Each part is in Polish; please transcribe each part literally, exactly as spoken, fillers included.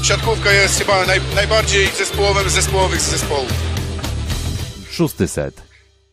siatkówka jest chyba naj, najbardziej zespołowym z zespołowych z zespołów. Szósty set.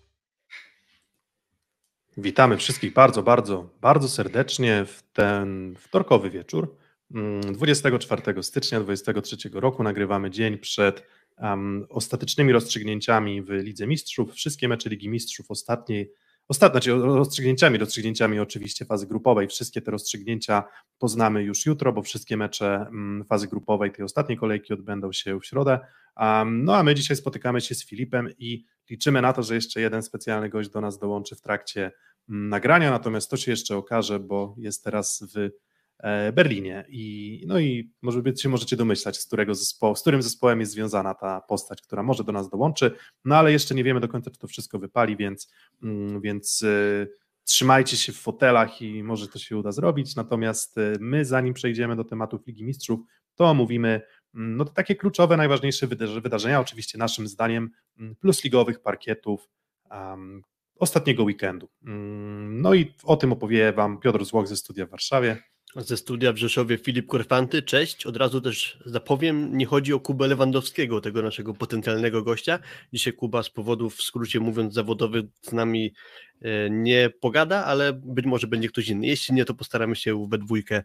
Witamy wszystkich bardzo, bardzo, bardzo serdecznie w ten wtorkowy wieczór. dwudziestego czwartego stycznia dwudziestego trzeciego roku nagrywamy dzień przed um, ostatecznymi rozstrzygnięciami w Lidze Mistrzów. Wszystkie mecze Ligi Mistrzów ostatniej, ostatnie, znaczy rozstrzygnięciami, rozstrzygnięciami oczywiście fazy grupowej. Wszystkie te rozstrzygnięcia poznamy już jutro, bo wszystkie mecze um, fazy grupowej tej ostatniej kolejki odbędą się w środę. Um, no a my dzisiaj spotykamy się z Filipem i liczymy na to, że jeszcze jeden specjalny gość do nas dołączy w trakcie um, nagrania, natomiast to się jeszcze okaże, bo jest teraz w Berlinie i no i może być, się możecie domyślać, z którego zespołu, z którym zespołem jest związana ta postać, która może do nas dołączy, no ale jeszcze nie wiemy do końca, czy to wszystko wypali, więc, więc y, trzymajcie się w fotelach i może to się uda zrobić, natomiast my, zanim przejdziemy do tematów Ligi Mistrzów, to omówimy no to takie kluczowe, najważniejsze wydarzenia, oczywiście naszym zdaniem plus ligowych parkietów um, ostatniego weekendu. No i o tym opowie Wam Piotr Złoch ze studia w Warszawie. Ze studia w Rzeszowie Filip Korfanty, cześć. Od razu też zapowiem, nie chodzi o Kubę Lewandowskiego, tego naszego potencjalnego gościa. Dzisiaj Kuba z powodów, w skrócie mówiąc, zawodowych z nami nie pogada, ale być może będzie ktoś inny. Jeśli nie, to postaramy się we dwójkę,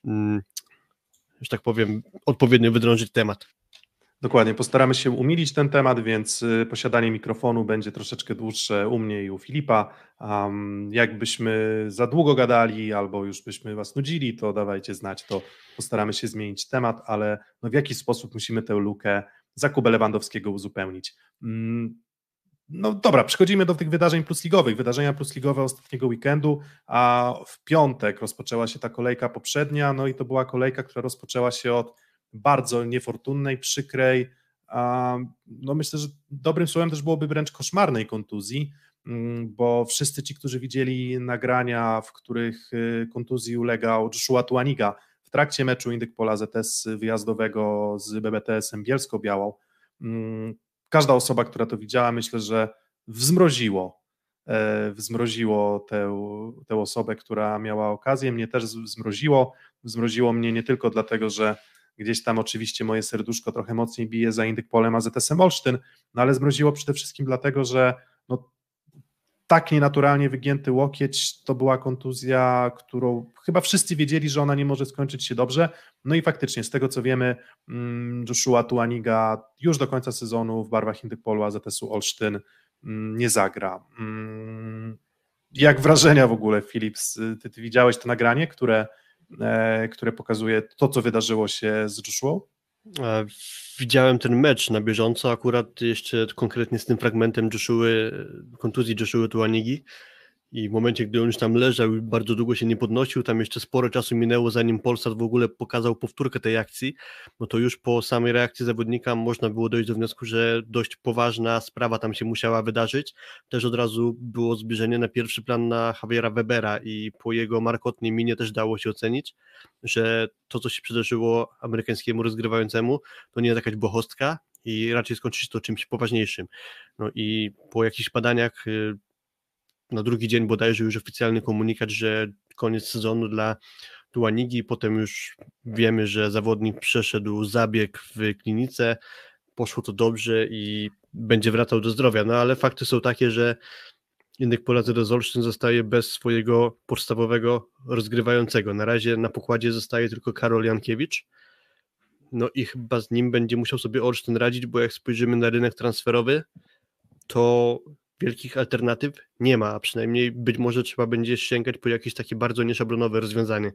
że tak powiem, odpowiednio wydrążyć temat. Dokładnie, postaramy się umilić ten temat, więc posiadanie mikrofonu będzie troszeczkę dłuższe u mnie i u Filipa. Um, jakbyśmy za długo gadali albo już byśmy Was nudzili, to dawajcie znać, to postaramy się zmienić temat, ale no w jaki sposób musimy tę lukę za Kubę Lewandowskiego uzupełnić. Um, no dobra, przechodzimy do tych wydarzeń plusligowych. Wydarzenia plusligowe ostatniego weekendu, a w piątek rozpoczęła się ta kolejka poprzednia, no i to była kolejka, która rozpoczęła się od bardzo niefortunnej, przykrej, no myślę, że dobrym słowem też byłoby wręcz koszmarnej kontuzji, bo wszyscy ci, którzy widzieli nagrania, w których kontuzji ulegał Joshua Tuaniga w trakcie meczu Indyk-Pola Z S wyjazdowego z B B T S-em Bielsko-Białą, każda osoba, która to widziała, myślę, że wzmroziło, wzmroziło tę, tę osobę, która miała okazję, mnie też wzmroziło, wzmroziło mnie nie tylko dlatego, że gdzieś tam oczywiście moje serduszko trochę mocniej bije za Indyk-Polem A Z S-em Olsztyn, no ale zmroziło przede wszystkim dlatego, że no, tak nienaturalnie wygięty łokieć to była kontuzja, którą chyba wszyscy wiedzieli, że ona nie może skończyć się dobrze, no i faktycznie z tego co wiemy Joshua Tuaniga już do końca sezonu w barwach Indyk-Polu A Z S-u Olsztyn nie zagra. Jak wrażenia w ogóle, Filip? Ty, ty widziałeś to nagranie, które które pokazuje to, co wydarzyło się z Joshua? Widziałem ten mecz na bieżąco, akurat jeszcze konkretnie z tym fragmentem Joshua, kontuzji Joshua Tuanigi i w momencie, gdy on już tam leżał i bardzo długo się nie podnosił, tam jeszcze sporo czasu minęło, zanim Polsat w ogóle pokazał powtórkę tej akcji, no to już po samej reakcji zawodnika można było dojść do wniosku, że dość poważna sprawa tam się musiała wydarzyć. Też od razu było zbliżenie na pierwszy plan na Javiera Webera i po jego markotnej minie też dało się ocenić, że to, co się przydarzyło amerykańskiemu rozgrywającemu, to nie jest jakaś bohostka i raczej skończyć to czymś poważniejszym. No i po jakichś badaniach na drugi dzień bodajże już oficjalny komunikat, że koniec sezonu dla Tuanigi, potem już wiemy, że zawodnik przeszedł zabieg w klinice, poszło to dobrze i będzie wracał do zdrowia, no ale fakty są takie, że Indyk-Pol A Z S Olsztyn zostaje bez swojego podstawowego rozgrywającego. Na razie na pokładzie zostaje tylko Karol Jankiewicz, no i chyba z nim będzie musiał sobie Olsztyn radzić, bo jak spojrzymy na rynek transferowy, to wielkich alternatyw nie ma, a przynajmniej być może trzeba będzie sięgać po jakieś takie bardzo nieszablonowe rozwiązanie.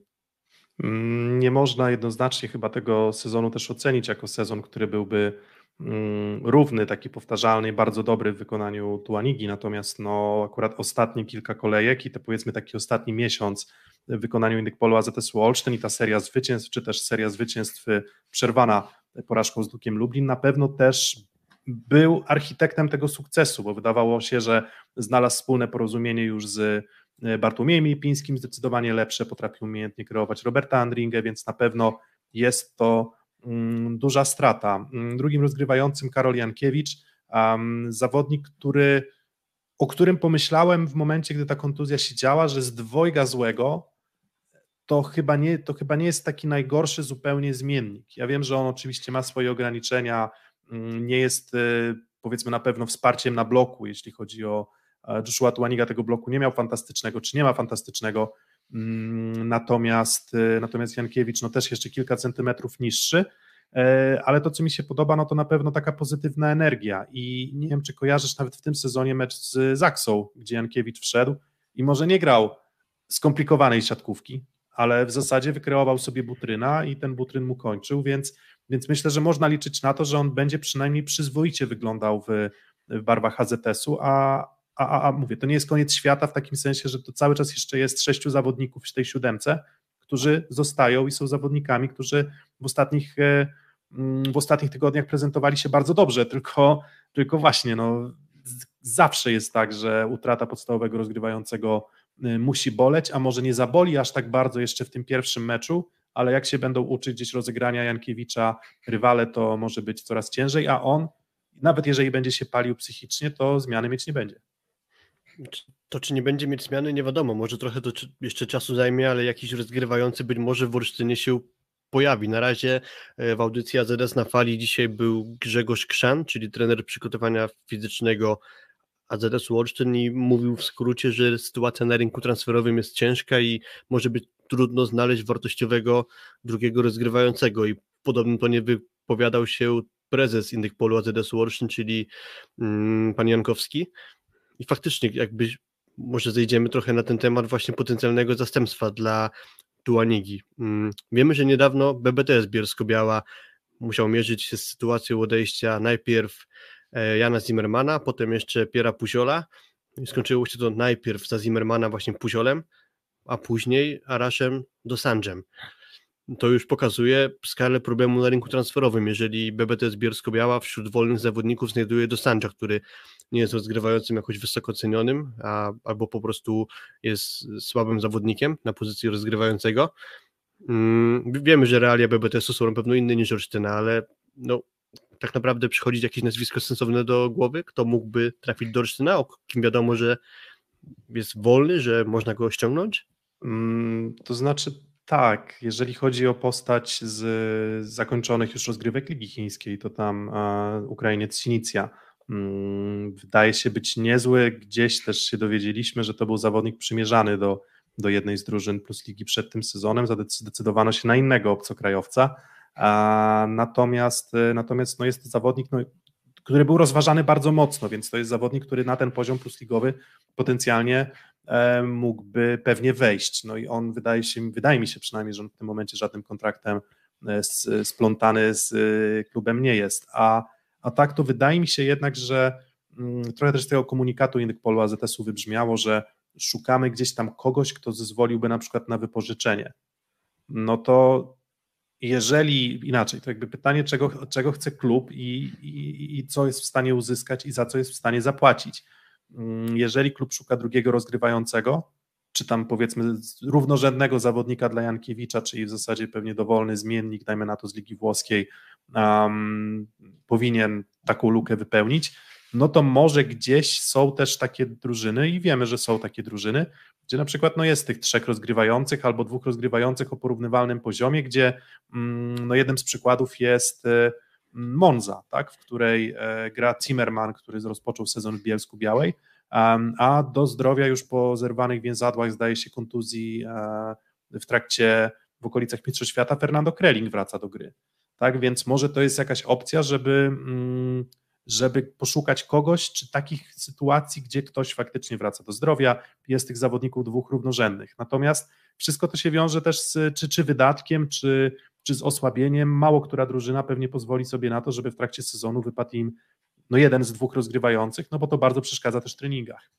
Nie można jednoznacznie chyba tego sezonu też ocenić jako sezon, który byłby równy, taki powtarzalny, bardzo dobry w wykonaniu Tuanigi, natomiast no akurat ostatnie kilka kolejek i to powiedzmy taki ostatni miesiąc w wykonaniu Indyk-Polu A Z S-u Olsztyn i ta seria zwycięstw, czy też seria zwycięstw przerwana porażką z Dukiem Lublin na pewno też był architektem tego sukcesu, bo wydawało się, że znalazł wspólne porozumienie już z Bartłomiejem Lipińskim, zdecydowanie lepsze, potrafił umiejętnie kreować Roberta Andringę, więc na pewno jest to um, duża strata. Drugim rozgrywającym Karol Jankiewicz, um, zawodnik, który, o którym pomyślałem w momencie, gdy ta kontuzja się działa, że z dwojga złego to chyba, nie, to chyba nie jest taki najgorszy zupełnie zmiennik. Ja wiem, że on oczywiście ma swoje ograniczenia, nie jest powiedzmy na pewno wsparciem na bloku, jeśli chodzi o Joshua Tuaniga, tego bloku nie miał fantastycznego, czy nie ma fantastycznego, natomiast, natomiast Jankiewicz no też jeszcze kilka centymetrów niższy, ale to, co mi się podoba, no to na pewno taka pozytywna energia i nie wiem, czy kojarzysz nawet w tym sezonie mecz z Zaksą, gdzie Jankiewicz wszedł i może nie grał skomplikowanej siatkówki, ale w zasadzie wykreował sobie Butryna i ten Butryn mu kończył, więc, więc myślę, że można liczyć na to, że on będzie przynajmniej przyzwoicie wyglądał w, w barwach H Z S-u, a, a, a, a mówię, to nie jest koniec świata w takim sensie, że to cały czas jeszcze jest sześciu zawodników w tej siódemce, którzy zostają i są zawodnikami, którzy w ostatnich, w ostatnich tygodniach prezentowali się bardzo dobrze, tylko, tylko właśnie no, zawsze jest tak, że utrata podstawowego rozgrywającego musi boleć, a może nie zaboli aż tak bardzo jeszcze w tym pierwszym meczu, ale jak się będą uczyć gdzieś rozegrania Jankiewicza rywale, to może być coraz ciężej, a on, nawet jeżeli będzie się palił psychicznie, to zmiany mieć nie będzie. To czy nie będzie mieć zmiany, nie wiadomo, może trochę to jeszcze czasu zajmie, ale jakiś rozgrywający być może w Olsztynie się pojawi. Na razie w audycji A Z S na fali dzisiaj był Grzegorz Krzan, czyli trener przygotowania fizycznego A Z S-u Olsztyn i mówił w skrócie, że sytuacja na rynku transferowym jest ciężka i może być trudno znaleźć wartościowego drugiego rozgrywającego i w podobnym tonie wypowiadał się prezes Indykpolu A Z S-u Olsztyn, czyli mm, pan Jankowski. I faktycznie jakby może zejdziemy trochę na ten temat właśnie potencjalnego zastępstwa dla Tuanigi. Wiemy, że niedawno B B T S Bielsko-Biała musiał mierzyć się z sytuacją odejścia najpierw Jana Zimmermana, potem jeszcze Piera Puziola i skończyło się to najpierw za Zimmermana właśnie Puziolem, a później Araszem Dosandzem. To już pokazuje skalę problemu na rynku transferowym, jeżeli B B T S Bielsko-Biała wśród wolnych zawodników znajduje Dosandza, który nie jest rozgrywającym jakoś wysoko cenionym, a, albo po prostu jest słabym zawodnikiem na pozycji rozgrywającego. Hmm, wiemy, że realia B B T S-u są na pewno inne niż Olsztyna, ale no, tak naprawdę przychodzi jakieś nazwisko sensowne do głowy, kto mógłby trafić do Olsztyna, o kim wiadomo, że jest wolny, że można go ściągnąć? Hmm, to znaczy tak, jeżeli chodzi o postać z zakończonych już rozgrywek Ligi Chińskiej, to tam e, Ukrainiec Sinicja hmm, wydaje się być niezły, gdzieś też się dowiedzieliśmy, że to był zawodnik przymierzany do, do jednej z drużyn Plus Ligi przed tym sezonem, zdecydowano się na innego obcokrajowca, a, natomiast, natomiast no jest to zawodnik, no, który był rozważany bardzo mocno, więc to jest zawodnik, który na ten poziom plusligowy potencjalnie e, mógłby pewnie wejść. No i on wydaje się, wydaje mi się przynajmniej, że on w tym momencie żadnym kontraktem e, splątany z e, klubem nie jest. A, a tak to wydaje mi się jednak, że m, trochę też z tego komunikatu Indykpolu A Z S-u wybrzmiało, że szukamy gdzieś tam kogoś, kto zezwoliłby na przykład na wypożyczenie. No to jeżeli, inaczej, to jakby pytanie, czego, czego chce klub i, i, i co jest w stanie uzyskać i za co jest w stanie zapłacić. Jeżeli klub szuka drugiego rozgrywającego, czy tam powiedzmy równorzędnego zawodnika dla Jankiewicza, czyli w zasadzie pewnie dowolny zmiennik, dajmy na to z Ligi Włoskiej, um, powinien taką lukę wypełnić, no to może gdzieś są też takie drużyny i wiemy, że są takie drużyny, gdzie na przykład no jest tych trzech rozgrywających albo dwóch rozgrywających o porównywalnym poziomie, gdzie no jeden z przykładów jest Monza, tak, w której gra Zimmerman, który rozpoczął sezon w Bielsku Białej, a do zdrowia już po zerwanych więzadłach, zdaje się kontuzji w trakcie, w okolicach Mistrzostw Świata, Fernando Kreling wraca do gry, tak, więc może to jest jakaś opcja, żeby żeby poszukać kogoś, czy takich sytuacji, gdzie ktoś faktycznie wraca do zdrowia, jest tych zawodników dwóch równorzędnych. Natomiast wszystko to się wiąże też z czy, czy wydatkiem, czy, czy z osłabieniem. Mało która drużyna pewnie pozwoli sobie na to, żeby w trakcie sezonu wypadł im no jeden z dwóch rozgrywających, no bo to bardzo przeszkadza też w treningach.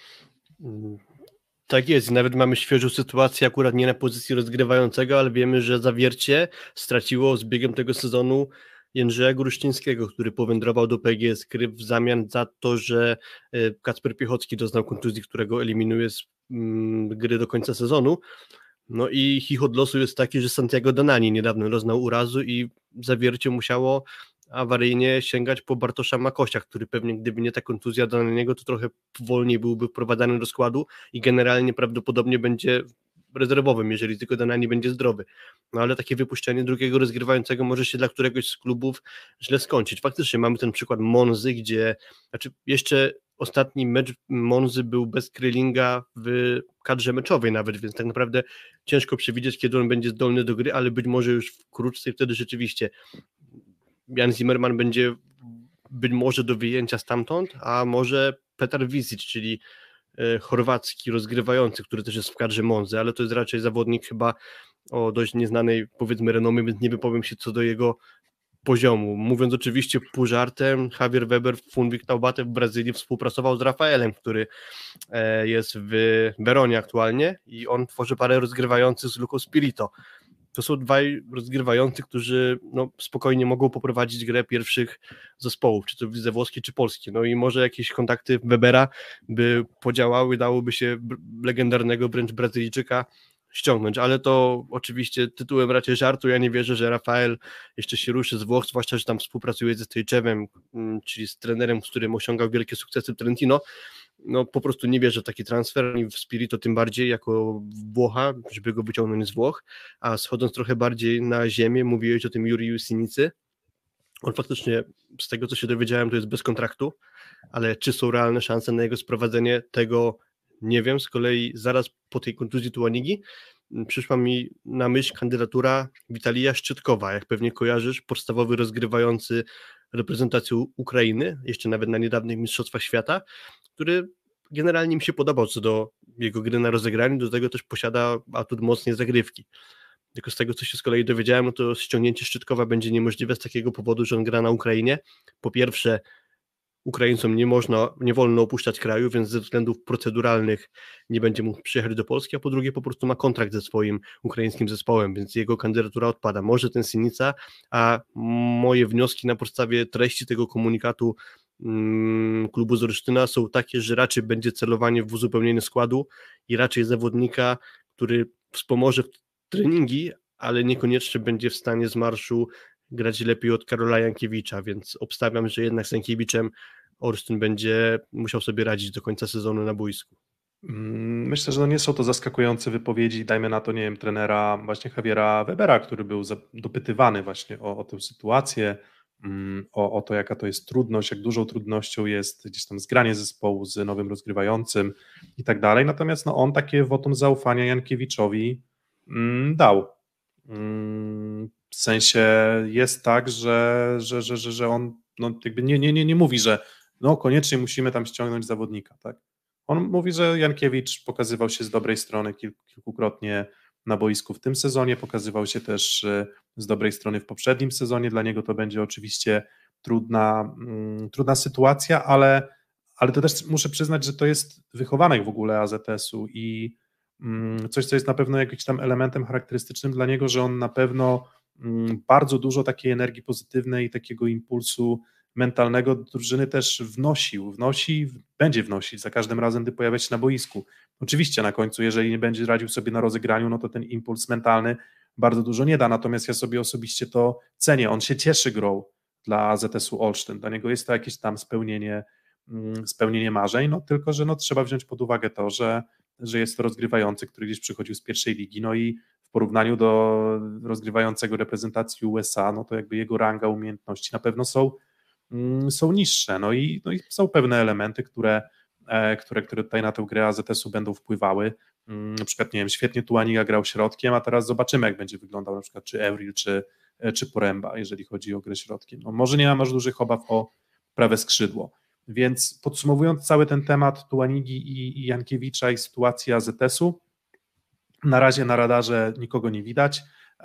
Tak jest, nawet mamy świeżą sytuację, akurat nie na pozycji rozgrywającego, ale wiemy, że Zawiercie straciło z biegiem tego sezonu Jędrzeja Gruszczyńskiego, który powędrował do P G S Kryw w zamian za to, że Kacper Piechocki doznał kontuzji, którego eliminuje z gry do końca sezonu. No i chichot losu jest taki, że Santiago Danani niedawno doznał urazu i Zawiercie musiało awaryjnie sięgać po Bartosza Makosia, który pewnie gdyby nie ta kontuzja Dananiego, to trochę wolniej byłby wprowadzany do składu i generalnie prawdopodobnie będzie rezerwowym, jeżeli tylko Danani będzie zdrowy. No ale takie wypuszczenie drugiego rozgrywającego może się dla któregoś z klubów źle skończyć. Faktycznie mamy ten przykład Monzy, gdzie znaczy jeszcze ostatni mecz Monzy był bez Krylinga w kadrze meczowej nawet, więc tak naprawdę ciężko przewidzieć, kiedy on będzie zdolny do gry, ale być może już wkrótce i wtedy rzeczywiście Jan Zimmerman będzie być może do wyjęcia stamtąd, a może Petar Visic, czyli chorwacki rozgrywający, który też jest w kadrze Monzy, ale to jest raczej zawodnik chyba o dość nieznanej, powiedzmy, renomie, więc nie wypowiem się co do jego poziomu. Mówiąc oczywiście pół żartem, Javier Weber w Funvic Taubaté w Brazylii współpracował z Rafaelem, który jest w Weronie aktualnie i on tworzy parę rozgrywających z Lucą Spirito. To są dwaj rozgrywający, którzy no, spokojnie mogą poprowadzić grę pierwszych zespołów, czy to w lidze włoskiej, czy polskiej. No i może jakieś kontakty Webera by podziałały, dałoby się legendarnego wręcz Brazylijczyka ściągnąć, ale to oczywiście tytułem raczej żartu. Ja nie wierzę, że Rafael jeszcze się ruszy z Włoch, zwłaszcza, że tam współpracuje ze Stojczewem, czyli z trenerem, z którym osiągał wielkie sukcesy w Trentino. No po prostu nie wierzę w taki transfer i w Spirito tym bardziej jako Włocha, żeby go wyciągnąć z Włoch, a schodząc trochę bardziej na ziemię, mówiłeś o tym Juriju Sinicy. On faktycznie, z tego co się dowiedziałem, to jest bez kontraktu, ale czy są realne szanse na jego sprowadzenie, tego nie wiem. Z kolei zaraz po tej kontuzji Tuanigi przyszła mi na myśl kandydatura Witalija Szczytkowa, jak pewnie kojarzysz, podstawowy rozgrywający reprezentację Ukrainy, jeszcze nawet na niedawnych Mistrzostwach Świata, który generalnie mi się podobał co do jego gry na rozegraniu, do tego też posiada atut mocnej zagrywki. Tylko z tego, co się z kolei dowiedziałem, no to ściągnięcie Szczytkowa będzie niemożliwe z takiego powodu, że on gra na Ukrainie. Po pierwsze, Ukraińcom nie można, nie wolno opuszczać kraju, więc ze względów proceduralnych nie będzie mógł przyjechać do Polski, a po drugie po prostu ma kontrakt ze swoim ukraińskim zespołem, więc jego kandydatura odpada. Może ten Sinica, a moje wnioski na podstawie treści tego komunikatu mm, klubu z Olsztyna są takie, że raczej będzie celowanie w uzupełnienie składu i raczej zawodnika, który wspomoże w treningi, ale niekoniecznie będzie w stanie z marszu grać lepiej od Karola Jankiewicza, więc obstawiam, że jednak z Jankiewiczem Olsztyn będzie musiał sobie radzić do końca sezonu na boisku. Myślę, że no nie są to zaskakujące wypowiedzi, dajmy na to, nie wiem, trenera właśnie Javiera Webera, który był dopytywany właśnie o, o tę sytuację, o, o to, jaka to jest trudność, jak dużą trudnością jest gdzieś tam zgranie zespołu z nowym rozgrywającym i tak dalej, natomiast no on takie wotum zaufania Jankiewiczowi mm, dał. Mm, w sensie jest tak, że, że, że, że, że on no jakby nie, nie, nie, nie mówi, że no koniecznie musimy tam ściągnąć zawodnika, tak? On mówi, że Jankiewicz pokazywał się z dobrej strony kilkukrotnie na boisku w tym sezonie, pokazywał się też z dobrej strony w poprzednim sezonie, dla niego to będzie oczywiście trudna, trudna sytuacja, ale, ale to też muszę przyznać, że to jest wychowanek w ogóle A Z S-u i coś, co jest na pewno jakimś tam elementem charakterystycznym dla niego, że on na pewno bardzo dużo takiej energii pozytywnej i takiego impulsu mentalnego do drużyny też wnosił, wnosi, będzie wnosić za każdym razem, gdy pojawia się na boisku. Oczywiście na końcu, jeżeli nie będzie radził sobie na rozegraniu, no to ten impuls mentalny bardzo dużo nie da, natomiast ja sobie osobiście to cenię, on się cieszy grą dla A Z S-u Olsztyn, dla niego jest to jakieś tam spełnienie, spełnienie marzeń, no tylko, że no trzeba wziąć pod uwagę to, że, że jest to rozgrywający, który gdzieś przychodził z pierwszej ligi, no i w porównaniu do rozgrywającego reprezentacji U S A, no to jakby jego ranga, umiejętności na pewno są są niższe, no i, no i są pewne elementy, które, które, które tutaj na tę grę A Z S-u będą wpływały, na przykład, nie wiem, świetnie Tuaniga grał środkiem, a teraz zobaczymy, jak będzie wyglądał na przykład czy Evril, czy, czy Poręba, jeżeli chodzi o grę środkiem. No może nie mam aż dużych obaw o prawe skrzydło, więc podsumowując cały ten temat Tuanigi i, i Jankiewicza i sytuacji A Z S-u, na razie na radarze nikogo nie widać.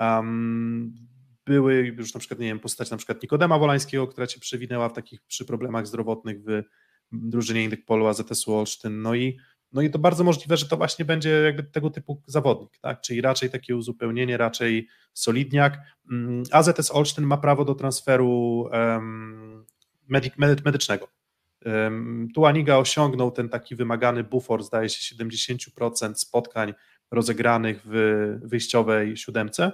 Um, Były już na przykład, nie wiem, postać na przykład Nikodema Wolańskiego, która się przewinęła w takich przy problemach zdrowotnych w drużynie Indykpolu A Z S-u Olsztyn, no i, no i to bardzo możliwe, że to właśnie będzie jakby tego typu zawodnik, tak, czyli raczej takie uzupełnienie, raczej solidniak. A Z S Olsztyn ma prawo do transferu um, medyk, medy, medycznego. Um, Tuaniga osiągnął ten taki wymagany bufor, zdaje się, siedemdziesiąt procent spotkań rozegranych w wyjściowej siódemce.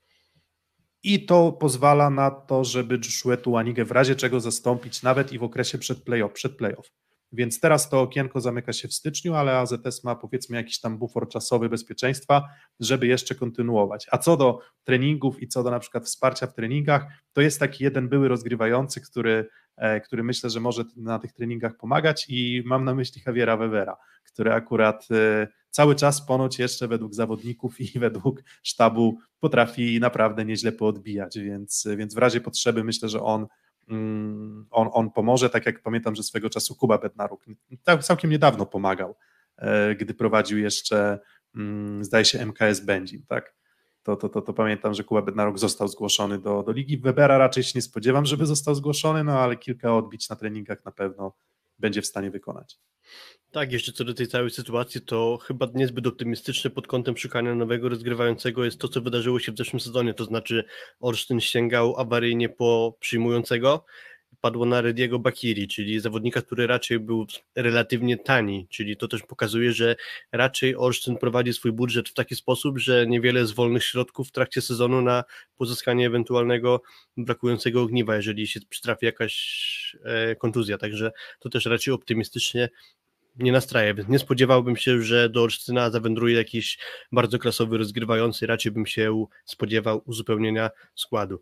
I to pozwala na to, żeby Joshua Tuanigę w razie czego zastąpić nawet i w okresie przed play-off. Przed play-off. więc teraz to okienko zamyka się w styczniu, ale A Z S ma powiedzmy jakiś tam bufor czasowy bezpieczeństwa, żeby jeszcze kontynuować. A co do treningów i co do na przykład wsparcia w treningach, to jest taki jeden były rozgrywający, który, który myślę, że może na tych treningach pomagać i mam na myśli Javiera Webera, który akurat cały czas ponoć jeszcze według zawodników i według sztabu potrafi naprawdę nieźle poodbijać, więc, więc w razie potrzeby myślę, że on On, on pomoże, tak jak pamiętam, że swego czasu Kuba Bednaruk całkiem niedawno pomagał, gdy prowadził jeszcze, zdaje się, M K S Będzin, tak? To, to, to, to pamiętam, że Kuba Bednaruk został zgłoszony do, do ligi. Webera raczej się nie spodziewam, żeby został zgłoszony, no ale kilka odbić na treningach na pewno będzie w stanie wykonać. Tak, jeszcze co do tej całej sytuacji, to chyba niezbyt optymistyczne pod kątem szukania nowego rozgrywającego jest to, co wydarzyło się w zeszłym sezonie, to znaczy Olsztyn sięgał awaryjnie po przyjmującego, padło na Rediego Bakiri, czyli zawodnika, który raczej był relatywnie tani, czyli to też pokazuje, że raczej Olsztyn prowadzi swój budżet w taki sposób, że niewiele z wolnych środków w trakcie sezonu na pozyskanie ewentualnego brakującego ogniwa, jeżeli się przytrafi jakaś e, kontuzja, także to też raczej optymistycznie nie nastraja, więc nie spodziewałbym się, że do Olsztyna zawędruje jakiś bardzo klasowy rozgrywający, raczej bym się spodziewał uzupełnienia składu.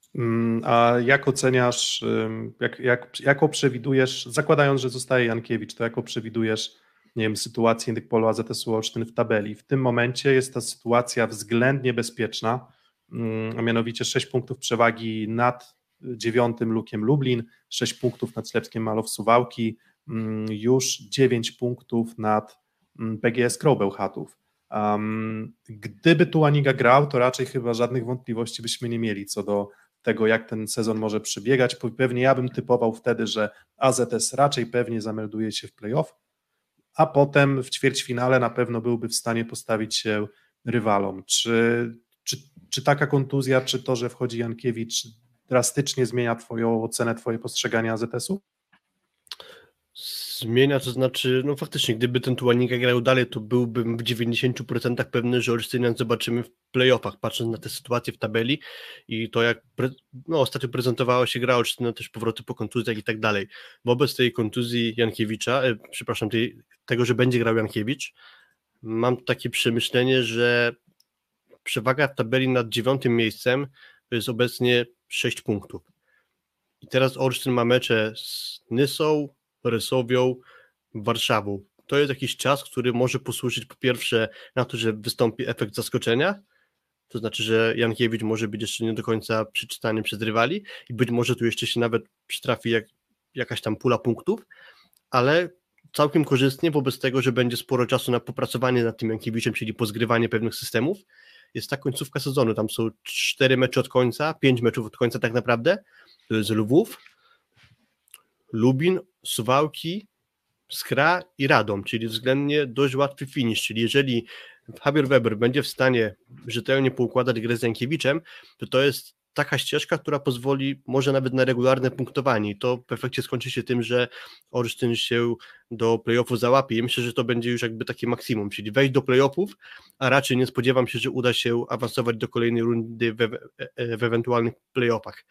A jak oceniasz, jak, jak, jaką przewidujesz, zakładając, że zostaje Jankiewicz, to jaką przewidujesz, nie wiem, sytuację Indykpolu A Z S-u Olsztyn w tabeli? W tym momencie jest ta sytuacja względnie bezpieczna, a mianowicie sześć punktów przewagi nad dziewiątym Lukiem Lublin, sześć punktów nad Ślepskiem Malow Suwałki, już dziewięć punktów nad P G S Crow Bełchatów. Um, gdyby Tułaniga grał, to raczej chyba żadnych wątpliwości byśmy nie mieli co do tego, jak ten sezon może przebiegać. Pewnie ja bym typował wtedy, że A Z S raczej pewnie zamelduje się w play-off, a potem w ćwierćfinale na pewno byłby w stanie postawić się rywalom. Czy, czy, czy taka kontuzja, czy to, że wchodzi Jankiewicz, drastycznie zmienia twoją ocenę, twoje postrzeganie A Z S-u? Zmienia, to znaczy, no faktycznie, gdyby ten Tułanika grał dalej, to byłbym w dziewięćdziesięciu procentach pewny, że Olsztynian zobaczymy w play-offach, patrząc na tę sytuację w tabeli i to, jak pre- no, ostatnio prezentowała się gra Olsztyna, też powroty po kontuzjach i tak dalej. Wobec tej kontuzji Jankiewicza, e, przepraszam, tej, tego, że będzie grał Jankiewicz, mam takie przemyślenie, że przewaga w tabeli nad dziewiątym miejscem to jest obecnie sześć punktów. I teraz Olsztyn ma mecze z Nysą, Rysowią, Warszawą. To jest jakiś czas, który może posłużyć po pierwsze na to, że wystąpi efekt zaskoczenia, to znaczy, że Jankiewicz może być jeszcze nie do końca przeczytany przez rywali i być może tu jeszcze się nawet przytrafi jak, jakaś tam pula punktów, ale całkiem korzystnie wobec tego, że będzie sporo czasu na popracowanie nad tym Jankiewiczem, czyli pozgrywanie pewnych systemów. Jest ta końcówka sezonu, tam są cztery mecze od końca, pięć meczów od końca tak naprawdę, to jest Lwów, Lubin, Suwałki, Skra i Radom, czyli względnie dość łatwy finish, czyli jeżeli Javier Weber będzie w stanie rzetelnie poukładać grę z Jankiewiczem, to to jest taka ścieżka, która pozwoli może nawet na regularne punktowanie i to w efekcie skończy się tym, że Olsztyn się do play-offu załapie i myślę, że to będzie już jakby takie maksimum, czyli wejść do play-offów, a raczej nie spodziewam się, że uda się awansować do kolejnej rundy w, w ewentualnych play-offach.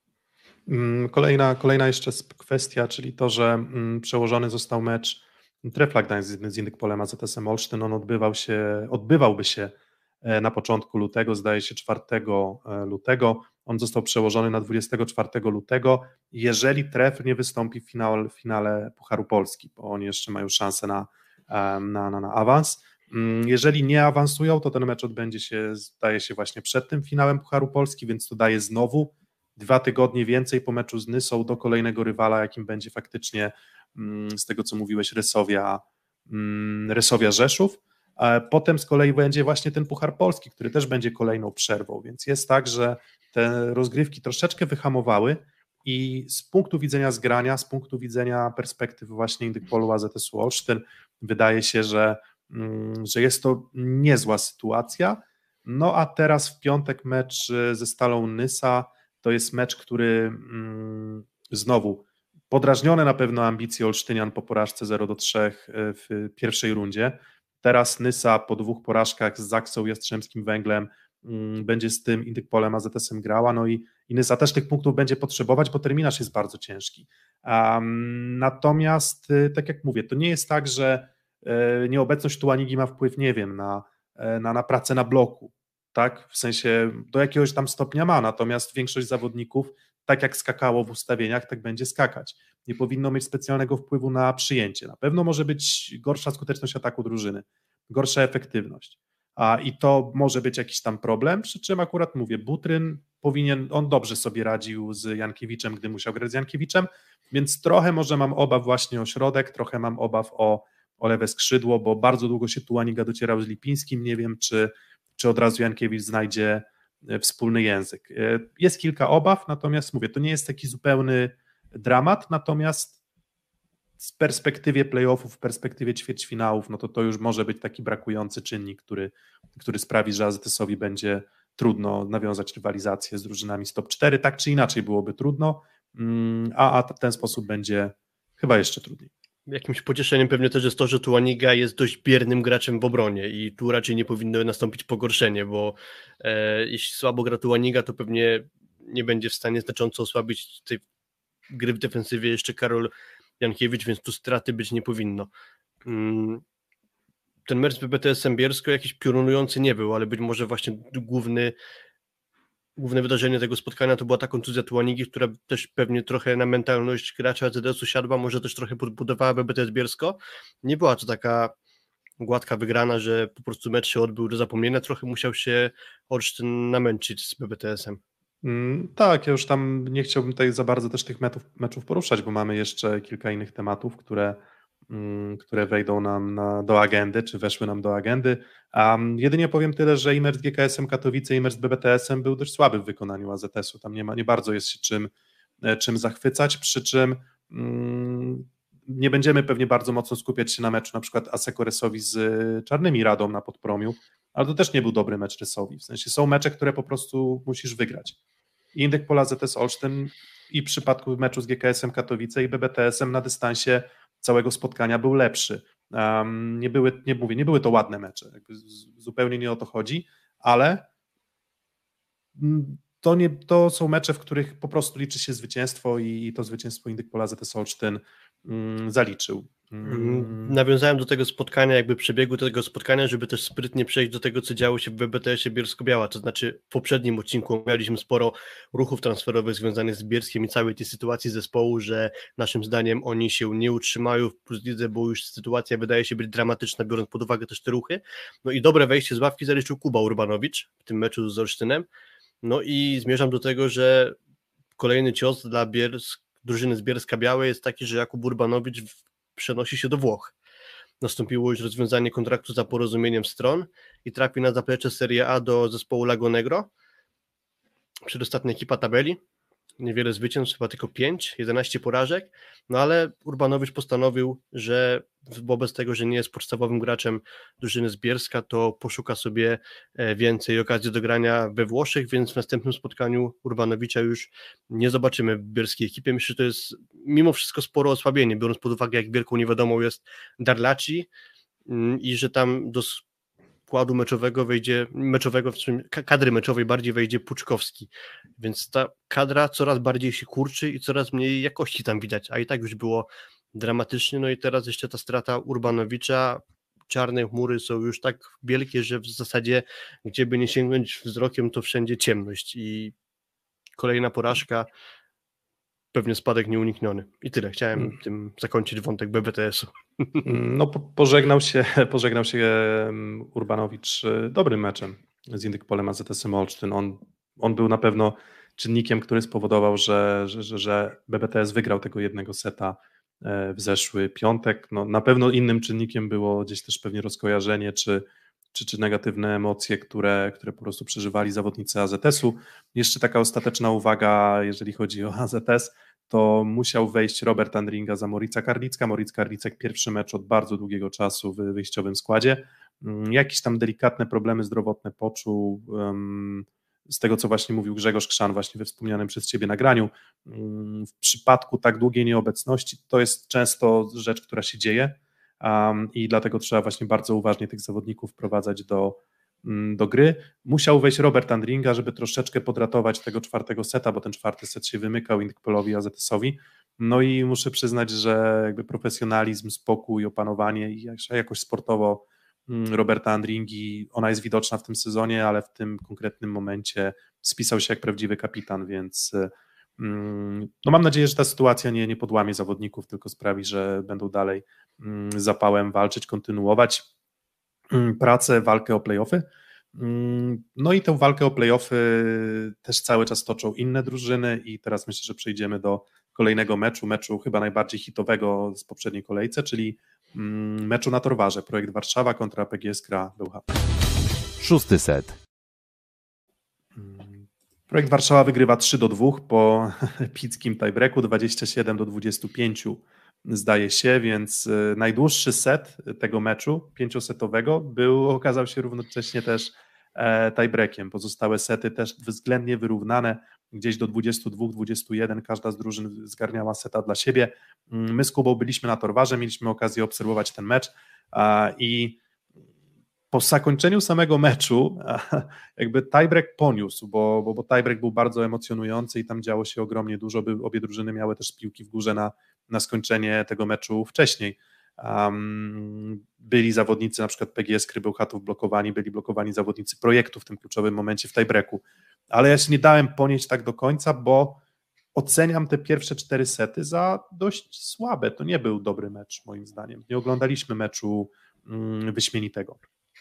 Kolejna, kolejna jeszcze kwestia, czyli to, że przełożony został mecz Trefla Gdańsk z Indykpolem A Z S-em Olsztyn. On odbywał się, odbywałby się na początku lutego, zdaje się czwartego lutego. On został przełożony na dwudziestego czwartego lutego, jeżeli Trefl nie wystąpi w finale, w finale Pucharu Polski, bo oni jeszcze mają szansę na, na, na, na awans. Jeżeli nie awansują, to ten mecz odbędzie się, zdaje się, właśnie przed tym finałem Pucharu Polski, więc to daje znowu dwa tygodnie więcej po meczu z Nysą do kolejnego rywala, jakim będzie faktycznie, z tego co mówiłeś, Rysowia, Rysowia Rzeszów. Potem z kolei będzie właśnie ten Puchar Polski, który też będzie kolejną przerwą, więc jest tak, że te rozgrywki troszeczkę wyhamowały i z punktu widzenia zgrania, z punktu widzenia perspektywy właśnie Indykpolu A Z S-u Olsztyn wydaje się, że, że jest to niezła sytuacja. No a teraz w piątek mecz ze Stalą Nysa. To jest mecz, który mm, znowu podrażnione na pewno ambicje Olsztynian po porażce zero do trzech w pierwszej rundzie. Teraz Nysa po dwóch porażkach z Zaksą Jastrzębskim Węglem będzie z tym Indykpolem A Z S-em grała, no i Inysa też tych punktów będzie potrzebować, bo terminarz jest bardzo ciężki. Um, natomiast, tak jak mówię, to nie jest tak, że e, nieobecność Tuanigi ma wpływ, nie wiem, na, na, na pracę na bloku, tak, w sensie do jakiegoś tam stopnia ma, natomiast większość zawodników, tak jak skakało w ustawieniach, tak będzie skakać. Nie powinno mieć specjalnego wpływu na przyjęcie. Na pewno może być gorsza skuteczność ataku drużyny, gorsza efektywność. A, I to może być jakiś tam problem, przy czym akurat mówię, Butryn powinien, on dobrze sobie radził z Jankiewiczem, gdy musiał grać z Jankiewiczem, więc trochę może mam obaw właśnie o środek, trochę mam obaw o, o lewe skrzydło, bo bardzo długo się Tuaniga docierał z Lipińskim, nie wiem, czy, czy od razu Jankiewicz znajdzie wspólny język. Jest kilka obaw, natomiast mówię, to nie jest taki zupełny dramat, natomiast z perspektywie playoffów, w perspektywie ćwierćfinałów, no to to już może być taki brakujący czynnik, który, który sprawi, że A Z S-owi będzie trudno nawiązać rywalizację z drużynami z top cztery, tak czy inaczej byłoby trudno, a, a w ten sposób będzie chyba jeszcze trudniej. Jakimś pocieszeniem pewnie też jest to, że Tuaniga jest dość biernym graczem w obronie i tu raczej nie powinno nastąpić pogorszenie, bo e, jeśli słabo gra Tuaniga, to pewnie nie będzie w stanie znacząco osłabić tej gry w defensywie jeszcze Karol Jankiewicz, więc tu straty być nie powinno. Mm, ten mecz z B B T S-em Bielsko jakiś piorunujący nie był, ale być może właśnie główny Główne wydarzenie tego spotkania to była ta kontuzja Tuanigi, która też pewnie trochę na mentalność gracza A Z S-u siadła, może też trochę podbudowała B B T S Bielsko. Nie była to taka gładka wygrana, że po prostu mecz się odbył do zapomnienia, trochę musiał się Olsztyn namęczyć z B B T S-em. Mm, tak, ja już tam nie chciałbym tutaj za bardzo też tych meczów, meczów poruszać, bo mamy jeszcze kilka innych tematów, które które wejdą nam na, do agendy, czy weszły nam do agendy. Um, jedynie powiem tyle, że Imer z G K S-em Katowice, Imer z B B T S-em był dość słaby w wykonaniu A Z S-u, tam nie, ma, nie bardzo jest się czym, czym zachwycać, przy czym um, nie będziemy pewnie bardzo mocno skupiać się na meczu na przykład Asseco Resowi z Czarnymi Radą na Podpromiu, ale to też nie był dobry mecz Resowi, w sensie są mecze, które po prostu musisz wygrać. I Indykpol A Z S Olsztyn i w przypadku meczu z G K S-em Katowice i B B T S-em na dystansie całego spotkania był lepszy. Um, nie były, nie mówię, nie były to ładne mecze, jakby z, zupełnie nie o to chodzi, ale to, nie, to są mecze, w których po prostu liczy się zwycięstwo i, i to zwycięstwo Indykpol A Z S Olsztyn um, zaliczył. Um. Nawiązałem do tego spotkania, jakby przebiegu tego spotkania, żeby też sprytnie przejść do tego, co działo się w B B T S-ie Bielsko-Biała, to znaczy w poprzednim odcinku mieliśmy sporo ruchów transferowych związanych z Bielskiem i całej tej sytuacji zespołu, że naszym zdaniem oni się nie utrzymają w Plus Lidze, bo już sytuacja wydaje się być dramatyczna, biorąc pod uwagę też te ruchy. No i dobre wejście z ławki zaliczył Kuba Urbanowicz w tym meczu z Olsztynem. No i zmierzam do tego, że kolejny cios dla Bielsk, drużyny z Bielska-Białej jest taki, że Jakub Urbanowicz przenosi się do Włoch. Nastąpiło już rozwiązanie kontraktu za porozumieniem stron i trafi na zaplecze Serie A do zespołu Lago Negro. Przedostatnia ekipa tabeli. Niewiele zwycięstw, chyba tylko pięć, jedenaście porażek, no ale Urbanowicz postanowił, że wobec tego, że nie jest podstawowym graczem drużyny z Bielska, to poszuka sobie więcej okazji do grania we Włoszech, więc w następnym spotkaniu Urbanowicza już nie zobaczymy w bielskiej ekipie. Myślę, że to jest mimo wszystko sporo osłabienie, biorąc pod uwagę, jak wielką niewiadomą jest Darlaci i że tam do składu meczowego wejdzie, meczowego, w czym kadry meczowej bardziej wejdzie Puczkowski, więc ta kadra coraz bardziej się kurczy i coraz mniej jakości tam widać, a i tak już było dramatycznie, no i teraz jeszcze ta strata Urbanowicza, czarne chmury są już tak wielkie, że w zasadzie gdzie by nie sięgnąć wzrokiem, to wszędzie ciemność i kolejna porażka, pewnie spadek nieunikniony. I tyle. Chciałem hmm. tym zakończyć wątek B B T S-u. No po, pożegnał się, pożegnał się Urbanowicz dobrym meczem z Indykpolem A Z S-em Olsztyn. On, on był na pewno czynnikiem, który spowodował, że, że, że B B T S wygrał tego jednego seta w zeszły piątek. No, na pewno innym czynnikiem było gdzieś też pewnie rozkojarzenie, czy, czy, czy negatywne emocje, które, które po prostu przeżywali zawodnicy A Z S-u. Jeszcze taka ostateczna uwaga, jeżeli chodzi o A Z S, to musiał wejść Robert Andringa za Morica Karlicka. Moric Karlicek pierwszy mecz od bardzo długiego czasu w wyjściowym składzie. Jakieś tam delikatne problemy zdrowotne poczuł, z tego co właśnie mówił Grzegorz Krzan właśnie we wspomnianym przez Ciebie nagraniu. W przypadku tak długiej nieobecności to jest często rzecz, która się dzieje i dlatego trzeba właśnie bardzo uważnie tych zawodników wprowadzać do, do gry. Musiał wejść Robert Andringa, żeby troszeczkę podratować tego czwartego seta, bo ten czwarty set się wymykał Inkpelowi, A Z S-owi. No i muszę przyznać, że jakby profesjonalizm, spokój, opanowanie i jakoś sportowo Roberta Andringi, ona jest widoczna w tym sezonie, ale w tym konkretnym momencie spisał się jak prawdziwy kapitan, więc no mam nadzieję, że ta sytuacja nie, nie podłamie zawodników, tylko sprawi, że będą dalej z zapałem walczyć, kontynuować pracę, walkę o play-offy. No i tę walkę o play-offy też cały czas toczą inne drużyny i teraz myślę, że przejdziemy do kolejnego meczu, meczu chyba najbardziej hitowego z poprzedniej kolejce, czyli meczu na Torwarze, Projekt Warszawa kontra P G S Kra Bełchatów. Szósty set. Projekt Warszawa wygrywa trzy do dwóch po epickim tiebreaku, dwadzieścia siedem do dwudziestu pięciu zdaje się, więc najdłuższy set tego meczu pięciosetowego był, okazał się równocześnie też tiebreakiem. Pozostałe sety też względnie wyrównane, gdzieś do dwudziestu dwóch, dwudziestu jeden, każda z drużyn zgarniała seta dla siebie. My z Kubą byliśmy na Torwarze, mieliśmy okazję obserwować ten mecz i po zakończeniu samego meczu jakby tiebreak poniósł, bo, bo, bo tiebreak był bardzo emocjonujący i tam działo się ogromnie dużo, by obie drużyny miały też piłki w górze na, na skończenie tego meczu wcześniej. Um, byli zawodnicy na przykład P G S Kry Bełchatów blokowani, byli blokowani zawodnicy Projektu w tym kluczowym momencie w tiebreaku, ale ja się nie dałem ponieść tak do końca, bo oceniam te pierwsze cztery sety za dość słabe, to nie był dobry mecz moim zdaniem, nie oglądaliśmy meczu um, wyśmienitego.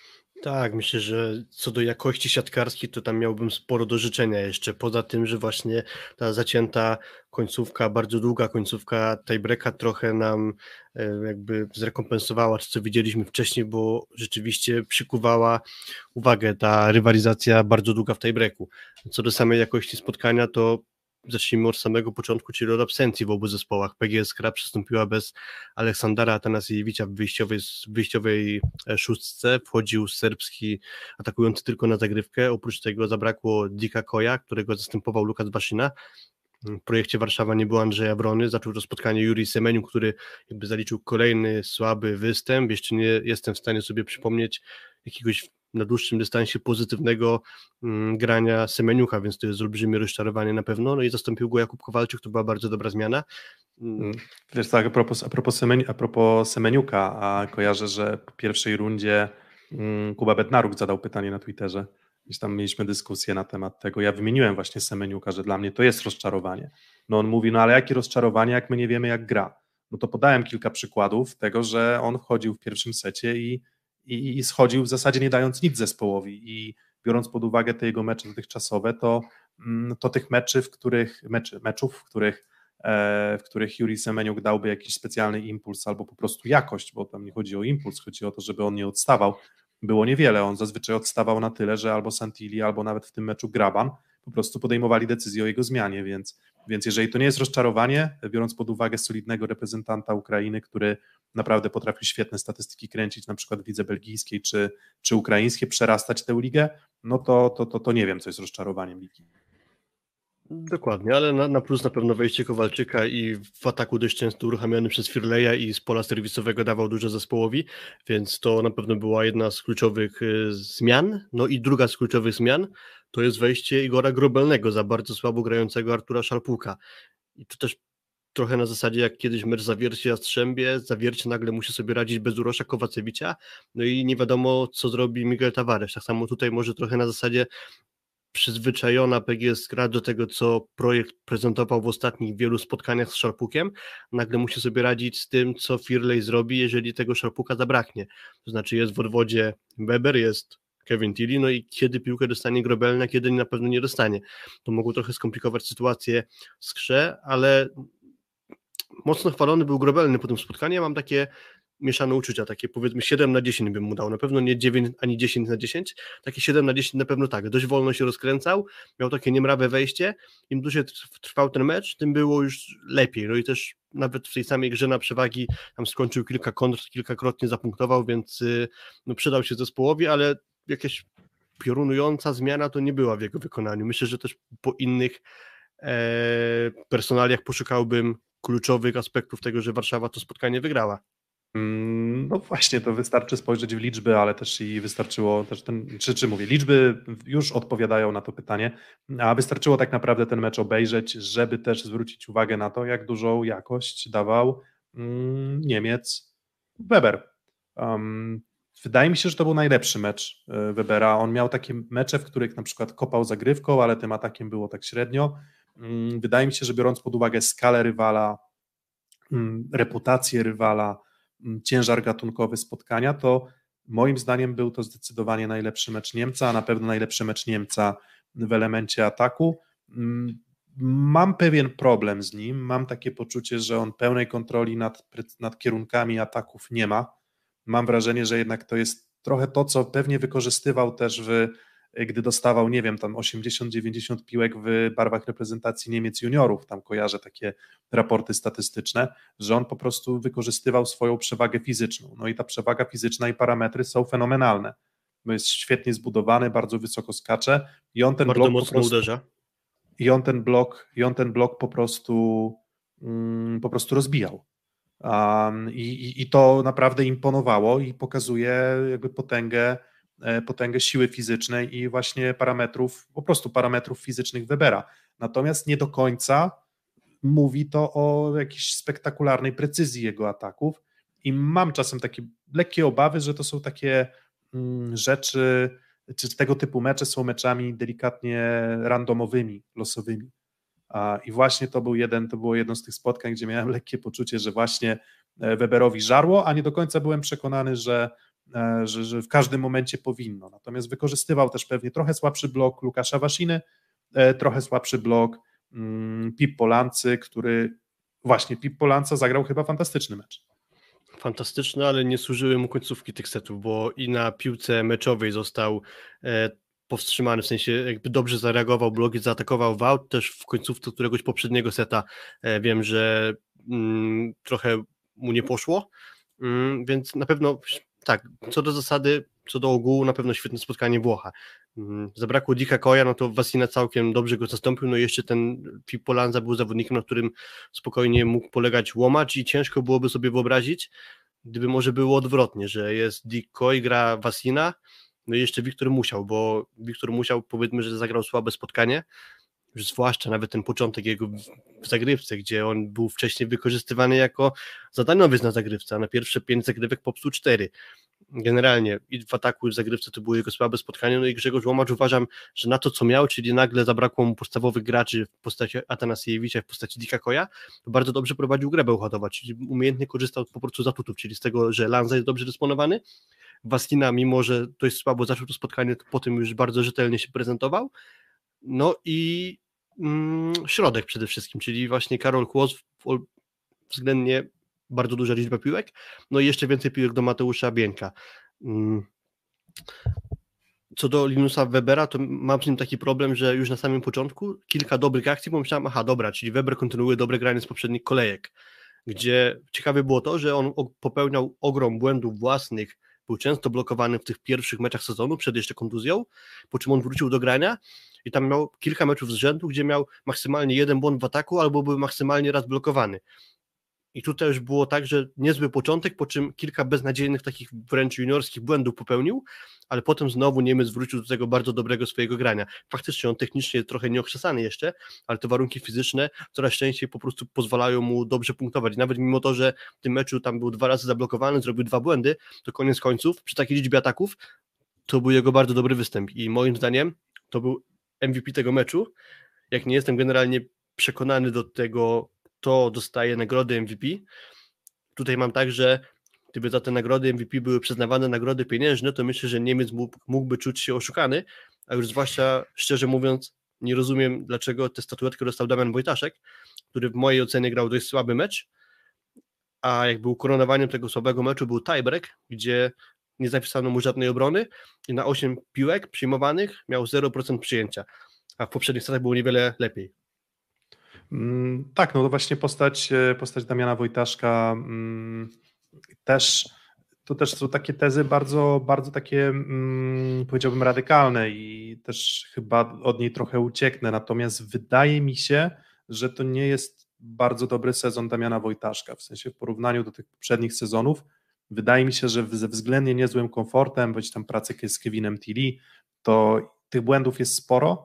Tak, myślę, że co do jakości siatkarskiej, to tam miałbym sporo do życzenia jeszcze, poza tym, że właśnie ta zacięta końcówka, bardzo długa końcówka tiebreaka trochę nam jakby zrekompensowała to, co widzieliśmy wcześniej, bo rzeczywiście przykuwała uwagę ta rywalizacja bardzo długa w tiebreaku. Co do samej jakości spotkania, to zacznijmy od samego początku, czyli od absencji w obu zespołach. P G S Kra przystąpiła bez Aleksandra Atanasiewicza w wyjściowej, wyjściowej szóstce, wchodził serbski atakujący tylko na zagrywkę, oprócz tego zabrakło Dika Koja, którego zastępował Lukas Basina. W projekcie Warszawa nie było Andrzeja Wrony, zaczął to spotkanie Jurij Semeniuk, który jakby zaliczył kolejny słaby występ, jeszcze nie jestem w stanie sobie przypomnieć jakiegoś na dłuższym dystansie pozytywnego mm, grania Semeniuka, więc to jest olbrzymie rozczarowanie na pewno, no i zastąpił go Jakub Kowalczyk, to była bardzo dobra zmiana. Mm. Wiesz tak, a propos, a propos, Semeni, a propos Semeniuka, a kojarzę, że w pierwszej rundzie mm, Kuba Bednaruk zadał pytanie na Twitterze, gdzieś tam mieliśmy dyskusję na temat tego, ja wymieniłem właśnie Semeniuka, że dla mnie to jest rozczarowanie. No on mówi, no ale jakie rozczarowanie, jak my nie wiemy jak gra? No to podałem kilka przykładów tego, że on wchodził w pierwszym secie i I, i schodził w zasadzie nie dając nic zespołowi i biorąc pod uwagę te jego mecze dotychczasowe, to, to tych meczy, w których, meczy, meczów, w których, e, w których Jurij Semeniuk dałby jakiś specjalny impuls albo po prostu jakość, bo tam nie chodzi o impuls, chodzi o to, żeby on nie odstawał, było niewiele. On zazwyczaj odstawał na tyle, że albo Santilli, albo nawet w tym meczu Graban po prostu podejmowali decyzję o jego zmianie, więc, więc jeżeli to nie jest rozczarowanie, biorąc pod uwagę solidnego reprezentanta Ukrainy, który naprawdę potrafił świetne statystyki kręcić, na przykład w lidze belgijskiej czy, czy ukraińskiej, przerastać tę ligę, no to, to, to, to nie wiem, co jest rozczarowaniem ligi. Dokładnie, ale na, na plus na pewno wejście Kowalczyka i w ataku dość często uruchamiany przez Firleja i z pola serwisowego dawał dużo zespołowi, więc to na pewno była jedna z kluczowych y, zmian. No i druga z kluczowych zmian to jest wejście Igora Grobelnego za bardzo słabo grającego Artura Szalpuka. I to też trochę na zasadzie jak kiedyś mecz Zawiercie Jastrzębie, Zawiercie nagle musi sobie radzić bez Urosza Kowacewicza, no i nie wiadomo co zrobi Miguel Tavares. Tak samo tutaj może trochę na zasadzie przyzwyczajona P G S Kra do tego, co projekt prezentował w ostatnich wielu spotkaniach z Szarpukiem, nagle musi sobie radzić z tym, co Firley zrobi, jeżeli tego Szarpuka zabraknie. To znaczy jest w odwodzie Weber, jest Kevin Tilly, no i kiedy piłkę dostanie Grobelny, a kiedy na pewno nie dostanie. To mogło trochę skomplikować sytuację w Skrze, ale mocno chwalony był Grobelny po tym spotkaniu. Ja mam takie mieszane uczucia, takie powiedzmy siedem na dziesięć bym mu dał, na pewno nie dziewięć ani dziesięć na dziesięć, takie siedem na dziesięć na pewno tak, dość wolno się rozkręcał, miał takie niemrawe wejście, im dłużej trwał ten mecz, tym było już lepiej, no i też nawet w tej samej grze na przewagi tam skończył kilka kontr, kilkakrotnie zapunktował, więc no, przydał się zespołowi, ale jakaś piorunująca zmiana to nie była w jego wykonaniu. Myślę, że też po innych e, personaliach poszukałbym kluczowych aspektów tego, że Warszawa to spotkanie wygrała. No właśnie, to wystarczy spojrzeć w liczby, ale też i wystarczyło też ten, czy, czy mówię, liczby już odpowiadają na to pytanie, a wystarczyło tak naprawdę ten mecz obejrzeć, żeby też zwrócić uwagę na to, jak dużą jakość dawał mm, Niemiec Weber. Um, wydaje mi się, że to był najlepszy mecz Webera. On miał takie mecze, w których na przykład kopał zagrywką, ale tym atakiem było tak średnio. Um, wydaje mi się, że biorąc pod uwagę skalę rywala, um, reputację rywala, ciężar gatunkowy spotkania, to moim zdaniem był to zdecydowanie najlepszy mecz Niemca, a na pewno najlepszy mecz Niemca w elemencie ataku. Mam pewien problem z nim, mam takie poczucie, że on pełnej kontroli nad, nad kierunkami ataków nie ma. Mam wrażenie, że jednak to jest trochę to, co pewnie wykorzystywał też w gdy dostawał, nie wiem, tam osiemdziesiąt dziewięćdziesiąt piłek w barwach reprezentacji Niemiec juniorów, tam kojarzę takie raporty statystyczne, że on po prostu wykorzystywał swoją przewagę fizyczną. No i ta przewaga fizyczna i parametry są fenomenalne. Bo jest świetnie zbudowany, bardzo wysoko skacze i on ten bardzo blok mocno po prostu, uderza. I on ten blok, i on ten blok po prostu mm, po prostu rozbijał. Um, i, I to naprawdę imponowało i pokazuje jakby potęgę potęgę siły fizycznej i właśnie parametrów, po prostu parametrów fizycznych Webera. Natomiast nie do końca mówi to o jakiejś spektakularnej precyzji jego ataków i mam czasem takie lekkie obawy, że to są takie mm, rzeczy, czy tego typu mecze są meczami delikatnie randomowymi, losowymi. A, i właśnie to był jeden, to było jedno z tych spotkań, gdzie miałem lekkie poczucie, że właśnie Weberowi żarło, a nie do końca byłem przekonany, że Że, że w każdym momencie powinno. Natomiast wykorzystywał też pewnie trochę słabszy blok Łukasza Wasiny, trochę słabszy blok mm, Pippo Lancy, który właśnie Pippo Lanza zagrał chyba fantastyczny mecz. Fantastyczny, ale nie służyły mu końcówki tych setów, bo i na piłce meczowej został e, powstrzymany, w sensie jakby dobrze zareagował, blok zaatakował w aut, też w końcówce któregoś poprzedniego seta e, wiem, że mm, trochę mu nie poszło, mm, więc na pewno tak, co do zasady, co do ogółu na pewno świetne spotkanie Włocha. Zabrakło Dika Koja, no to Wasina całkiem dobrze go zastąpił, no i jeszcze ten Pippo Lanza był zawodnikiem, na którym spokojnie mógł polegać łomacz i ciężko byłoby sobie wyobrazić, gdyby może było odwrotnie, że jest Dick Koj, gra Wasina, no i jeszcze Wiktor Musiał, bo Wiktor Musiał, powiedzmy, że zagrał słabe spotkanie, już zwłaszcza nawet ten początek jego w zagrywce, gdzie on był wcześniej wykorzystywany jako zadaniowiec na zagrywce, a na pierwsze pięć zagrywek popsuł cztery. Generalnie i w ataku i w zagrywce to było jego słabe spotkanie, no i Grzegorz Łomacz uważam, że na to co miał, czyli nagle zabrakło mu podstawowych graczy w postaci Atanasiewicza, w postaci Dika Koja, to bardzo dobrze prowadził grę Bełchatowa, czyli umiejętnie korzystał po prostu z atutów, czyli z tego, że Lanza jest dobrze dysponowany, Wasina, mimo że dość słabo zaczął to spotkanie, to potem już bardzo rzetelnie się prezentował, no i mm, środek przede wszystkim, czyli właśnie Karol Kłos, względnie bardzo duża liczba piłek, no i jeszcze więcej piłek do Mateusza Bieńka. Mm. Co do Linusa Webera, to mam z nim taki problem, że już na samym początku kilka dobrych akcji, pomyślałem, aha, dobra, czyli Weber kontynuuje dobre granie z poprzednich kolejek, gdzie ciekawe było to, że on popełniał ogrom błędów własnych, był często blokowany w tych pierwszych meczach sezonu, przed jeszcze kontuzją, po czym on wrócił do grania i tam miał kilka meczów z rzędu, gdzie miał maksymalnie jeden błąd w ataku, albo był maksymalnie raz blokowany. I tutaj już było tak, że niezły początek, po czym kilka beznadziejnych takich wręcz juniorskich błędów popełnił, ale potem znowu Niemiec wrócił do tego bardzo dobrego swojego grania. Faktycznie on technicznie trochę nieokrzesany jeszcze, ale te warunki fizyczne coraz częściej po prostu pozwalają mu dobrze punktować. Nawet mimo to, że w tym meczu tam był dwa razy zablokowany, zrobił dwa błędy, to koniec końców przy takiej liczbie ataków to był jego bardzo dobry występ i moim zdaniem to był M V P tego meczu. Jak nie jestem generalnie przekonany do tego, to dostaje nagrody M V P. Tutaj mam tak, że gdyby za te nagrody M V P były przyznawane nagrody pieniężne, to myślę, że Niemiec mógł, mógłby czuć się oszukany, a już zwłaszcza, szczerze mówiąc, nie rozumiem, dlaczego tę statuetkę dostał Damian Wojtaszek, który w mojej ocenie grał dość słaby mecz, a jak był koronowaniem tego słabego meczu był tiebreak, gdzie nie zapisano mu żadnej obrony i na osiem piłek przyjmowanych miał zero procent przyjęcia, a w poprzednich setach było niewiele lepiej. Tak, no to właśnie postać, postać Damiana Wojtaszka mm, też, to też są takie tezy bardzo, bardzo takie mm, powiedziałbym radykalne i też chyba od niej trochę ucieknę, natomiast wydaje mi się, że to nie jest bardzo dobry sezon Damiana Wojtaszka, w sensie w porównaniu do tych poprzednich sezonów wydaje mi się, że ze względnie niezłym komfortem, bądź tam pracy z Kevinem Tilly, to tych błędów jest sporo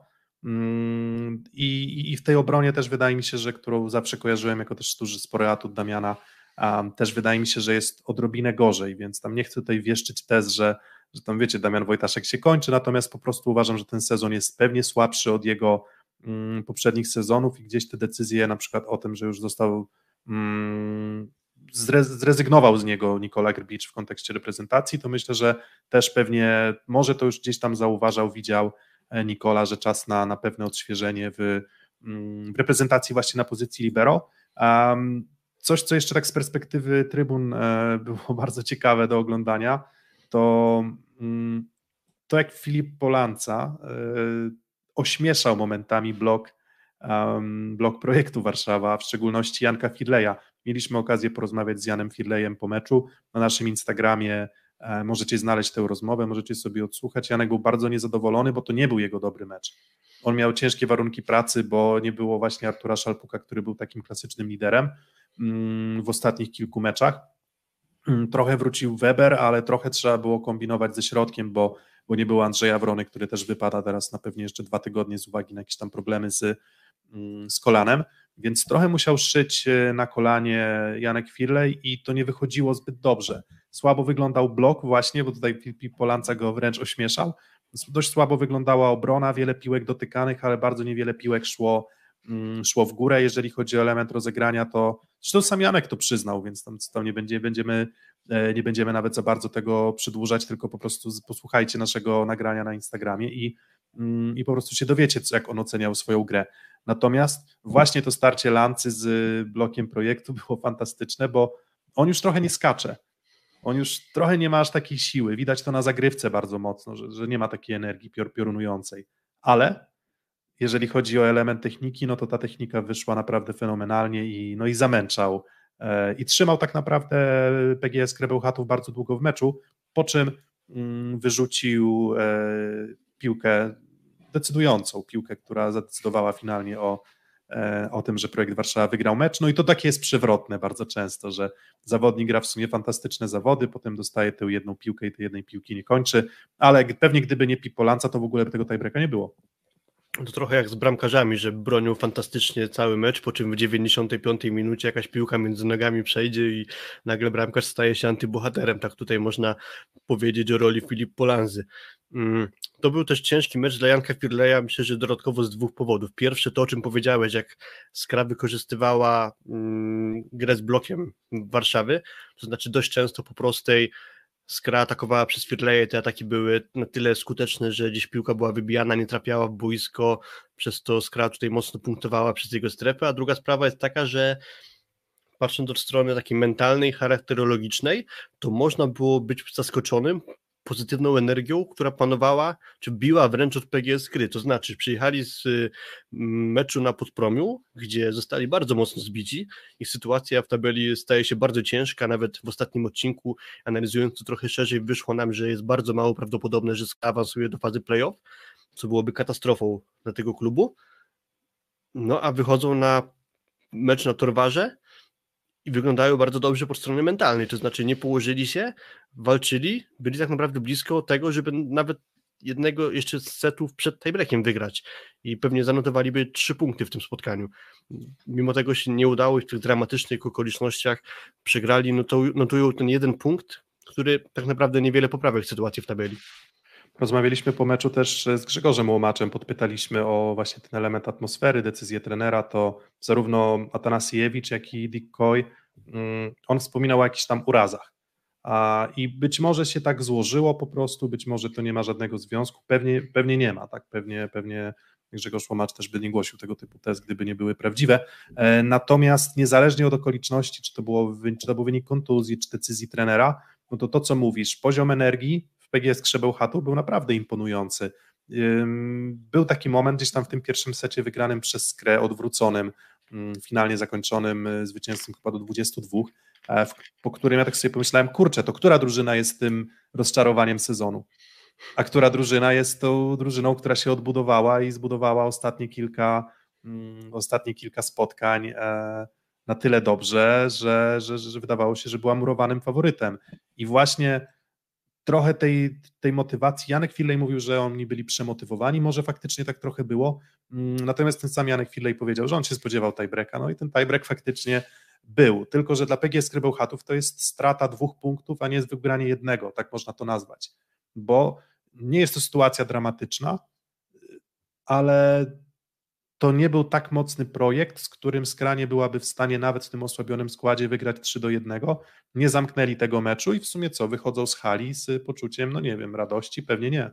i, i w tej obronie też wydaje mi się, że którą zawsze kojarzyłem jako też duży, spory atut Damiana, um, też wydaje mi się, że jest odrobinę gorzej, więc tam nie chcę tutaj wieszczyć tez, że, że tam wiecie, Damian Wojtaszek się kończy, natomiast po prostu uważam, że ten sezon jest pewnie słabszy od jego um, poprzednich sezonów i gdzieś te decyzje na przykład o tym, że już został um, zre, zrezygnował z niego Nikola Grbicz w kontekście reprezentacji, to myślę, że też pewnie może to już gdzieś tam zauważał, widział Nikola, że czas na, na pewne odświeżenie w, w reprezentacji właśnie na pozycji libero. Um, coś, co jeszcze tak z perspektywy trybun e, było bardzo ciekawe do oglądania, to, mm, to jak Filip Polanca e, ośmieszał momentami blok, um, blok projektu Warszawa, w szczególności Janka Firleja. Mieliśmy okazję porozmawiać z Janem Firlejem po meczu na naszym Instagramie. Możecie znaleźć tę rozmowę, możecie sobie odsłuchać. Janek był bardzo niezadowolony, bo to nie był jego dobry mecz. On miał ciężkie warunki pracy, bo nie było właśnie Artura Szalpuka, który był takim klasycznym liderem w ostatnich kilku meczach. Trochę wrócił Weber, ale trochę trzeba było kombinować ze środkiem, bo, bo nie było Andrzeja Wrony, który też wypada teraz na pewnie jeszcze dwa tygodnie z uwagi na jakieś tam problemy z, z kolanem, więc trochę musiał szyć na kolanie Janek Firlej i to nie wychodziło zbyt dobrze. Słabo wyglądał blok właśnie, bo tutaj Filip Polanca go wręcz ośmieszał. Dość słabo wyglądała obrona, wiele piłek dotykanych, ale bardzo niewiele piłek szło, szło w górę. Jeżeli chodzi o element rozegrania, to zresztą sam Janek to przyznał, więc tam, tam nie, będzie, będziemy, nie będziemy nawet za bardzo tego przedłużać, tylko po prostu posłuchajcie naszego nagrania na Instagramie i, i po prostu się dowiecie, jak on oceniał swoją grę. Natomiast właśnie to starcie Lancy z blokiem projektu było fantastyczne, bo on już trochę nie skacze. On już trochę nie ma aż takiej siły. Widać to na zagrywce bardzo mocno, że, że nie ma takiej energii pior, piorunującej. Ale jeżeli chodzi o element techniki, no to ta technika wyszła naprawdę fenomenalnie i, no i zamęczał. E, I trzymał tak naprawdę P G S Krybełchatów bardzo długo w meczu, po czym mm, wyrzucił e, piłkę decydującą, piłkę, która zadecydowała finalnie o o tym, że Projekt Warszawa wygrał mecz, no i to takie jest przewrotne bardzo często, że zawodnik gra w sumie fantastyczne zawody, potem dostaje tę jedną piłkę i tej jednej piłki nie kończy, ale pewnie gdyby nie Pipolanca, to w ogóle by tego tiebreaka nie było. To trochę jak z bramkarzami, że bronią fantastycznie cały mecz, po czym w dziewięćdziesiątej piątej minucie jakaś piłka między nogami przejdzie i nagle bramkarz staje się antybohaterem. Tak tutaj można powiedzieć o roli Filip Polanzy. To był też ciężki mecz dla Janka Firleja, myślę, że dodatkowo z dwóch powodów. Pierwsze to, o czym powiedziałeś, jak Skra wykorzystywała grę z blokiem Warszawy, to znaczy dość często po prostej Skra atakowała przez Firleja, te ataki były na tyle skuteczne, że gdzieś piłka była wybijana, nie trafiała w boisko, przez to Skra tutaj mocno punktowała przez jego strefę, a druga sprawa jest taka, że patrząc od strony takiej mentalnej, charakterologicznej, to można było być zaskoczonym pozytywną energią, która panowała, czy biła wręcz od P G S Kry, to znaczy przyjechali z meczu na Podpromiu, gdzie zostali bardzo mocno zbici i sytuacja w tabeli staje się bardzo ciężka, nawet w ostatnim odcinku, analizując to trochę szerzej, wyszło nam, że jest bardzo mało prawdopodobne, że awansuje do fazy play-off, co byłoby katastrofą dla tego klubu, no a wychodzą na mecz na Torwarze i wyglądają bardzo dobrze po stronie mentalnej, to znaczy nie położyli się, walczyli, byli tak naprawdę blisko tego, żeby nawet jednego jeszcze z setów przed tiebreakiem wygrać i pewnie zanotowaliby trzy punkty w tym spotkaniu. Mimo tego się nie udało i w tych dramatycznych okolicznościach przegrali, no to notują ten jeden punkt, który tak naprawdę niewiele poprawia sytuację w tabeli. Rozmawialiśmy po meczu też z Grzegorzem Łomaczem, podpytaliśmy o właśnie ten element atmosfery, decyzję trenera, to zarówno Atanasiewicz, jak i Dick Coy, on wspominał o jakichś tam urazach. I być może się tak złożyło po prostu, być może to nie ma żadnego związku, pewnie, pewnie nie ma, tak, pewnie, pewnie Grzegorz Łomacz też by nie głosił tego typu tez, gdyby nie były prawdziwe, natomiast niezależnie od okoliczności, czy to, było, czy to był wynik kontuzji, czy decyzji trenera, no to to, co mówisz, poziom energii w P G S Krzebełchatów był naprawdę imponujący. Był taki moment gdzieś tam w tym pierwszym secie wygranym przez Skrę, odwróconym, finalnie zakończonym zwycięstwem chyba do dwudziestu dwóch, po którym ja tak sobie pomyślałem, kurczę, to która drużyna jest tym rozczarowaniem sezonu? A która drużyna jest tą drużyną, która się odbudowała i zbudowała ostatnie kilka, ostatnie kilka spotkań na tyle dobrze, że, że, że wydawało się, że była murowanym faworytem. I właśnie trochę tej, tej motywacji, Janek Filley mówił, że oni byli przemotywowani, może faktycznie tak trochę było, natomiast ten sam Janek Filley powiedział, że on się spodziewał tiebreaka, no i ten tiebreak faktycznie był, tylko że dla P G S Skry Bełchatów to jest strata dwóch punktów, a nie jest wygranie jednego, tak można to nazwać, bo nie jest to sytuacja dramatyczna, ale to nie był tak mocny projekt, z którym Skra nie byłaby w stanie nawet w tym osłabionym składzie wygrać trzy do jednego, nie zamknęli tego meczu i w sumie co, wychodzą z hali z poczuciem, no nie wiem, radości? Pewnie nie.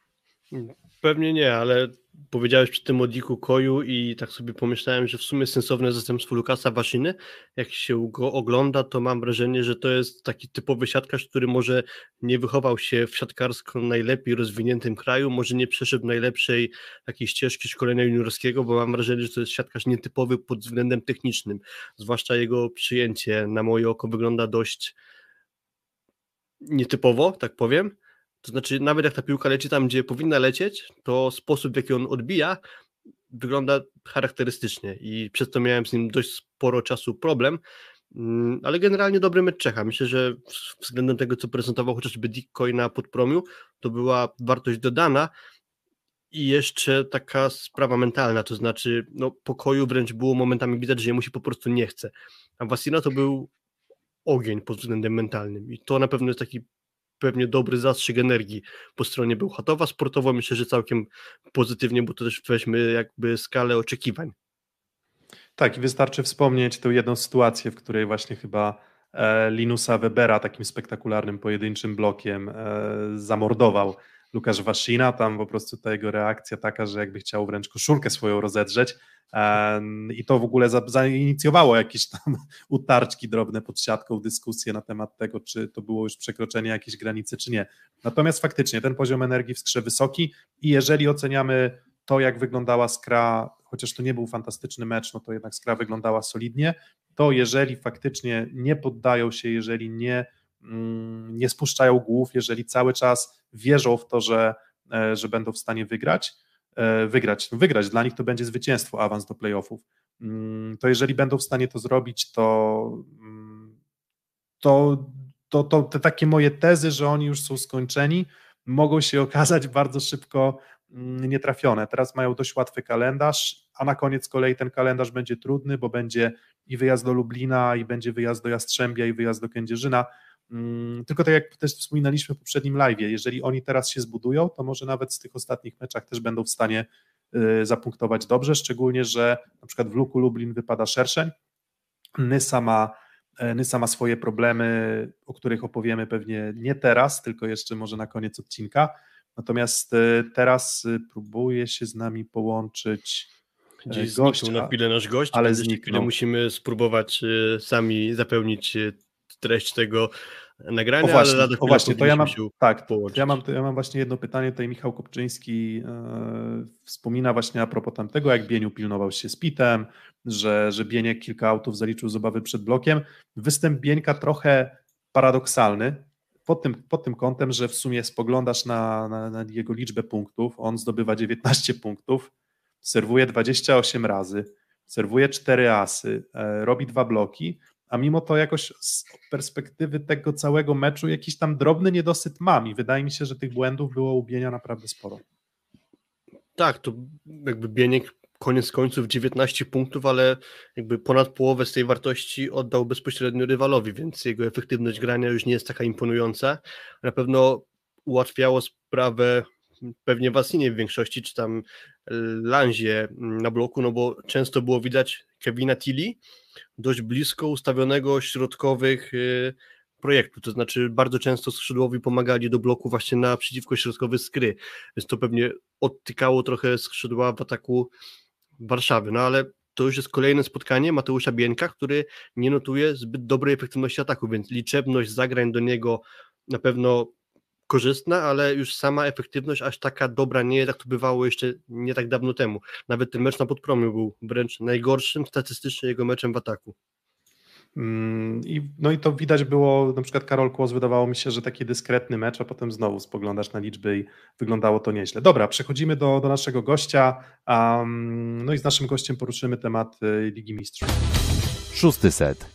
Pewnie nie, ale powiedziałeś przy tym o Diku Koju i tak sobie pomyślałem, że w sumie sensowne zastępstwo Lukasa Waszyny, jak się go ogląda, to mam wrażenie, że to jest taki typowy siatkarz, który może nie wychował się w siatkarsko najlepiej rozwiniętym kraju, może nie przeszedł najlepszej takiej ścieżki szkolenia juniorskiego, bo mam wrażenie, że to jest siatkarz nietypowy pod względem technicznym, zwłaszcza jego przyjęcie na moje oko wygląda dość nietypowo, tak powiem. To znaczy, nawet jak ta piłka leci tam, gdzie powinna lecieć, to sposób, w jaki on odbija, wygląda charakterystycznie i przez to miałem z nim dość sporo czasu problem, ale generalnie dobry mecz Czecha. Myślę, że względem tego, co prezentował chociażby Dick Koy na Podpromiu, to była wartość dodana i jeszcze taka sprawa mentalna, to znaczy, no, pokoju wręcz było momentami widać, że jemu się po prostu nie chce. A Wasina to był ogień pod względem mentalnym i to na pewno jest taki pewnie dobry zastrzyk energii po stronie Bełchatowa. Sportowo myślę, że całkiem pozytywnie, bo to też weźmy jakby skalę oczekiwań. Tak, i wystarczy wspomnieć tę jedną sytuację, w której właśnie chyba e, Linusa Webera takim spektakularnym pojedynczym blokiem e, zamordował Łukasz Waszyna. Tam po prostu ta jego reakcja taka, że jakby chciał wręcz koszulkę swoją rozedrzeć e, i to w ogóle za, zainicjowało jakieś tam utarczki drobne pod siatką, dyskusje na temat tego, czy to było już przekroczenie jakiejś granicy, czy nie. Natomiast faktycznie ten poziom energii w Skrze wysoki i jeżeli oceniamy to, jak wyglądała Skra, chociaż to nie był fantastyczny mecz, no to jednak Skra wyglądała solidnie, to jeżeli faktycznie nie poddają się, jeżeli nie, mm, nie spuszczają głów, jeżeli cały czas wierzą w to, że, e, że będą w stanie wygrać, e, wygrać, no wygrać, dla nich to będzie zwycięstwo, awans do playoffów, mm, to jeżeli będą w stanie to zrobić, to, mm, to, to, to te takie moje tezy, że oni już są skończeni, mogą się okazać bardzo szybko nietrafione. Teraz mają dość łatwy kalendarz, a na koniec z kolei ten kalendarz będzie trudny, bo będzie i wyjazd do Lublina, i będzie wyjazd do Jastrzębia, i wyjazd do Kędzierzyna. Tylko tak jak też wspominaliśmy w poprzednim live'ie, jeżeli oni teraz się zbudują, to może nawet z tych ostatnich meczach też będą w stanie zapunktować dobrze, szczególnie, że na przykład w Luku Lublin wypada Szerszeń, Nysa ma, Nysa ma swoje problemy, o których opowiemy pewnie nie teraz, tylko jeszcze może na koniec odcinka. Natomiast teraz próbuje się z nami połączyć Gdzieś gość, zniknął na chwilę nasz gość, ale ale zniknął. musimy spróbować sami zapełnić treść tego nagrania, o właśnie, ale o właśnie to ja mam, się tak, połączyć. to ja, mam, to ja mam właśnie jedno pytanie, tutaj Michał Kopczyński e, wspomina właśnie a propos tamtego, jak Bieniu pilnował się z Pitem, że, że Bieniek kilka autów zaliczył z obawy przed blokiem. Występ Bieńka trochę paradoksalny, Pod tym, pod tym kątem, że w sumie spoglądasz na, na, na jego liczbę punktów, on zdobywa dziewiętnaście punktów, serwuje dwadzieścia osiem razy, serwuje cztery asy, e, robi dwa bloki, a mimo to jakoś z perspektywy tego całego meczu jakiś tam drobny niedosyt mam i wydaje mi się, że tych błędów było u Bienia naprawdę sporo. Tak, to jakby Bieniek koniec końców dziewiętnaście punktów, ale jakby ponad połowę z tej wartości oddał bezpośrednio rywalowi, więc jego efektywność grania już nie jest taka imponująca. Na pewno ułatwiało sprawę pewnie Wasinie w większości, czy tam Lanzie na bloku, no bo często było widać Kevina Tilly dość blisko ustawionego środkowych projektu, to znaczy bardzo często skrzydłowi pomagali do bloku właśnie naprzeciwko środkowy Skry, więc to pewnie odtykało trochę skrzydła w ataku Warszawy, no ale to już jest kolejne spotkanie Mateusza Bieńka, który nie notuje zbyt dobrej efektywności ataku, więc liczebność zagrań do niego na pewno korzystna, ale już sama efektywność aż taka dobra nie jest, jak to bywało jeszcze nie tak dawno temu. Nawet ten mecz na Podpromiu był wręcz najgorszym statystycznie jego meczem w ataku. I, no i to widać było, na przykład Karol Kłos, wydawało mi się, że taki dyskretny mecz, a potem znowu spoglądasz na liczby i wyglądało to nieźle. Dobra, przechodzimy do, do naszego gościa, um, no i z naszym gościem poruszymy temat Ligi Mistrzów. Szósty set.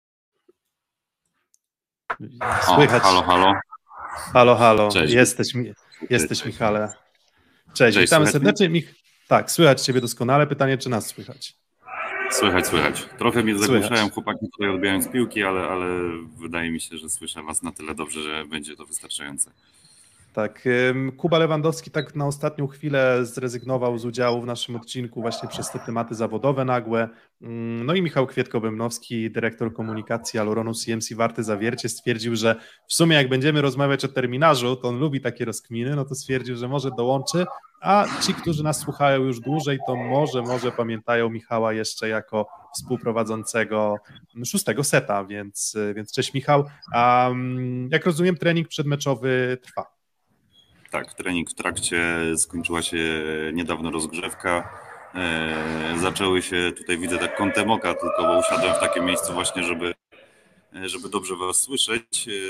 Słychać. O, halo, halo. Halo, halo. Cześć. Jesteś, mi- jesteś Cześć. Michale. Cześć, Cześć, witamy słychać serdecznie. Mich- tak, słychać Ciebie doskonale. Pytanie, czy nas słychać? Słychać, słychać. Trochę mnie Słychać. zagłuszają chłopaki tutaj odbijając piłki, ale, ale wydaje mi się, że słyszę was na tyle dobrze, że będzie to wystarczające. Tak, ym, Kuba Lewandowski tak na ostatnią chwilę zrezygnował z udziału w naszym odcinku właśnie przez te tematy zawodowe nagłe. Ym, No i Michał Kwietko-Bębnowski, dyrektor komunikacji Aluronu C M C Warty Zawiercie, stwierdził, że w sumie jak będziemy rozmawiać o terminarzu, to on lubi takie rozkminy, no to stwierdził, że może dołączy, a ci, którzy nas słuchają już dłużej, to może, może pamiętają Michała jeszcze jako współprowadzącego szóstego seta, więc, więc cześć Michał. Um, jak rozumiem, trening przedmeczowy trwa. Tak, trening w trakcie, skończyła się niedawno rozgrzewka. E, zaczęły się, tutaj widzę tak kątem oka, tylko bo usiadłem w takim miejscu właśnie, żeby, żeby dobrze was słyszeć. E,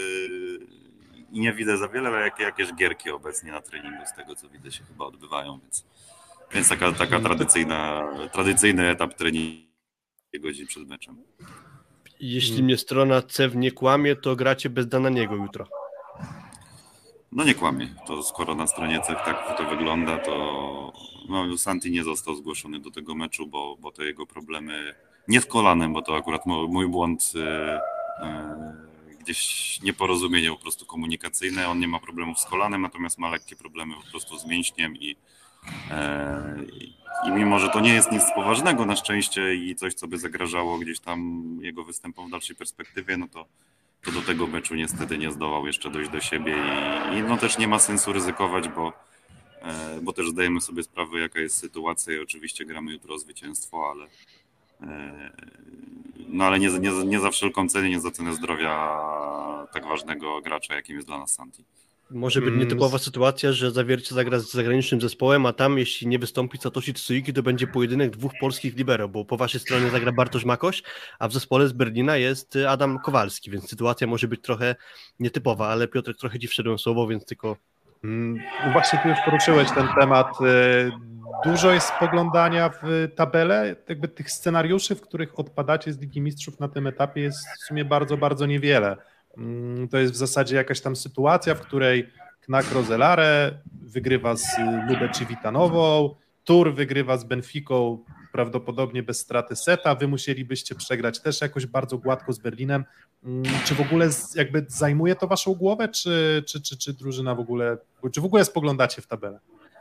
I nie widzę za wiele, ale jakie, jakieś gierki obecnie na treningu, z tego co widzę, się chyba odbywają, więc, więc taka, taka tradycyjna, tradycyjny etap treningu godzin przed meczem. Jeśli mnie strona C E W nie kłamie, to gracie bez Dananiego jutro. No nie kłamie, to skoro na stronie C E F tak to wygląda, to no, Santi nie został zgłoszony do tego meczu, bo, bo te jego problemy, nie z kolanem, bo to akurat mój błąd, e, e, gdzieś nieporozumienie po prostu komunikacyjne, on nie ma problemów z kolanem, natomiast ma lekkie problemy po prostu z mięśniem i, e, i mimo, że to nie jest nic poważnego na szczęście i coś, co by zagrażało gdzieś tam jego występom w dalszej perspektywie, no to to do tego meczu niestety nie zdołał jeszcze dojść do siebie i, i no też nie ma sensu ryzykować, bo, e, bo też zdajemy sobie sprawę, jaka jest sytuacja i oczywiście gramy jutro o zwycięstwo, ale e, no ale nie, nie, nie za wszelką cenę, nie za cenę zdrowia tak ważnego gracza, jakim jest dla nas Santi. Może być nietypowa sytuacja, że Zawiercie zagra z zagranicznym zespołem, a tam jeśli nie wystąpi Satoshi Tsuiki, to będzie pojedynek dwóch polskich libero, bo po waszej stronie zagra Bartosz Makoś, a w zespole z Berlina jest Adam Kowalski, więc sytuacja może być trochę nietypowa, ale Piotrek, trochę ci wszedłem słowo, więc tylko... Mm, Właśnie ty już poruszyłeś ten temat. Dużo jest spoglądania w tabelę, jakby tych scenariuszy, w których odpadacie z Ligi Mistrzów na tym etapie jest w sumie bardzo, bardzo niewiele. To jest w zasadzie jakaś tam sytuacja, w której Knak Rozelare wygrywa z Lubę Civitanową, Tur wygrywa z Benficą prawdopodobnie bez straty seta, wy musielibyście przegrać też jakoś bardzo gładko z Berlinem. Czy w ogóle jakby zajmuje to waszą głowę, czy, czy, czy, czy drużyna w ogóle, czy w ogóle spoglądacie w tabelę?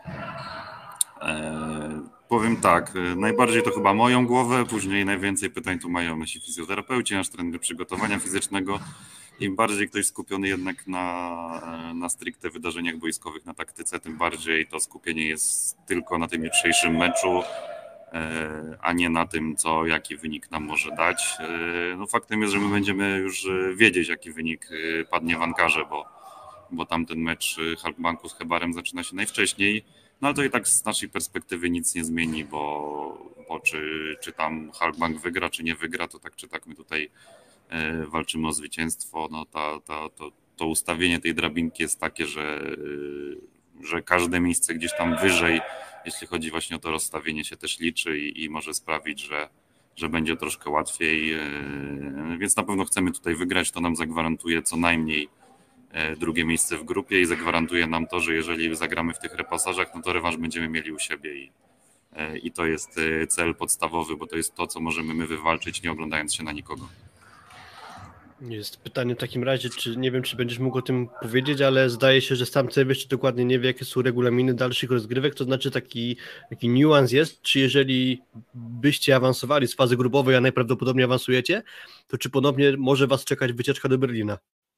Eee, powiem tak, najbardziej to chyba moją głowę, później najwięcej pytań tu mają nasi fizjoterapeuci, nasz trener przygotowania fizycznego. Im bardziej ktoś skupiony jednak na, na stricte wydarzeniach boiskowych, na taktyce, tym bardziej to skupienie jest tylko na tym jutrzejszym meczu, a nie na tym, co, jaki wynik nam może dać. No faktem jest, że my będziemy już wiedzieć, jaki wynik padnie w Ankarze, bo, bo tamten mecz Halkbanku z Chebarem zaczyna się najwcześniej, no ale to i tak z naszej perspektywy nic nie zmieni, bo, bo czy, czy tam Halkbank wygra, czy nie wygra, to tak czy tak my tutaj walczymy o zwycięstwo, no ta, ta, to, to ustawienie tej drabinki jest takie, że, że każde miejsce gdzieś tam wyżej, jeśli chodzi właśnie o to rozstawienie, się też liczy i, i może sprawić, że, że będzie troszkę łatwiej, więc na pewno chcemy tutaj wygrać, to nam zagwarantuje co najmniej drugie miejsce w grupie i zagwarantuje nam to, że jeżeli zagramy w tych repasażach, no to rewanż będziemy mieli u siebie i, i to jest cel podstawowy, bo to jest to, co możemy my wywalczyć, nie oglądając się na nikogo. Jest pytanie w takim razie, czy nie wiem, czy będziesz mógł o tym powiedzieć, ale zdaje się, że sam C E W jeszcze dokładnie nie wie, jakie są regulaminy dalszych rozgrywek, to znaczy taki, taki niuans jest, czy jeżeli byście awansowali z fazy grupowej, a najprawdopodobniej awansujecie, to czy ponownie może was czekać wycieczka do Berlina?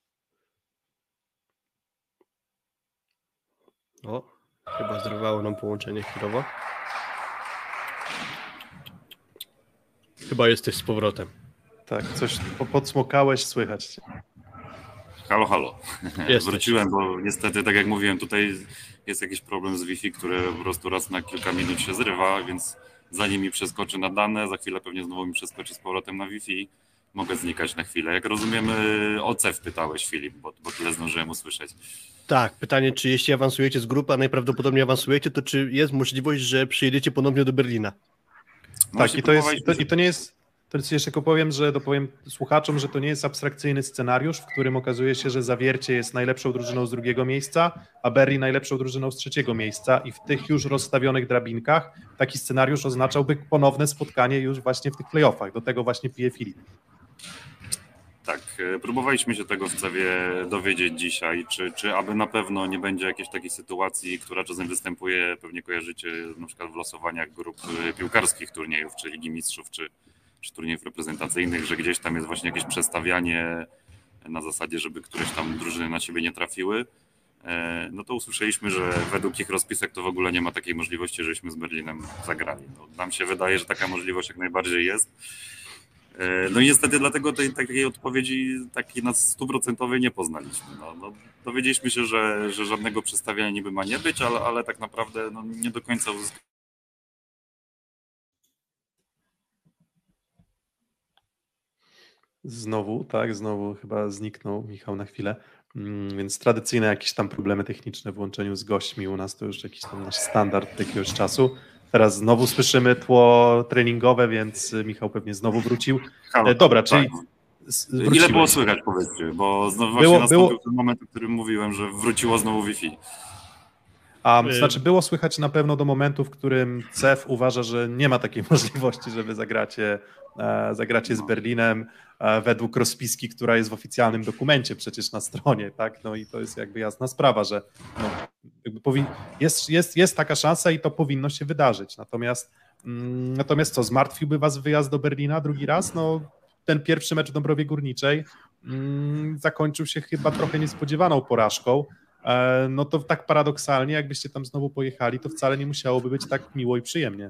O, chyba zrywało nam połączenie chwilowo. Chyba jesteś z powrotem. Tak, coś podsmokałeś, słychać cię. Halo, halo. Jesteś. Wróciłem, bo niestety, tak jak mówiłem, tutaj jest jakiś problem z Wi-Fi, który po prostu raz na kilka minut się zrywa, więc zanim mi przeskoczy na dane, za chwilę pewnie znowu mi przeskoczy z powrotem na Wi-Fi, mogę znikać na chwilę. Jak rozumiem, o C E F pytałeś, Filip, bo, bo tyle zdążyłem usłyszeć. Tak, pytanie, czy jeśli awansujecie z grupy, a najprawdopodobniej awansujecie, to czy jest możliwość, że przyjedziecie ponownie do Berlina? No tak, i to, jest, to, i to nie jest To jeszcze tylko powiem, że dopowiem słuchaczom, że to nie jest abstrakcyjny scenariusz, w którym okazuje się, że Zawiercie jest najlepszą drużyną z drugiego miejsca, a Berlin najlepszą drużyną z trzeciego miejsca i w tych już rozstawionych drabinkach taki scenariusz oznaczałby ponowne spotkanie już właśnie w tych playoffach. Do tego właśnie pije Filip. Tak, próbowaliśmy się tego w Cewie dowiedzieć dzisiaj, czy, czy aby na pewno nie będzie jakiejś takiej sytuacji, która czasem występuje, pewnie kojarzycie na przykład w losowaniach grup piłkarskich turniejów, czy Ligi Mistrzów, czy, czy turniejów reprezentacyjnych, że gdzieś tam jest właśnie jakieś przestawianie na zasadzie, żeby któreś tam drużyny na siebie nie trafiły. No to usłyszeliśmy, że według ich rozpisek to w ogóle nie ma takiej możliwości, żebyśmy z Berlinem zagrali. No, nam się wydaje, że taka możliwość jak najbardziej jest. No i niestety dlatego tej takiej odpowiedzi takiej na stuprocentowej nie poznaliśmy. No, no, dowiedzieliśmy się, że, że żadnego przestawiania niby ma nie być, ale, ale tak naprawdę no, nie do końca uzyskaliśmy. Znowu, tak, znowu chyba zniknął Michał na chwilę, więc tradycyjne jakieś tam problemy techniczne w łączeniu z gośćmi u nas to już jakiś tam nasz standard jakiegoś czasu. Teraz znowu słyszymy tło treningowe, więc Michał pewnie znowu wrócił. Halo, Dobra, tak. czyli wróciłeś. Ile było słychać, powiedzcie, bo znowu właśnie było, nastąpił było... ten moment, o którym mówiłem, że wróciło znowu Wi-Fi. A, to znaczy było słychać na pewno do momentu, w którym C E F uważa, że nie ma takiej możliwości, żeby zagracie, e, zagracie z Berlinem e, według rozpiski, która jest w oficjalnym dokumencie przecież na stronie, tak? No i to jest jakby jasna sprawa, że no, jakby powin... jest, jest, jest taka szansa i to powinno się wydarzyć. Natomiast, mm, natomiast co, zmartwiłby was wyjazd do Berlina drugi raz? No ten pierwszy mecz w Dąbrowie Górniczej mm, zakończył się chyba trochę niespodziewaną porażką. No to tak paradoksalnie, jakbyście tam znowu pojechali, to wcale nie musiałoby być tak miło i przyjemnie.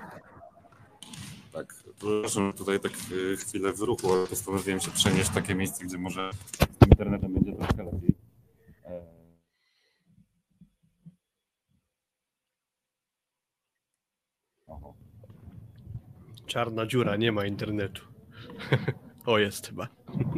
Tak, proszę tutaj tak chwilę w ruchu, ale postanowiłem się przenieść w takie miejsce, gdzie może z internetem będzie troszkę lepiej. Oho. Czarna dziura, nie ma internetu. O, jest chyba.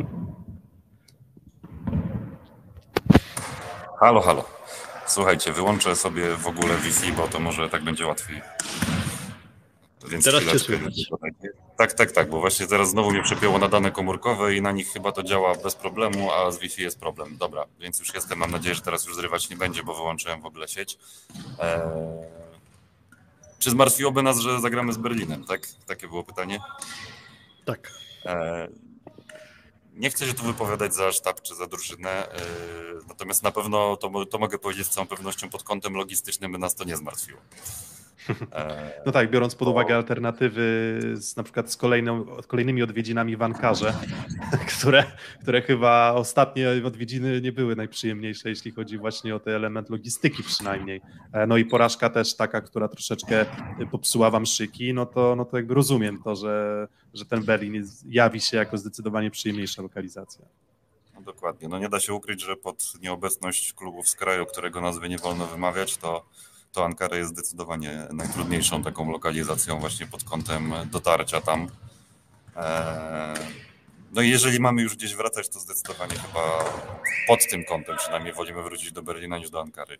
Halo, halo. Słuchajcie, wyłączę sobie w ogóle Wi-Fi, bo to może tak będzie łatwiej. Więc teraz cię chwileczkę. słychać. Tak, tak, tak, bo właśnie teraz znowu mnie przepięło na dane komórkowe i na nich chyba to działa bez problemu, a z Wi-Fi jest problem. Dobra, więc już jestem, mam nadzieję, że teraz już zrywać nie będzie, bo wyłączyłem w ogóle sieć. Eee... Czy zmartwiłoby nas, że zagramy z Berlinem, tak? Takie było pytanie? Tak. Eee... Nie chcę się tu wypowiadać za sztab czy za drużynę, yy, natomiast na pewno to, to mogę powiedzieć z całą pewnością pod kątem logistycznym by nas to nie zmartwiło. E, no tak, biorąc pod uwagę alternatywy z, na przykład z kolejną, kolejnymi odwiedzinami w Ankarze, które, które chyba ostatnie odwiedziny nie były najprzyjemniejsze, jeśli chodzi właśnie o ten element logistyki przynajmniej. E, no i porażka też taka, która troszeczkę popsuła wam szyki, no to, no to jakby rozumiem to, że, że ten Berlin jest, jawi się jako zdecydowanie przyjemniejsza lokalizacja. No dokładnie, no nie da się ukryć, że pod nieobecność klubów z kraju, którego nazwy nie wolno wymawiać, to to Ankara jest zdecydowanie najtrudniejszą taką lokalizacją właśnie pod kątem dotarcia tam. No i jeżeli mamy już gdzieś wracać, to zdecydowanie chyba pod tym kątem przynajmniej wolimy wrócić do Berlina niż do Ankary.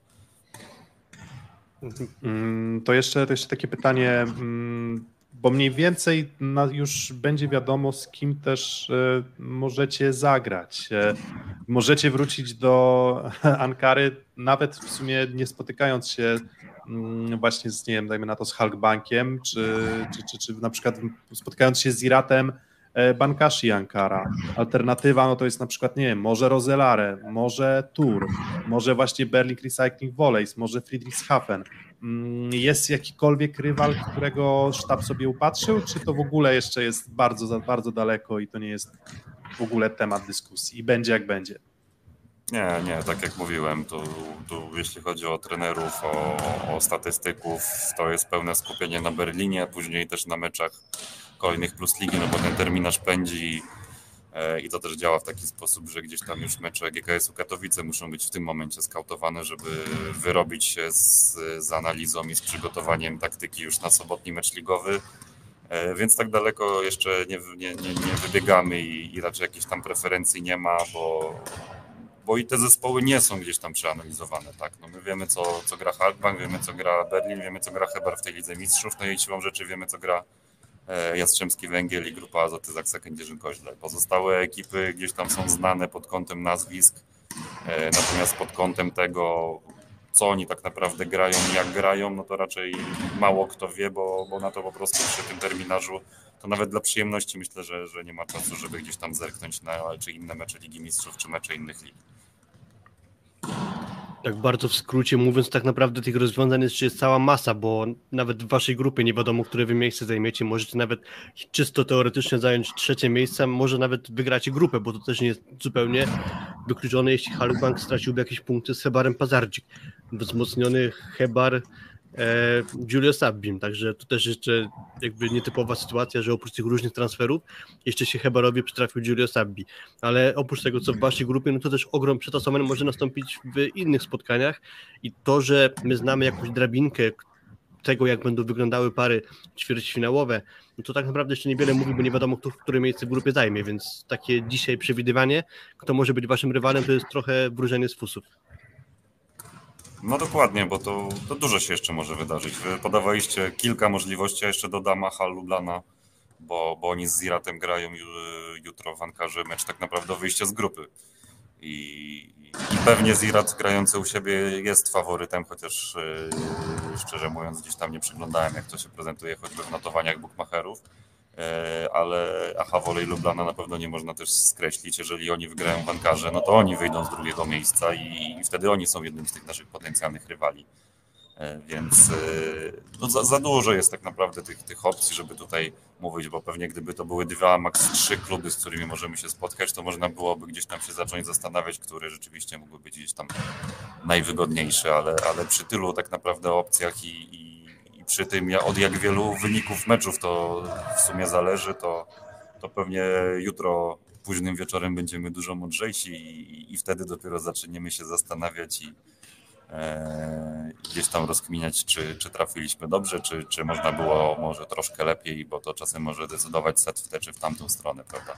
To jeszcze, to jeszcze takie pytanie, bo mniej więcej już będzie wiadomo, z kim też możecie zagrać. Możecie wrócić do Ankary, nawet w sumie nie spotykając się właśnie z, nie wiem, dajmy na to z Halkbankiem, czy, czy, czy, czy na przykład spotykając się z Iratem Bankashi Ankara. Alternatywa no to jest na przykład, nie wiem, może Roselare, może Tur, może właśnie Berlin Recycling Volleys, może Friedrichshafen. Jest jakikolwiek rywal, którego sztab sobie upatrzył, czy to w ogóle jeszcze jest bardzo, bardzo daleko i to nie jest w ogóle temat dyskusji i będzie jak będzie? Nie, nie, tak jak mówiłem, tu, tu jeśli chodzi o trenerów, o, o statystyków, to jest pełne skupienie na Berlinie, a później też na meczach kolejnych plus ligi, no bo ten terminarz pędzi e, i to też działa w taki sposób, że gdzieś tam już mecze G K S-u Katowice muszą być w tym momencie skautowane, żeby wyrobić się z, z analizą i z przygotowaniem taktyki już na sobotni mecz ligowy, e, więc tak daleko jeszcze nie, nie, nie, nie wybiegamy i, i raczej jakichś tam preferencji nie ma, bo bo i te zespoły nie są gdzieś tam przeanalizowane, tak? No my wiemy, co, co gra Halkbank, wiemy, co gra Berlin, wiemy, co gra Hebar w tej Lidze Mistrzów, no i siłą rzeczy wiemy, co gra Jastrzębski Węgiel i Grupa Azoty Zaksa Kędzierzyn-Koźle. Pozostałe ekipy gdzieś tam są znane pod kątem nazwisk, natomiast pod kątem tego, co oni tak naprawdę grają i jak grają, no to raczej mało kto wie, bo, bo na to po prostu przy tym terminarzu to nawet dla przyjemności myślę, że, że nie ma czasu, żeby gdzieś tam zerknąć na czy inne mecze Ligi Mistrzów, czy mecze innych lig. Tak bardzo w skrócie mówiąc, tak naprawdę tych rozwiązań jest, jest cała masa, bo nawet w waszej grupie nie wiadomo, które wy miejsce zajmiecie, możecie nawet czysto teoretycznie zająć trzecie miejsce, może nawet wygracie grupę, bo to też nie jest zupełnie wykluczone, jeśli Halkbank straciłby jakieś punkty z Hebarem Pazardzik, wzmocniony Hebar e, Julius Abbim, także to też jeszcze jakby nietypowa sytuacja, że oprócz tych różnych transferów jeszcze się Hebarowi przytrafił Julius Abbi, ale oprócz tego, co w waszej grupie, no to też ogrom przetasowań może nastąpić w innych spotkaniach i to, że my znamy jakąś drabinkę tego, jak będą wyglądały pary ćwierćfinałowe, no to tak naprawdę jeszcze niewiele mówi, bo nie wiadomo, kto w której miejsce w grupie zajmie, więc takie dzisiaj przewidywanie, kto może być waszym rywalem, to jest trochę wróżenie z fusów. No dokładnie, bo to, to dużo się jeszcze może wydarzyć. Wy podawaliście kilka możliwości, a jeszcze dodam Acha Lublana, bo, bo oni z Ziratem grają jutro w Ankarze mecz tak naprawdę o wyjście z grupy. I, i pewnie Zirat grający u siebie jest faworytem, chociaż yy, szczerze mówiąc gdzieś tam nie przyglądałem, jak to się prezentuje choćby w notowaniach bookmacherów, yy, ale Acha Wolej Lublana na pewno nie można też skreślić. Jeżeli oni wygrają w Ankarze, no to oni wyjdą z drugiego miejsca i, i wtedy oni są jednym z tych naszych potencjalnych rywali. Więc no za, za dużo jest tak naprawdę tych, tych opcji, żeby tutaj mówić, bo pewnie gdyby to były dwa, maks trzy kluby, z którymi możemy się spotkać, to można byłoby gdzieś tam się zacząć zastanawiać, który rzeczywiście mógłby być gdzieś tam najwygodniejszy, ale, ale przy tylu tak naprawdę opcjach i, i, i przy tym od jak wielu wyników meczów to w sumie zależy, to, to pewnie jutro późnym wieczorem będziemy dużo mądrzejsi i, i wtedy dopiero zaczniemy się zastanawiać i gdzieś tam rozkminiać, czy, czy trafiliśmy dobrze, czy, czy można było może troszkę lepiej, bo to czasem może decydować set w tę czy w tamtą stronę, prawda?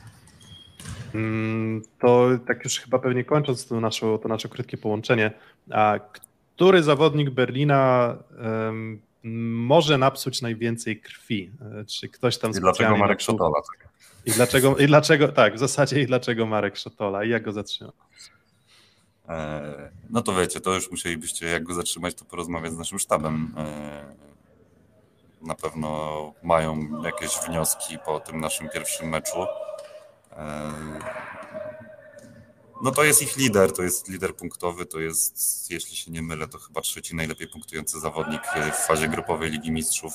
To tak już chyba pewnie kończąc to nasze, to nasze krótkie połączenie, a który zawodnik Berlina um, może napsuć najwięcej krwi? Czy ktoś tam I dlaczego Marek napsuł... Szotola? Tak? I dlaczego, I dlaczego, tak, w zasadzie i dlaczego Marek Szotola i jak go zatrzymał? No to wiecie, to już musielibyście, jak go zatrzymać, to porozmawiać z naszym sztabem. Na pewno mają jakieś wnioski po tym naszym pierwszym meczu. No to jest ich lider, to jest lider punktowy, to jest, jeśli się nie mylę, to chyba trzeci najlepiej punktujący zawodnik w fazie grupowej Ligi Mistrzów.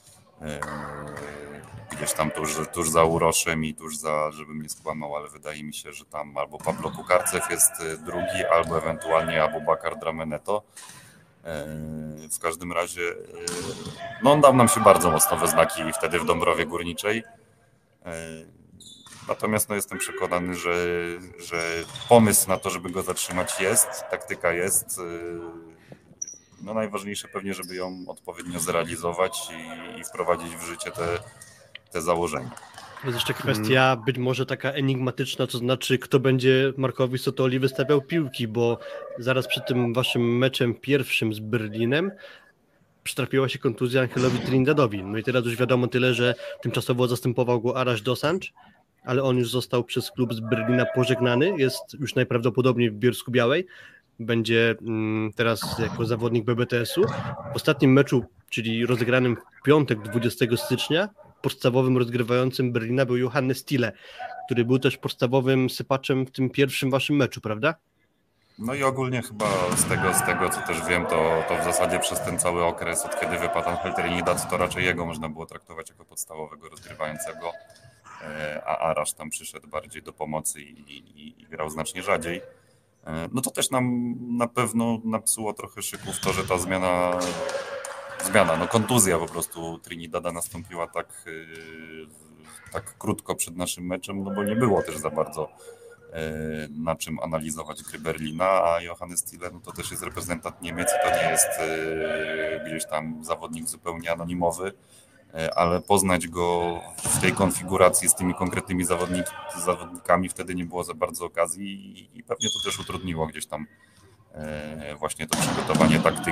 Gdzieś tam tuż, tuż za Uroszem i tuż za, żebym nie skłamał, ale wydaje mi się, że tam albo Pablo Kukarcew jest drugi, albo ewentualnie Abubakar Drameneto. W każdym razie no on dał nam się bardzo mocno we znaki wtedy w Dąbrowie Górniczej. Natomiast no jestem przekonany, że, że pomysł na to, żeby go zatrzymać jest, taktyka jest. No najważniejsze pewnie, żeby ją odpowiednio zrealizować i, i wprowadzić w życie te, te założenia. Jest jeszcze kwestia być może taka enigmatyczna, to znaczy kto będzie Markowi Sotoli wystawiał piłki, bo zaraz przed tym waszym meczem pierwszym z Berlinem przytrafiła się kontuzja Angelowi Trindadowi. No i teraz już wiadomo tyle, że tymczasowo zastępował go Arash Dosanjh, ale on już został przez klub z Berlina pożegnany, jest już najprawdopodobniej w Bielsku Białej. Będzie teraz jako zawodnik B B T S-u. W ostatnim meczu, czyli rozegranym w piątek dwudziestego stycznia, podstawowym rozgrywającym Berlina był Johannes Thiele, który był też podstawowym sypaczem w tym pierwszym waszym meczu, prawda? No i ogólnie chyba z tego, z tego co też wiem, to, to w zasadzie przez ten cały okres, od kiedy wypadł Angel Trinidad, to raczej jego można było traktować jako podstawowego rozgrywającego, a Arash tam przyszedł bardziej do pomocy i, i, i grał znacznie rzadziej. No to też nam na pewno napsuło trochę szyków to, że ta zmiana, zmiana, no kontuzja po prostu Trinidada nastąpiła tak, tak krótko przed naszym meczem, no bo nie było też za bardzo na czym analizować gry Berlina, a Johannes Thiele no to też jest reprezentant Niemiec, to nie jest gdzieś tam zawodnik zupełnie anonimowy, ale poznać go w tej konfiguracji z tymi konkretnymi zawodnik, zawodnikami wtedy nie było za bardzo okazji i pewnie to też utrudniło gdzieś tam właśnie to przygotowanie taktyki i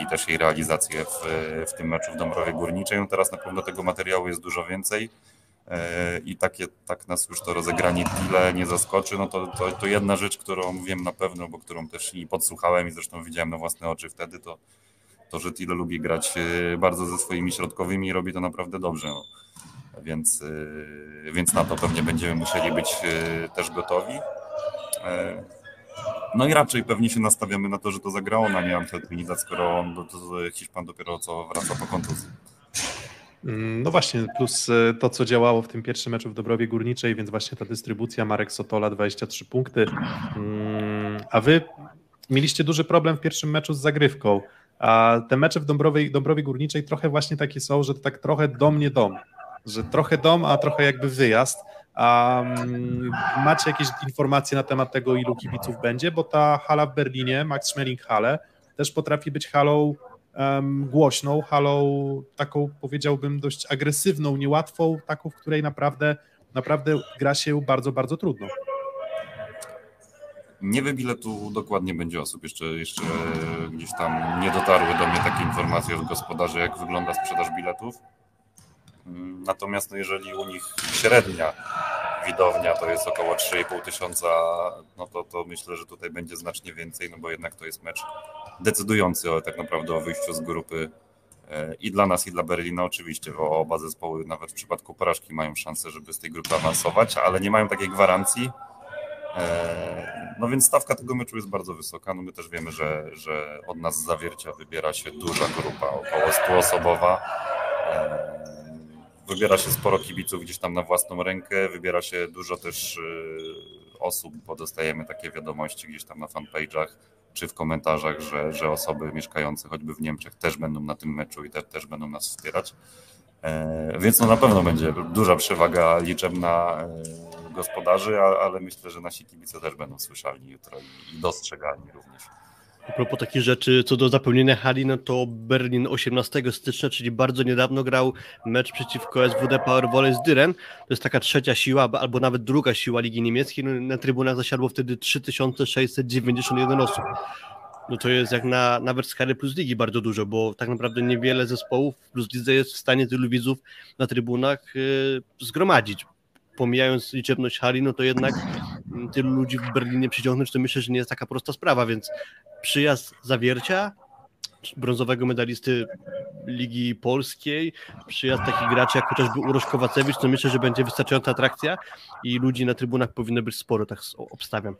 też jej realizację w, w tym meczu w Dąbrowie Górniczej. No teraz na pewno tego materiału jest dużo więcej i takie, tak nas już to rozegranie Tile nie zaskoczy. No to, to, to jedna rzecz, którą wiem na pewno, bo którą też i podsłuchałem i zresztą widziałem na własne oczy wtedy, to to, że Tile lubi grać bardzo ze swoimi środkowymi i robi to naprawdę dobrze. No. Więc, więc na to pewnie będziemy musieli być też gotowi. No i raczej pewnie się nastawiamy na to, że to zagrało na nie Angel Trinidad, skoro on, to Hiszpan dopiero co wraca po kontuzji. No właśnie, plus to, co działało w tym pierwszym meczu w Dąbrowie Górniczej, więc właśnie ta dystrybucja, Marek Sotola dwadzieścia trzy punkty, a wy mieliście duży problem w pierwszym meczu z zagrywką, a te mecze w Dąbrowie, Dąbrowie Górniczej trochę właśnie takie są, że to tak trochę dom, nie dom, że trochę dom, a trochę jakby wyjazd. Um, macie jakieś informacje na temat tego, ilu kibiców będzie, bo ta hala w Berlinie, Max Schmeling Halle, też potrafi być halą um, głośną, halą taką, powiedziałbym, dość agresywną, niełatwą, taką, w której naprawdę, naprawdę gra się bardzo, bardzo trudno. Nie wiem, ile tu dokładnie będzie osób. Jeszcze, jeszcze gdzieś tam nie dotarły do mnie takie informacje od gospodarzy, jak wygląda sprzedaż biletów. Natomiast no jeżeli u nich średnia widownia to jest około trzy i pół tysiąca, no to, to myślę, że tutaj będzie znacznie więcej, no bo jednak to jest mecz decydujący o, tak naprawdę o wyjściu z grupy i dla nas, i dla Berlina oczywiście, bo oba zespoły nawet w przypadku porażki mają szansę, żeby z tej grupy awansować, ale nie mają takiej gwarancji. No więc stawka tego meczu jest bardzo wysoka. No my też wiemy, że, że od nas z Zawiercia wybiera się duża grupa, około stuosobowa. Wybiera się sporo kibiców gdzieś tam na własną rękę, wybiera się dużo też osób, bo dostajemy takie wiadomości gdzieś tam na fanpage'ach czy w komentarzach, że, że osoby mieszkające choćby w Niemczech też będą na tym meczu i te, też będą nas wspierać. Więc no na pewno będzie duża przewaga liczebna gospodarzy, ale myślę, że nasi kibice też będą słyszalni jutro i dostrzegalni również. A propos takich rzeczy, co do zapełnienia hali, no to Berlin osiemnastego stycznia, czyli bardzo niedawno grał mecz przeciwko S W D Power Volley z Dyren. To jest taka trzecia siła, albo nawet druga siła Ligi Niemieckiej. No, na trybunach zasiadło wtedy trzy tysiące sześćset dziewięćdziesiąt jeden osób. No to jest jak na nawet skali plus ligi bardzo dużo, bo tak naprawdę niewiele zespołów plus lidze jest w stanie tylu widzów na trybunach yy, zgromadzić. Pomijając liczebność hali, no to jednak tylu ludzi w Berlinie przyciągnąć, to myślę, że nie jest taka prosta sprawa, więc przyjazd Zawiercia, brązowego medalisty Ligi Polskiej, przyjazd takich graczy jak chociażby Uroš Kovacevic, to myślę, że będzie wystarczająca atrakcja i ludzi na trybunach powinno być sporo, tak obstawiam.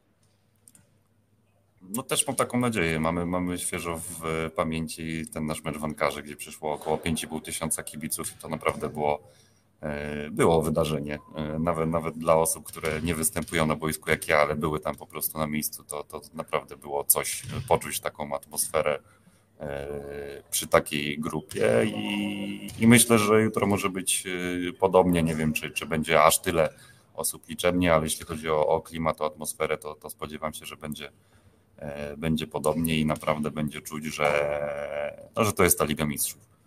No też mam taką nadzieję. Mamy, mamy świeżo w pamięci ten nasz mecz w Ankarze, gdzie przyszło około pięć i pół tysiąca kibiców i to naprawdę było Było wydarzenie, nawet, nawet dla osób, które nie występują na boisku jak ja, ale były tam po prostu na miejscu, to, to naprawdę było coś, poczuć taką atmosferę przy takiej grupie i, i myślę, że jutro może być podobnie, nie wiem, czy, czy będzie aż tyle osób liczebnie, ale jeśli chodzi o, o klimat, o atmosferę, to, to spodziewam się, że będzie, będzie podobnie i naprawdę będzie czuć, że, no, że to jest ta Liga Mistrzów.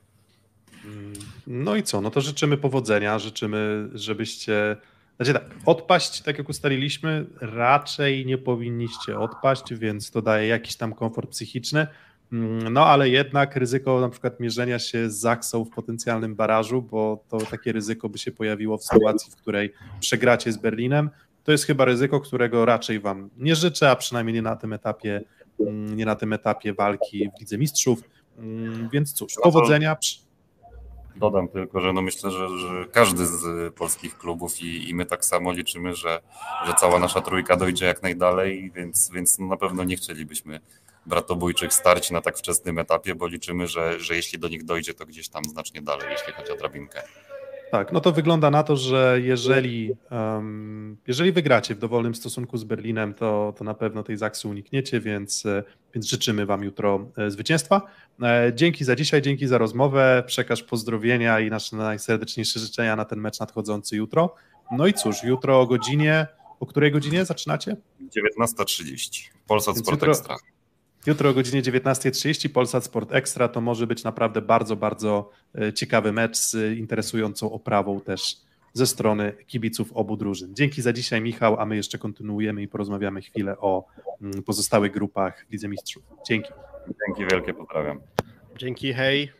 No i co? No to życzymy powodzenia, życzymy, żebyście... Znaczy tak, odpaść, tak jak ustaliliśmy, raczej nie powinniście odpaść, więc to daje jakiś tam komfort psychiczny, no ale jednak ryzyko na przykład mierzenia się z Zaksą w potencjalnym barażu, bo to takie ryzyko by się pojawiło w sytuacji, w której przegracie z Berlinem, to jest chyba ryzyko, którego raczej wam nie życzę, a przynajmniej nie na tym etapie, nie na tym etapie walki w Lidze Mistrzów, więc cóż, powodzenia. Dodam tylko, że no myślę, że, że każdy z polskich klubów i, i my tak samo liczymy, że, że cała nasza trójka dojdzie jak najdalej, więc, więc no na pewno nie chcielibyśmy bratobójczych starć na tak wczesnym etapie, bo liczymy, że, że jeśli do nich dojdzie, to gdzieś tam znacznie dalej, jeśli chodzi o drabinkę. Tak, no to wygląda na to, że jeżeli, um, jeżeli wygracie w dowolnym stosunku z Berlinem, to, to na pewno tej Zaksy unikniecie, więc, więc życzymy wam jutro zwycięstwa. Dzięki za dzisiaj, dzięki za rozmowę, przekaż pozdrowienia i nasze najserdeczniejsze życzenia na ten mecz nadchodzący jutro. No i cóż, jutro o godzinie, o której godzinie zaczynacie? dziewiętnasta trzydzieści, Polsat Sport jutro... Ekstra. Jutro o godzinie dziewiętnasta trzydzieści Polsat Sport Ekstra, to może być naprawdę bardzo, bardzo ciekawy mecz z interesującą oprawą też ze strony kibiców obu drużyn. Dzięki za dzisiaj, Michał, a my jeszcze kontynuujemy i porozmawiamy chwilę o pozostałych grupach w Lidze Mistrzów. Dzięki. Dzięki wielkie, pozdrawiam. Dzięki, hej.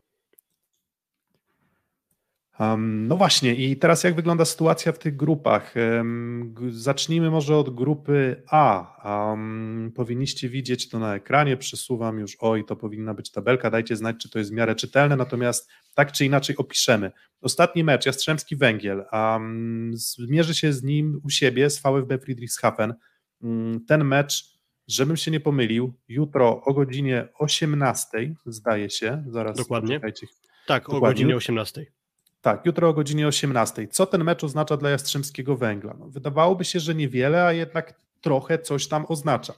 Um, no właśnie, i teraz jak wygląda sytuacja w tych grupach? Um, zacznijmy może od grupy A. Um, powinniście widzieć to na ekranie, przesuwam już, oj, to powinna być tabelka, dajcie znać, czy to jest w miarę czytelne, natomiast tak czy inaczej opiszemy. Ostatni mecz, Jastrzębski Węgiel, um, zmierzy się z nim u siebie z VfB Friedrichshafen. Um, ten mecz, żebym się nie pomylił, jutro o godzinie osiemnastej, zdaje się, zaraz Dokładnie. poczekajcie. Tak, Dokładnie. o godzinie osiemnastej. Tak, jutro o godzinie osiemnastej. Co ten mecz oznacza dla Jastrzębskiego Węgla? No, wydawałoby się, że niewiele, a jednak trochę coś tam oznacza.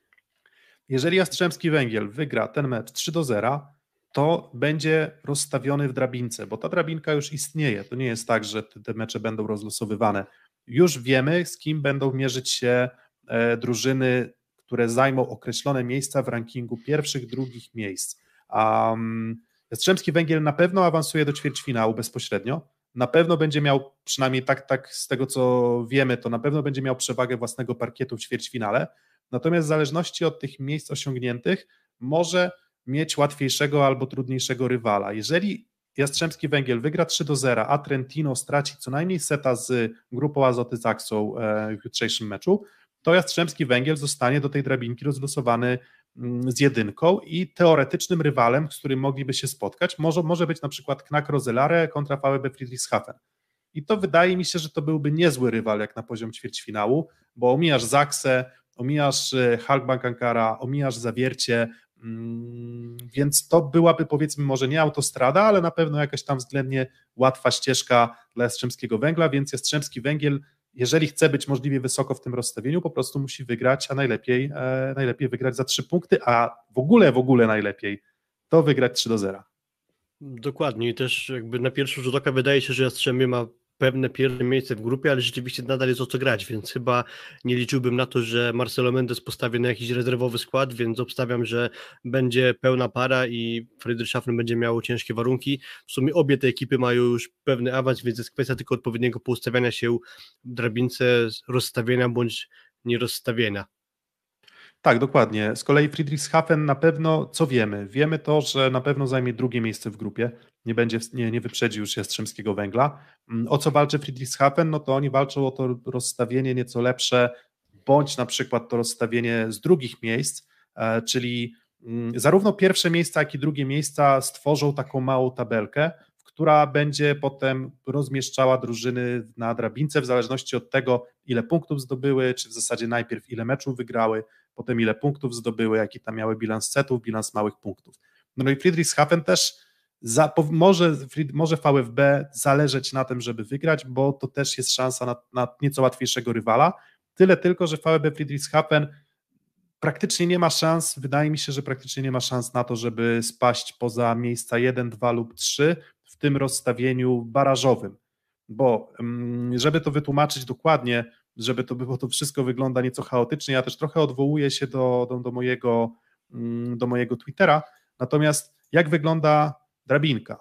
Jeżeli Jastrzębski Węgiel wygra ten mecz trzy do zera, to będzie rozstawiony w drabince, bo ta drabinka już istnieje. To nie jest tak, że te, te mecze będą rozlosowywane. Już wiemy, z kim będą mierzyć się e, drużyny, które zajmą określone miejsca w rankingu pierwszych, drugich miejsc. Um, Jastrzębski Węgiel na pewno awansuje do ćwierćfinału bezpośrednio, na pewno będzie miał, przynajmniej tak, tak z tego co wiemy, to na pewno będzie miał przewagę własnego parkietu w ćwierćfinale, natomiast w zależności od tych miejsc osiągniętych może mieć łatwiejszego albo trudniejszego rywala. Jeżeli Jastrzębski Węgiel wygra trzy do zera, a Trentino straci co najmniej seta z grupą Azoty Zaksą w jutrzejszym meczu, to Jastrzębski Węgiel zostanie do tej drabinki rozlosowany z jedynką i teoretycznym rywalem, z którym mogliby się spotkać, może, może być na przykład Knack Roselare kontra VfB Friedrichshafen. I to wydaje mi się, że to byłby niezły rywal jak na poziom ćwierćfinału, bo omijasz Zaksę, omijasz Halkbank Ankara, omijasz Zawiercie, mm, więc to byłaby powiedzmy może nie autostrada, ale na pewno jakaś tam względnie łatwa ścieżka dla Jastrzębskiego Węgla, więc Jastrzębski Węgiel, jeżeli chce być możliwie wysoko w tym rozstawieniu, po prostu musi wygrać, a najlepiej, e, najlepiej wygrać za trzy punkty, a w ogóle, w ogóle najlepiej to wygrać trzy do zera. Dokładnie i też jakby na pierwszy rzut oka wydaje się, że Jastrzębie ma pewne pierwsze miejsce w grupie, ale rzeczywiście nadal jest o co grać, więc chyba nie liczyłbym na to, że Marcelo Mendes postawi na jakiś rezerwowy skład, więc obstawiam, że będzie pełna para i Friedrichshafen będzie miało ciężkie warunki. W sumie obie te ekipy mają już pewny awans, więc jest kwestia tylko odpowiedniego poustawiania się w drabince, rozstawienia bądź nierozstawienia. Tak, dokładnie. Z kolei Friedrichshafen na pewno, co wiemy? Wiemy to, że na pewno zajmie drugie miejsce w grupie, nie będzie, nie, nie wyprzedzi już Jastrzębskiego Węgla. O co walczy Friedrichshafen? No to oni walczą o to rozstawienie nieco lepsze, bądź na przykład to rozstawienie z drugich miejsc, czyli zarówno pierwsze miejsca, jak i drugie miejsca stworzą taką małą tabelkę, która będzie potem rozmieszczała drużyny na drabince w zależności od tego, ile punktów zdobyły, czy w zasadzie najpierw ile meczów wygrały, potem ile punktów zdobyły, jaki tam miały bilans setów, bilans małych punktów. No i Friedrichshafen też za, może, może VfB zależeć na tym, żeby wygrać, bo to też jest szansa na, na nieco łatwiejszego rywala. Tyle tylko, że VfB Friedrichshafen praktycznie nie ma szans, wydaje mi się, że praktycznie nie ma szans na to, żeby spaść poza miejsca jeden, dwa lub trzy w tym rozstawieniu barażowym, bo żeby to wytłumaczyć dokładnie, żeby to było, to wszystko wygląda nieco chaotycznie, ja też trochę odwołuję się do, do, do, mojego, do mojego Twittera, natomiast jak wygląda drabinka?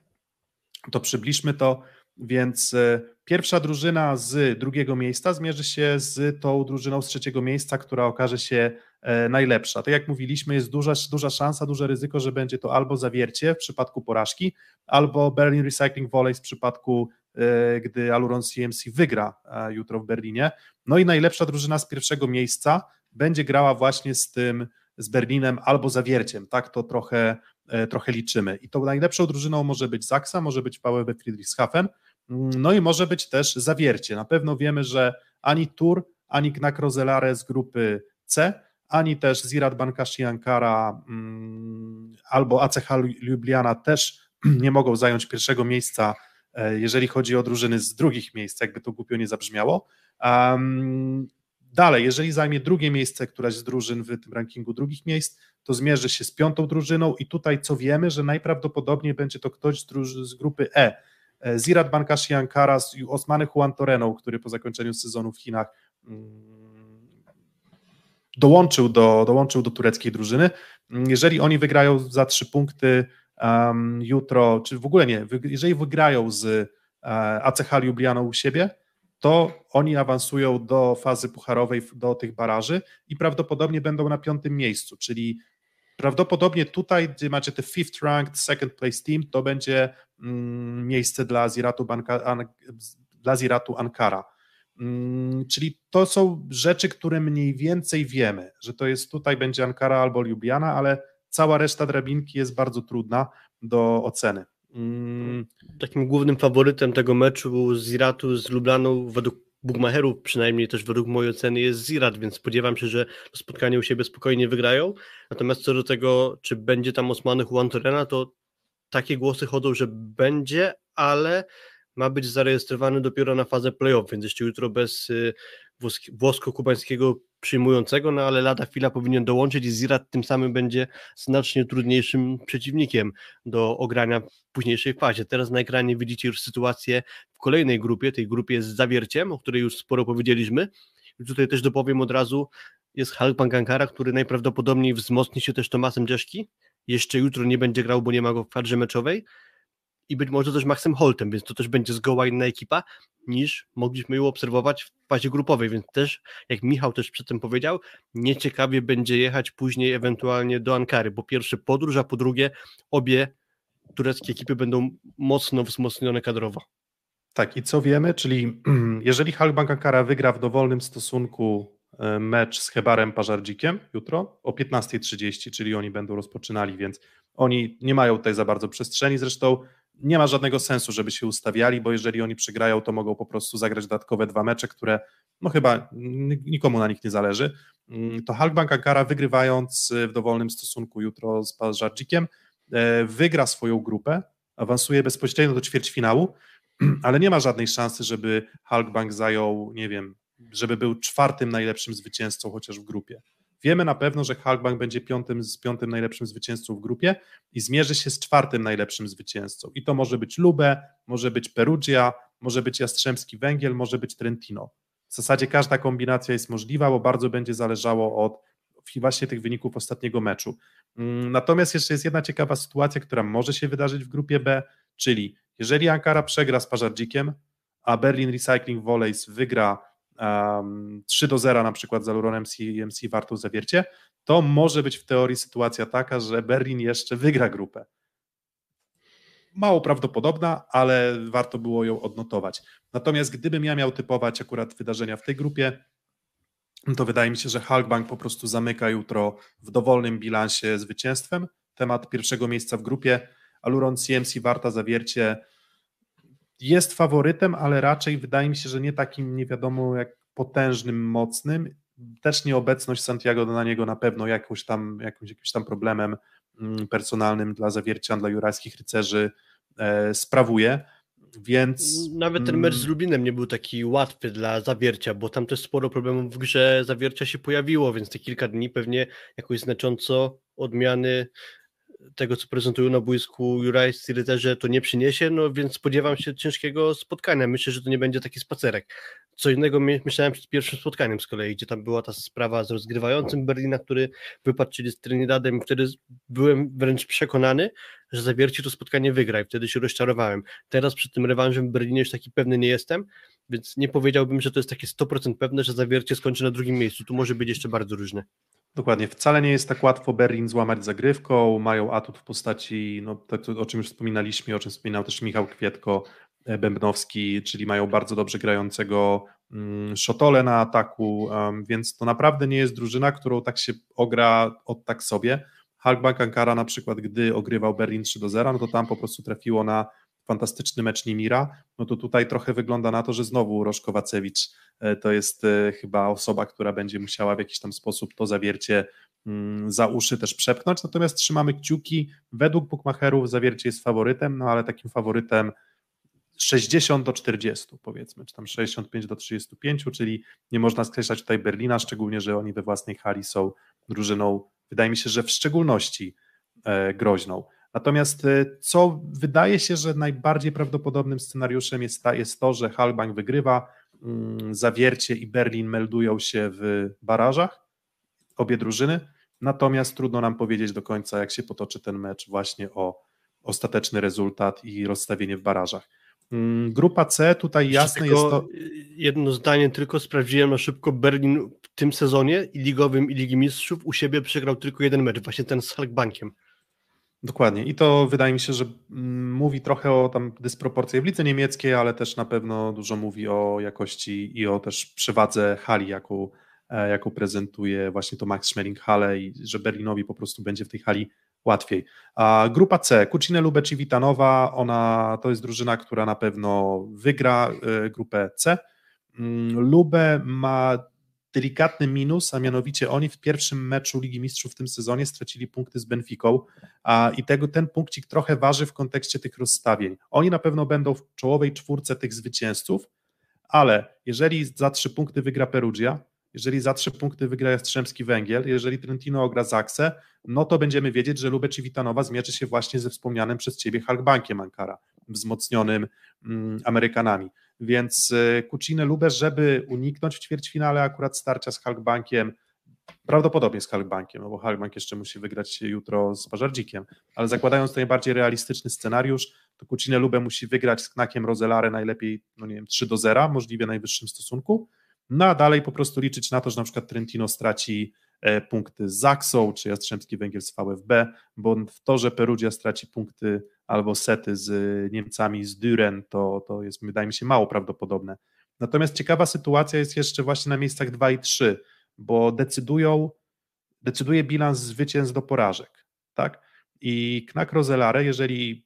To przybliżmy to, więc pierwsza drużyna z drugiego miejsca zmierzy się z tą drużyną z trzeciego miejsca, która okaże się najlepsza. Tak jak mówiliśmy, jest duża, duża szansa, duże ryzyko, że będzie to albo Zawiercie w przypadku porażki, albo Berlin Recycling Volleys w przypadku, gdy Aluron C M C wygra jutro w Berlinie. No i najlepsza drużyna z pierwszego miejsca będzie grała właśnie z tym, z Berlinem albo Zawierciem, tak to trochę, trochę liczymy. I tą najlepszą drużyną może być Zaksa, może być VfB Friedrichshafen, no i może być też Zawiercie. Na pewno wiemy, że ani Tur, ani Knack Roselare z grupy C, ani też Ziraat Bankashi Ankara um, albo A C H Ljubljana też nie mogą zająć pierwszego miejsca, jeżeli chodzi o drużyny z drugich miejsc, jakby to głupio nie zabrzmiało. Um, dalej, jeżeli zajmie drugie miejsce któraś z drużyn w tym rankingu drugich miejsc, to zmierzy się z piątą drużyną i tutaj co wiemy, że najprawdopodobniej będzie to ktoś z, druż- z grupy E. Ziraat Bankashi Ankara z Osmany Juan Toreno, który po zakończeniu sezonu w Chinach um, dołączył do, dołączył do tureckiej drużyny. Jeżeli oni wygrają za trzy punkty um, jutro, czy w ogóle nie, jeżeli wygrają z uh, A C H Ljubljaną u siebie, to oni awansują do fazy pucharowej, do tych baraży i prawdopodobnie będą na piątym miejscu, czyli prawdopodobnie tutaj, gdzie macie te fifth ranked, second place team, to będzie mm, miejsce dla Ziratu, Banka, An, dla Ziratu Ankara. Mm, czyli to są rzeczy, które mniej więcej wiemy, że to jest tutaj będzie Ankara albo Ljubljana, ale cała reszta drabinki jest bardzo trudna do oceny. Mm. Takim głównym faworytem tego meczu z Ziratu z Lublaną według bookmacherów, przynajmniej też według mojej oceny, jest Zirat, więc spodziewam się, że to spotkanie u siebie spokojnie wygrają. Natomiast co do tego, czy będzie tam Osmany Juan Torrena, to takie głosy chodzą, że będzie, ale ma być zarejestrowany dopiero na fazę play-off, więc jeszcze jutro bez y, włosko-kubańskiego przyjmującego, no ale lada chwila powinien dołączyć i Zirat tym samym będzie znacznie trudniejszym przeciwnikiem do ogrania w późniejszej fazie. Teraz na ekranie widzicie już sytuację w kolejnej grupie, tej grupie z Zawierciem, o której już sporo powiedzieliśmy. I tutaj też dopowiem od razu, jest Halkbank Ankara, który najprawdopodobniej wzmocni się też Tomasem Dżeszki. Jeszcze jutro nie będzie grał, bo nie ma go w kwadrze meczowej. I być może też Maxem Holtem, więc to też będzie zgoła inna ekipa, niż mogliśmy ją obserwować w fazie grupowej, więc też, jak Michał też przedtem powiedział, nieciekawie będzie jechać później ewentualnie do Ankary, bo pierwsze podróż, a po drugie obie tureckie ekipy będą mocno wzmocnione kadrowo. Tak, i co wiemy, czyli jeżeli Halkbank Ankara wygra w dowolnym stosunku mecz z Chebarem Pażardzikiem jutro o piętnasta trzydzieści, czyli oni będą rozpoczynali, więc oni nie mają tutaj za bardzo przestrzeni, zresztą nie ma żadnego sensu, żeby się ustawiali, bo jeżeli oni przegrają, to mogą po prostu zagrać dodatkowe dwa mecze, które no chyba nikomu na nich nie zależy. To Halkbank Ankara, wygrywając w dowolnym stosunku jutro z Pażardzikiem, wygra swoją grupę, awansuje bezpośrednio do ćwierćfinału, ale nie ma żadnej szansy, żeby Halkbank zajął, nie wiem, żeby był czwartym najlepszym zwycięzcą chociaż w grupie. Wiemy na pewno, że Halkbank będzie piątym z piątym najlepszym zwycięzcą w grupie i zmierzy się z czwartym najlepszym zwycięzcą. I to może być Lube, może być Perugia, może być Jastrzębski Węgiel, może być Trentino. W zasadzie każda kombinacja jest możliwa, bo bardzo będzie zależało od właśnie tych wyników ostatniego meczu. Natomiast jeszcze jest jedna ciekawa sytuacja, która może się wydarzyć w grupie B, czyli jeżeli Ankara przegra z Pażardzikiem, a Berlin Recycling Volleys wygra Um, trzy do zera na przykład z Aluronem C M C Wartą Zawiercie, to może być w teorii sytuacja taka, że Berlin jeszcze wygra grupę. Mało prawdopodobna, ale warto było ją odnotować. Natomiast gdybym ja miał typować akurat wydarzenia w tej grupie, to wydaje mi się, że Halkbank po prostu zamyka jutro w dowolnym bilansie zwycięstwem temat pierwszego miejsca w grupie. Aluron C M C Warta Zawiercie jest faworytem, ale raczej wydaje mi się, że nie takim nie wiadomo jak potężnym, mocnym. Też nieobecność Santiago na niego na pewno jakąś tam, jakimś, jakimś tam problemem personalnym dla Zawiercian, dla Jurajskich Rycerzy e, sprawuje, więc... Nawet ten mecz z Lublinem nie był taki łatwy dla Zawiercia, bo tam też sporo problemów w grze Zawiercia się pojawiło, więc te kilka dni pewnie jakoś znacząco odmiany tego, co prezentują na boisku Jurajscy Rycerze, to nie przyniesie, no więc spodziewam się ciężkiego spotkania. Myślę, że to nie będzie taki spacerek. Co innego myślałem przed pierwszym spotkaniem z kolei, gdzie tam była ta sprawa z rozgrywającym Berlina, który wypadł, czyli z Trinidadem, i wtedy byłem wręcz przekonany, że Zawiercie to spotkanie wygra i wtedy się rozczarowałem. Teraz przed tym rewanżem w Berlinie już taki pewny nie jestem, więc nie powiedziałbym, że to jest takie sto procent pewne, że Zawiercie skończy na drugim miejscu. Tu może być jeszcze bardzo różne. Dokładnie, wcale nie jest tak łatwo Berlin złamać zagrywką, mają atut w postaci, no, to, o czym już wspominaliśmy, o czym wspominał też Michał Kwietko, Bębnowski, czyli mają bardzo dobrze grającego um, Szotole na ataku, um, więc to naprawdę nie jest drużyna, którą tak się ogra od tak sobie. Halkbank Ankara na przykład, gdy ogrywał Berlin trzy do zera, no to tam po prostu trafiło na fantastyczny mecz Nimira, no to tutaj trochę wygląda na to, że znowu Roszko Wacewicz to jest chyba osoba, która będzie musiała w jakiś tam sposób to Zawiercie za uszy też przepchnąć, natomiast trzymamy kciuki, według bookmacherów Zawiercie jest faworytem, no ale takim faworytem sześćdziesiąt do czterdziestu powiedzmy, czy tam sześćdziesiąt pięć do trzydziestu pięciu, czyli nie można skreślać tutaj Berlina, szczególnie, że oni we własnej hali są drużyną, wydaje mi się, że w szczególności e, groźną. Natomiast co wydaje się, że najbardziej prawdopodobnym scenariuszem jest, ta, jest to, że Halkbank wygrywa, um, Zawiercie i Berlin meldują się w barażach, obie drużyny, natomiast trudno nam powiedzieć do końca, jak się potoczy ten mecz właśnie o ostateczny rezultat i rozstawienie w barażach. Grupa C, tutaj jasne jest to... Jedno zdanie tylko, sprawdziłem na szybko, Berlin w tym sezonie i ligowym i Ligi Mistrzów u siebie przegrał tylko jeden mecz, właśnie ten z Halkbankiem. Dokładnie i to wydaje mi się, że mówi trochę o tam dysproporcji w lidze niemieckiej, ale też na pewno dużo mówi o jakości i o też przewadze hali, jaką, jaką prezentuje właśnie to Max Schmeling-Halle i że Berlinowi po prostu będzie w tej hali łatwiej. A grupa C, Kucine, Lube, Civitanowa, ona to jest drużyna, która na pewno wygra y, grupę C. Lube ma delikatny minus, a mianowicie oni w pierwszym meczu Ligi Mistrzów w tym sezonie stracili punkty z Benficą, a i tego, ten punkcik trochę waży w kontekście tych rozstawień. Oni na pewno będą w czołowej czwórce tych zwycięzców, ale jeżeli za trzy punkty wygra Perugia, jeżeli za trzy punkty wygra Jastrzębski Węgiel, jeżeli Trentino ogra Zaksę, no to będziemy wiedzieć, że Lube Civitanowa zmierzy się właśnie ze wspomnianym przez Ciebie Halkbankiem Ankara, wzmocnionym mm, Amerykanami. Więc y, Kucine, Lube, żeby uniknąć w ćwierćfinale akurat starcia z Halkbankiem, prawdopodobnie z Halkbankiem, no bo Halkbank jeszcze musi wygrać jutro z Pażardzikiem, ale zakładając to najbardziej realistyczny scenariusz, to Kucine, Lube musi wygrać z Knakiem Roselare najlepiej, no nie wiem, trzy do zera, możliwie najwyższym stosunku, no a dalej po prostu liczyć na to, że na przykład Trentino straci e, punkty z Zaksą, czy Jastrzębski Węgiel z V F B, bo w to, że Perugia straci punkty albo sety z Niemcami z Düren, to, to jest, wydaje mi się, mało prawdopodobne. Natomiast ciekawa sytuacja jest jeszcze właśnie na miejscach dwa i trzy, bo decydują, decyduje bilans zwycięstw do porażek, tak? I Knak Roselare, jeżeli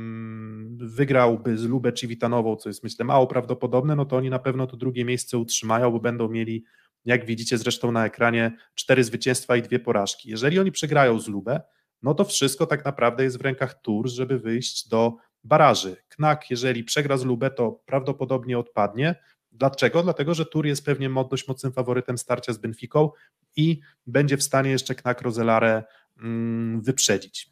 mm, wygrałby z Lube Civitanową, co jest, myślę, mało prawdopodobne, no to oni na pewno to drugie miejsce utrzymają, bo będą mieli, jak widzicie zresztą na ekranie, cztery zwycięstwa i dwie porażki. Jeżeli oni przegrają z Lube, no to wszystko tak naprawdę jest w rękach Tours, żeby wyjść do baraży. Knak, jeżeli przegra z Lube, to prawdopodobnie odpadnie. Dlaczego? Dlatego, że Tours jest pewnie dość mocnym faworytem starcia z Benficą i będzie w stanie jeszcze Knak Roselare mm, wyprzedzić.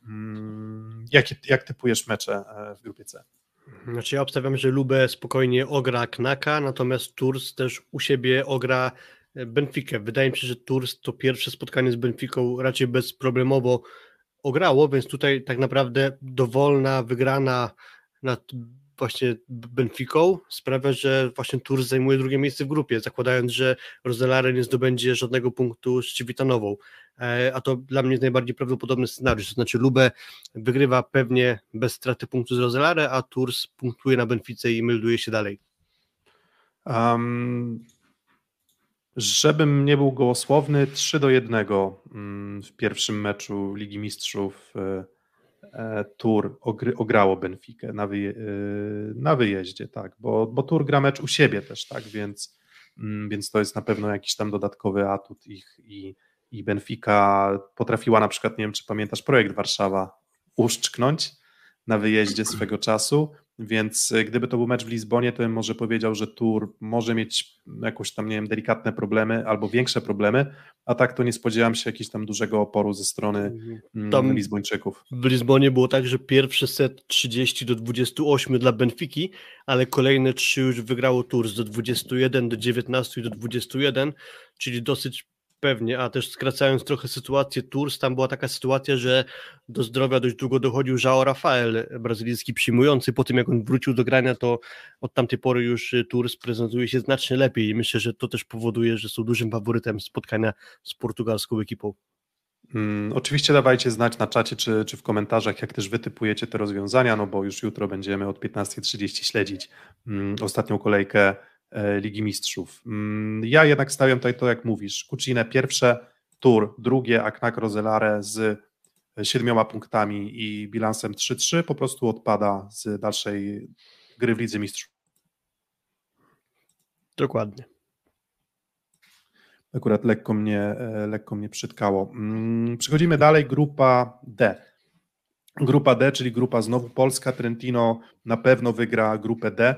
Mm, jak, jak typujesz mecze w grupie C? Znaczy ja obstawiam, że Lube spokojnie ogra Knaka, natomiast Tours też u siebie ogra Benfikę. Wydaje mi się, że Tours to pierwsze spotkanie z Benficą raczej bezproblemowo ograło, więc tutaj tak naprawdę dowolna wygrana nad właśnie Benficą sprawia, że właśnie Tours zajmuje drugie miejsce w grupie, zakładając, że Roselare nie zdobędzie żadnego punktu z Civitanową, a to dla mnie jest najbardziej prawdopodobny scenariusz, to znaczy Lube wygrywa pewnie bez straty punktu z Roselare, a Tours punktuje na Benfice i melduje się dalej. Um, żebym nie był gołosłowny, trzy do jednego w pierwszym meczu Ligi Mistrzów Tours ograło Benfikę na, wyje, na wyjeździe, tak, bo, bo Tours gra mecz u siebie też, tak, więc, więc to jest na pewno jakiś tam dodatkowy atut ich i, i Benfica potrafiła na przykład, nie wiem, czy pamiętasz, projekt Warszawa uszczknąć na wyjeździe swego czasu, więc gdyby to był mecz w Lizbonie, to bym może powiedział, że Tours może mieć jakieś tam, nie wiem, delikatne problemy albo większe problemy, a tak to nie spodziewam się jakiegoś tam dużego oporu ze strony tam Lizbończyków. W Lizbonie było tak, że pierwszy set trzydzieści do dwudziestu ośmiu dla Benfiki, ale kolejne trzy już wygrało Tours do dwudziestu jeden, do dziewiętnastu i do dwudziestu jeden, czyli dosyć pewnie, a też skracając trochę sytuację Tours, tam była taka sytuacja, że do zdrowia dość długo dochodził João Rafael, brazylijski przyjmujący. Po tym jak on wrócił do grania, to od tamtej pory już Tours prezentuje się znacznie lepiej i myślę, że to też powoduje, że są dużym faworytem spotkania z portugalską ekipą. Hmm, oczywiście dawajcie znać na czacie czy, czy w komentarzach, jak też wy typujecie te rozwiązania, no bo już jutro będziemy od piętnastej trzydzieści śledzić hmm, ostatnią kolejkę Ligi Mistrzów. Ja jednak stawiam tutaj to, jak mówisz, Kucine pierwsze, Tours drugie, a Knak Roselare z siedmioma punktami i bilansem trzy trzy po prostu odpada z dalszej gry w Lidze Mistrzów. Dokładnie. Akurat lekko mnie, lekko mnie przytkało. Przechodzimy dalej, grupa D. Grupa D, czyli grupa znowu Polska, Trentino na pewno wygra grupę D.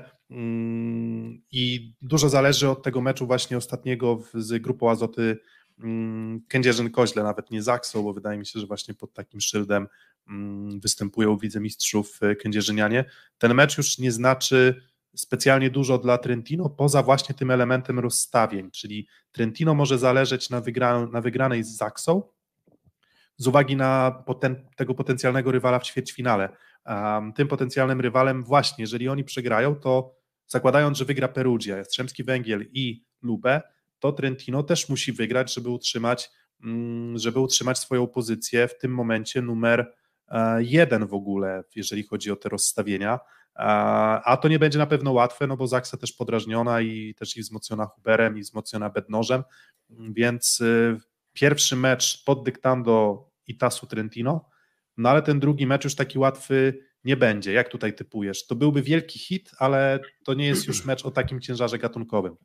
I dużo zależy od tego meczu właśnie ostatniego z grupą Azoty Kędzierzyn-Koźle, nawet nie Zaksą, bo wydaje mi się, że właśnie pod takim szyldem występują w Lidze Mistrzów kędzierzynianie. Ten mecz już nie znaczy specjalnie dużo dla Trentino, poza właśnie tym elementem rozstawień, czyli Trentino może zależeć na, wygra- na wygranej z Zaksą z uwagi na poten- tego potencjalnego rywala w ćwierćfinale. um, tym potencjalnym rywalem właśnie, jeżeli oni przegrają, to zakładając, że wygra Perugia, Jastrzębski Węgiel i Lubę, to Trentino też musi wygrać, żeby utrzymać, um, żeby utrzymać swoją pozycję w tym momencie numer uh, jeden w ogóle, jeżeli chodzi o te rozstawienia. A to nie będzie na pewno łatwe, no bo Zaksa też podrażniona i też i wzmocniona Huberem i wzmocniona Bednożem, więc pierwszy mecz pod dyktando Itasu Trentino, no ale ten drugi mecz już taki łatwy nie będzie. Jak tutaj typujesz? To byłby wielki hit, ale to nie jest już mecz o takim ciężarze gatunkowym.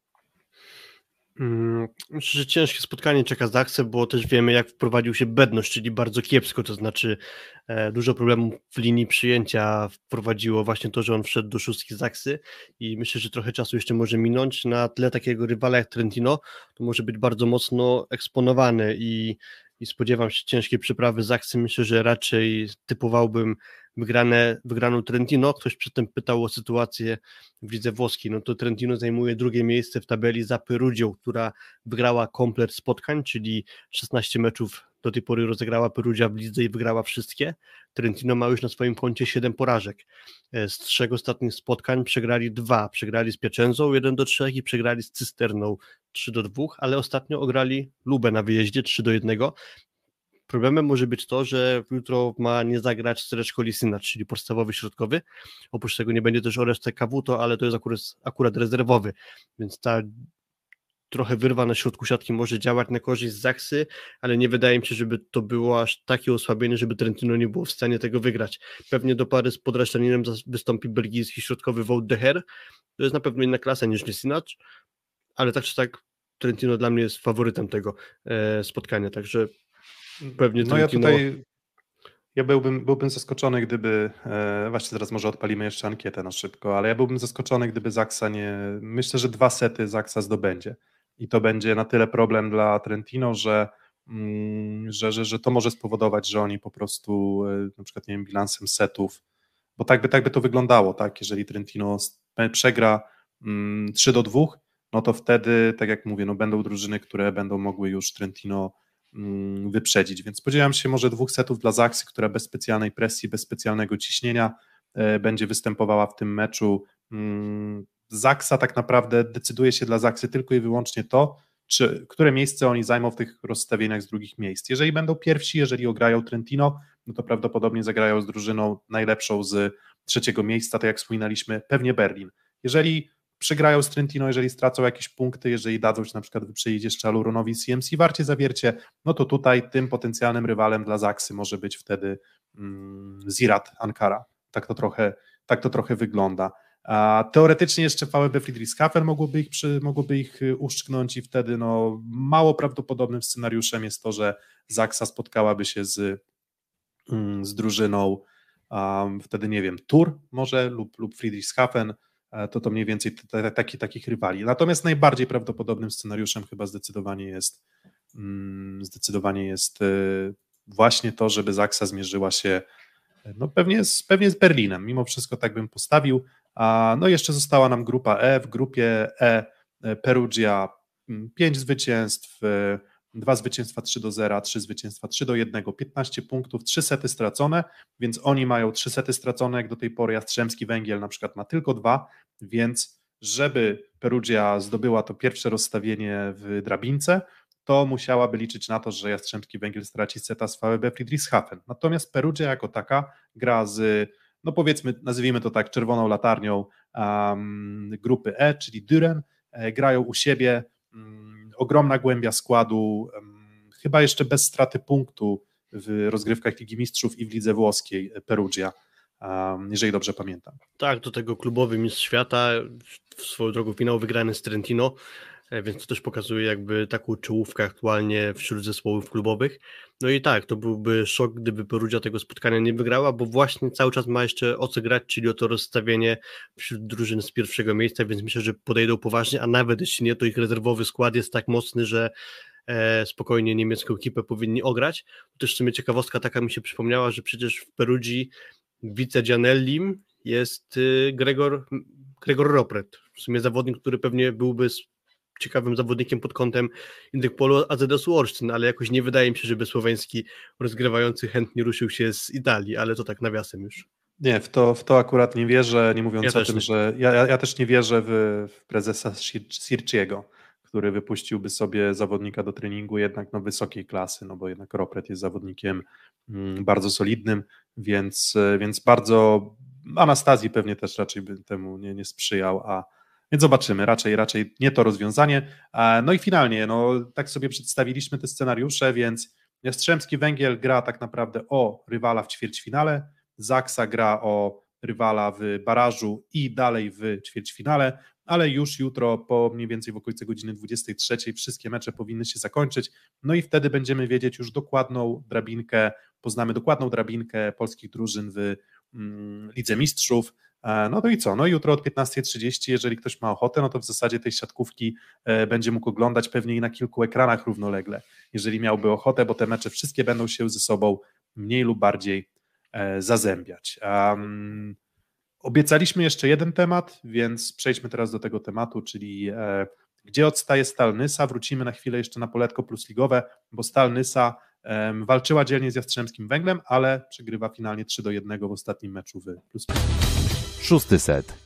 Myślę, że ciężkie spotkanie czeka Zaksę, bo też wiemy, jak wprowadził się Bednoż, czyli bardzo kiepsko, to znaczy e, dużo problemów w linii przyjęcia wprowadziło właśnie to, że on wszedł do szóstki Zaksy i myślę, że trochę czasu jeszcze może minąć. Na tle takiego rywala jak Trentino to może być bardzo mocno eksponowany i, i spodziewam się ciężkiej przyprawy Zaksy. Myślę, że raczej typowałbym wygrane, wygraną Trentino. Ktoś przedtem pytał o sytuację w lidze włoskiej, no to Trentino zajmuje drugie miejsce w tabeli za Perugią, która wygrała komplet spotkań, czyli szesnaście meczów do tej pory rozegrała Perugia w lidze i wygrała wszystkie. Trentino ma już na swoim koncie siedem porażek. Z trzech ostatnich spotkań przegrali dwa, przegrali z Piacenzą jeden do trzech i przegrali z Cysterną trzy do dwóch, ale ostatnio ograli Lubę na wyjeździe trzy do jednego. Problemem może być to, że jutro ma nie zagrać Streczko Lisinacz, czyli podstawowy środkowy. Oprócz tego nie będzie też Oreste Cavuto, ale to jest akurat, akurat rezerwowy, więc ta trochę wyrwa na środku siatki może działać na korzyść Zaksy, ale nie wydaje mi się, żeby to było aż takie osłabienie, żeby Trentino nie było w stanie tego wygrać. Pewnie do pary z Podraszczaninem wystąpi belgijski środkowy Wout de Her. To jest na pewno inna klasa niż Lisinacz, ale tak czy tak Trentino dla mnie jest faworytem tego e, spotkania, także pewnie no Trentino... ja tutaj ja byłbym, byłbym zaskoczony, gdyby, e, właśnie teraz może odpalimy jeszcze ankietę na szybko, ale ja byłbym zaskoczony, gdyby Zaksa nie, myślę, że dwa sety Zaksa zdobędzie i to będzie na tyle problem dla Trentino, że, mm, że, że, że to może spowodować, że oni po prostu e, na przykład, nie wiem, bilansem setów, bo tak by, tak by to wyglądało, tak, jeżeli Trentino przegra mm, trzy do dwóch, no to wtedy, tak jak mówię, no będą drużyny, które będą mogły już Trentino wyprzedzić, więc spodziewam się może dwóch setów dla Zaksy, która bez specjalnej presji, bez specjalnego ciśnienia e, będzie występowała w tym meczu. Mm, Zaksa tak naprawdę decyduje się dla Zaksy tylko i wyłącznie to, czy, które miejsce oni zajmą w tych rozstawieniach z drugich miejsc. Jeżeli będą pierwsi, jeżeli ograją Trentino, no to prawdopodobnie zagrają z drużyną najlepszą z trzeciego miejsca, tak jak wspominaliśmy, pewnie Berlin. Jeżeli przegrają z Trentino, jeżeli stracą jakieś punkty, jeżeli dadzą się na przykład wyprzedzić jeszcze Aluronowi C M C Warcie Zawiercie, no to tutaj tym potencjalnym rywalem dla Zaksy może być wtedy mm, Ziraat Ankara. Tak to trochę, tak to trochę wygląda. A teoretycznie jeszcze V B Friedrichshafen mogłoby ich, przy, mogłoby ich uszczknąć i wtedy no, mało prawdopodobnym scenariuszem jest to, że Zaksa spotkałaby się z, mm, z drużyną um, wtedy nie wiem, Tur może lub, lub Friedrichshafen, to to mniej więcej t- t- taki, takich rywali. Natomiast najbardziej prawdopodobnym scenariuszem chyba zdecydowanie jest mm, zdecydowanie jest y, właśnie to, żeby Zaksa zmierzyła się no pewnie z, pewnie z Berlinem. Mimo wszystko tak bym postawił. A no jeszcze została nam grupa E. W grupie E Perugia pięć zwycięstw, dwa zwycięstwa trzy do zera, trzy zwycięstwa trzy do jednego, piętnaście punktów, trzy sety stracone, więc oni mają trzy sety stracone, jak do tej pory Jastrzębski Węgiel na przykład ma tylko dwa, więc żeby Perugia zdobyła to pierwsze rozstawienie w drabince, to musiałaby liczyć na to, że Jastrzębski Węgiel straci seta z V B Friedrichshafen. Natomiast Perugia jako taka gra z, no powiedzmy, nazwijmy to tak, czerwoną latarnią um, grupy E, czyli Düren, e, grają u siebie, um, ogromna głębia składu, um, chyba jeszcze bez straty punktu w rozgrywkach Ligi Mistrzów i w lidze włoskiej Perugia, um, jeżeli dobrze pamiętam. Tak, do tego klubowy mistrz świata, w swoją drogą finał wygrany z Trentino, więc to też pokazuje jakby taką czołówkę aktualnie wśród zespołów klubowych. No i tak, to byłby szok, gdyby Perugia tego spotkania nie wygrała, bo właśnie cały czas ma jeszcze o co grać, czyli o to rozstawienie wśród drużyn z pierwszego miejsca, więc myślę, że podejdą poważnie, a nawet jeśli nie, to ich rezerwowy skład jest tak mocny, że e, spokojnie niemiecką ekipę powinni ograć. Też w sumie ciekawostka taka mi się przypomniała, że przecież w Perugii wice-Gianellim jest y, Gregor, Gregor Ropret, w sumie zawodnik, który pewnie byłby ciekawym zawodnikiem pod kątem Indykpolu A Z S-u Olsztyn, ale jakoś nie wydaje mi się, żeby słoweński rozgrywający chętnie ruszył się z Italii, ale to tak nawiasem już. Nie, w to, w to akurat nie wierzę, nie mówiąc Ja o też tym, nie. że ja, ja ja też nie wierzę w, w prezesa Sir- Sirciego, który wypuściłby sobie zawodnika do treningu jednak no, wysokiej klasy, no bo jednak Ropret jest zawodnikiem mm, bardzo solidnym, więc, e, więc bardzo Anastazji pewnie też raczej by temu nie, nie sprzyjał, a więc zobaczymy, raczej, raczej nie to rozwiązanie. E, No i finalnie, no tak sobie przedstawiliśmy te scenariusze, więc Jastrzębski Węgiel gra tak naprawdę o rywala w ćwierćfinale, Zaksa gra o rywala w barażu i dalej w ćwierćfinale, ale już jutro po mniej więcej w okolicy godziny dwudziestej trzeciej wszystkie mecze powinny się zakończyć, no i wtedy będziemy wiedzieć już dokładną drabinkę, poznamy dokładną drabinkę polskich drużyn w mm, Lidze Mistrzów. E, No to i co? No jutro od piętnastej trzydzieści, jeżeli ktoś ma ochotę, no to w zasadzie tej siatkówki e, będzie mógł oglądać pewnie i na kilku ekranach równolegle, jeżeli miałby ochotę, bo te mecze wszystkie będą się ze sobą mniej lub bardziej e, zazębiać. Um, obiecaliśmy jeszcze jeden temat, więc przejdźmy teraz do tego tematu, czyli e, gdzie odstaje Stal Nysa. Wrócimy na chwilę jeszcze na poletko plus ligowe, bo Stal Nysa e, walczyła dzielnie z Jastrzębskim Węglem, ale przegrywa finalnie trzy do jednego w ostatnim meczu w plus. Szósty set.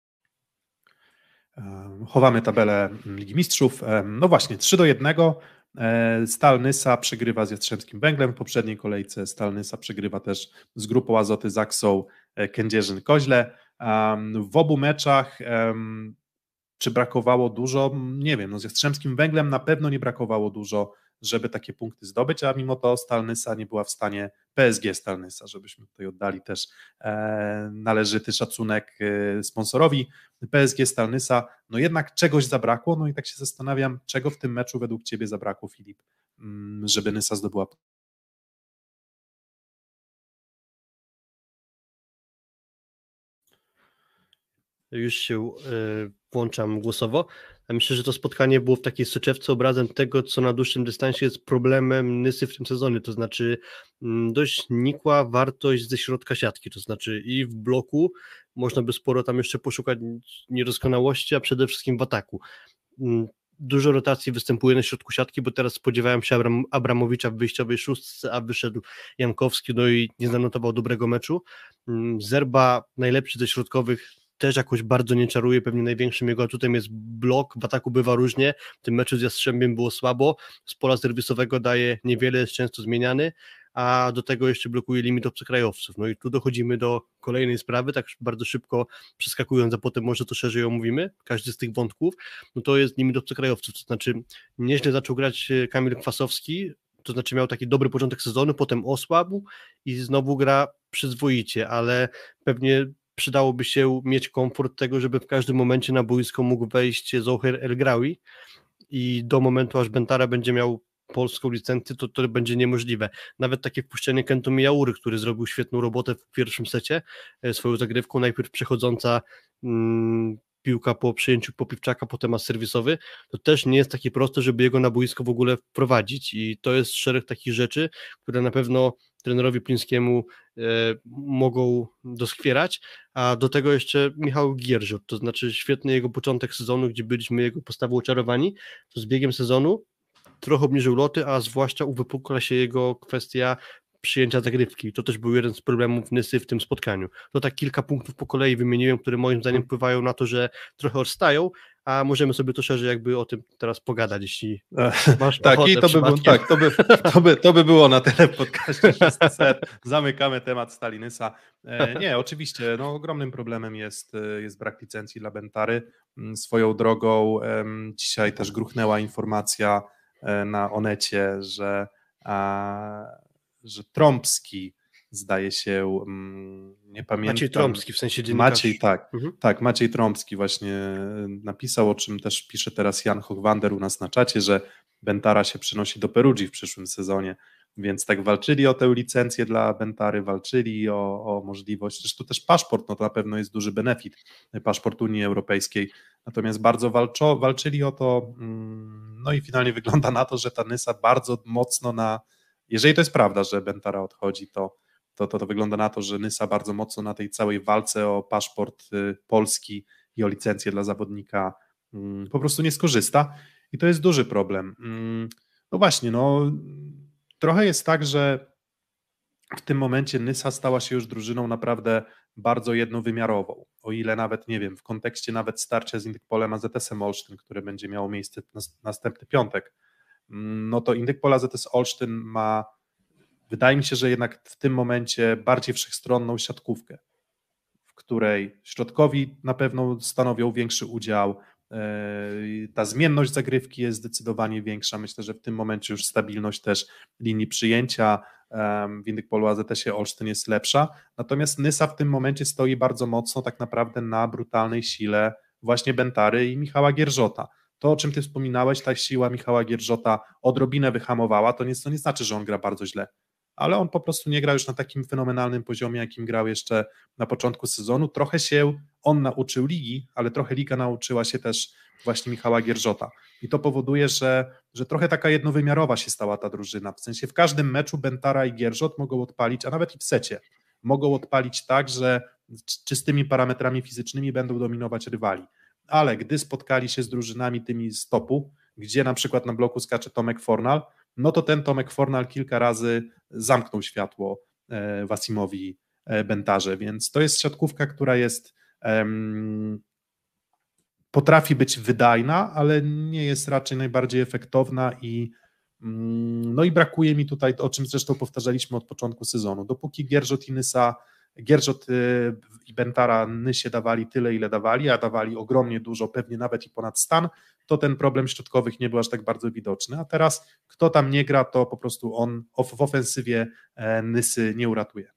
E, chowamy tabelę Ligi Mistrzów. E, no właśnie, trzy do jednego. E, Stal Nysa przegrywa z Jastrzębskim Węglem w poprzedniej kolejce. Stal Nysa przegrywa też z grupą Azoty Zaksą Kędzierzyn-Koźle. W obu meczach czy brakowało dużo? Nie wiem, no z Jastrzębskim Węglem na pewno nie brakowało dużo, żeby takie punkty zdobyć, a mimo to Stal Nysa nie była w stanie, P S G Stal Nysa, żebyśmy tutaj oddali też e, należyty szacunek e, sponsorowi, P S G Stal Nysa, no jednak czegoś zabrakło, no i tak się zastanawiam, czego w tym meczu według Ciebie zabrakło, Filip, żeby Nysa zdobyła. Już się y, włączam głosowo. Ja myślę, że to spotkanie było w takiej soczewce obrazem tego, co na dłuższym dystansie jest problemem Nysy w tym sezonie, to znaczy mm, dość nikła wartość ze środka siatki, to znaczy i w bloku można by sporo tam jeszcze poszukać niedoskonałości, a przede wszystkim w ataku. Mm, Dużo rotacji występuje na środku siatki, bo teraz spodziewałem się Abram, Abramowicza w wyjściowej szóstce, a wyszedł Jankowski, no i nie zanotował dobrego meczu. Mm, Zerba, najlepszy ze środkowych, też jakoś bardzo nie czaruje, pewnie największym jego atutem jest blok, w ataku bywa różnie, w tym meczu z Jastrzębiem było słabo, z pola serwisowego daje niewiele, jest często zmieniany, a do tego jeszcze blokuje limit obcokrajowców. No i tu dochodzimy do kolejnej sprawy, tak bardzo szybko przeskakując, a potem może to szerzej omówimy, każdy z tych wątków, no to jest limit obcokrajowców, to znaczy nieźle zaczął grać Kamil Kwasowski, to znaczy miał taki dobry początek sezonu, potem osłabł i znowu gra przyzwoicie, ale pewnie przydałoby się mieć komfort tego, żeby w każdym momencie na boisko mógł wejść Zoher El Graoui i do momentu, aż Bentara będzie miał polską licencję, to to będzie niemożliwe. Nawet takie wpuszczenie Kento Mijaury, który zrobił świetną robotę w pierwszym secie swoją zagrywką, najpierw przechodząca mm, piłka po przyjęciu Popiwczaka, potem as serwisowy, to też nie jest takie proste, żeby jego na boisko w ogóle wprowadzić i to jest szereg takich rzeczy, które na pewno trenerowi Plińskiemu e, mogą doskwierać, a do tego jeszcze Michał Gierżot, to znaczy świetny jego początek sezonu, gdzie byliśmy jego postawą oczarowani, to z biegiem sezonu trochę obniżył loty, a zwłaszcza uwypukla się jego kwestia przyjęcia zagrywki. To też był jeden z problemów Nysy w tym spotkaniu. To tak kilka punktów po kolei wymieniłem, które moim zdaniem wpływają na to, że trochę odstają, a możemy sobie to szerzej jakby o tym teraz pogadać, jeśli masz tak, ochotę i to by, było, tak, to, by, to, by, to by było na tyle w podcaście szósty set. Zamykamy temat Stali Nysa. E, nie, oczywiście, no, ogromnym problemem jest, jest brak licencji dla Bentary. Swoją drogą em, dzisiaj też gruchnęła informacja e, na Onecie, że a, że Trąbski, zdaje się, nie pamiętam. Maciej Trąbski, w sensie dziennikarz. Maciej, tak, mhm. tak, Maciej Trąbski właśnie napisał, o czym też pisze teraz Jan Hochwander u nas na czacie, że Bentara się przenosi do Perugii w przyszłym sezonie, więc tak walczyli o tę licencję dla Bentary, walczyli o, o możliwość, zresztą też paszport, no to na pewno jest duży benefit, paszport Unii Europejskiej, natomiast bardzo walczo, walczyli o to, no i finalnie wygląda na to, że ta Nysa bardzo mocno na, jeżeli to jest prawda, że Bentara odchodzi, to To, to, to wygląda na to, że Nysa bardzo mocno na tej całej walce o paszport y, polski i o licencję dla zawodnika y, po prostu nie skorzysta i to jest duży problem. Y, no właśnie, no trochę jest tak, że w tym momencie Nysa stała się już drużyną naprawdę bardzo jednowymiarową. O ile nawet, nie wiem, w kontekście nawet starcia z Indykpolem A Z S-em Olsztyn, które będzie miało miejsce w następny piątek, no to Indykpol A Z S Olsztyn ma, wydaje mi się, że jednak w tym momencie bardziej wszechstronną siatkówkę, w której środkowi na pewno stanowią większy udział, ta zmienność zagrywki jest zdecydowanie większa. Myślę, że w tym momencie już stabilność też linii przyjęcia w Indykpolu A Z S-ie Olsztyn jest lepsza, natomiast Nysa w tym momencie stoi bardzo mocno tak naprawdę na brutalnej sile właśnie Bentary i Michała Gierżota. To, o czym ty wspominałeś, ta siła Michała Gierżota odrobinę wyhamowała, to nie, to nie znaczy, że on gra bardzo źle, ale on po prostu nie gra już na takim fenomenalnym poziomie, jakim grał jeszcze na początku sezonu. Trochę się on nauczył ligi, ale trochę liga nauczyła się też właśnie Michała Gierżota. I to powoduje, że, że trochę taka jednowymiarowa się stała ta drużyna. W sensie w każdym meczu Bentara i Gierżot mogą odpalić, a nawet i w secie, mogą odpalić tak, że czystymi parametrami fizycznymi będą dominować rywali. Ale gdy spotkali się z drużynami tymi z topu, gdzie na przykład na bloku skacze Tomek Fornal, no to ten Tomek Fornal kilka razy zamknął światło Wasimowi Bentarze, więc to jest siatkówka, która jest um, potrafi być wydajna, ale nie jest raczej najbardziej efektowna i um, no i brakuje mi tutaj, o czym zresztą powtarzaliśmy od początku sezonu, dopóki Gierżot i Nysa, Gierżot i Bentara Nysie dawali tyle, ile dawali, a dawali ogromnie dużo, pewnie nawet i ponad stan, to ten problem środkowych nie był aż tak bardzo widoczny, a teraz kto tam nie gra, to po prostu on w ofensywie Nysy nie uratuje.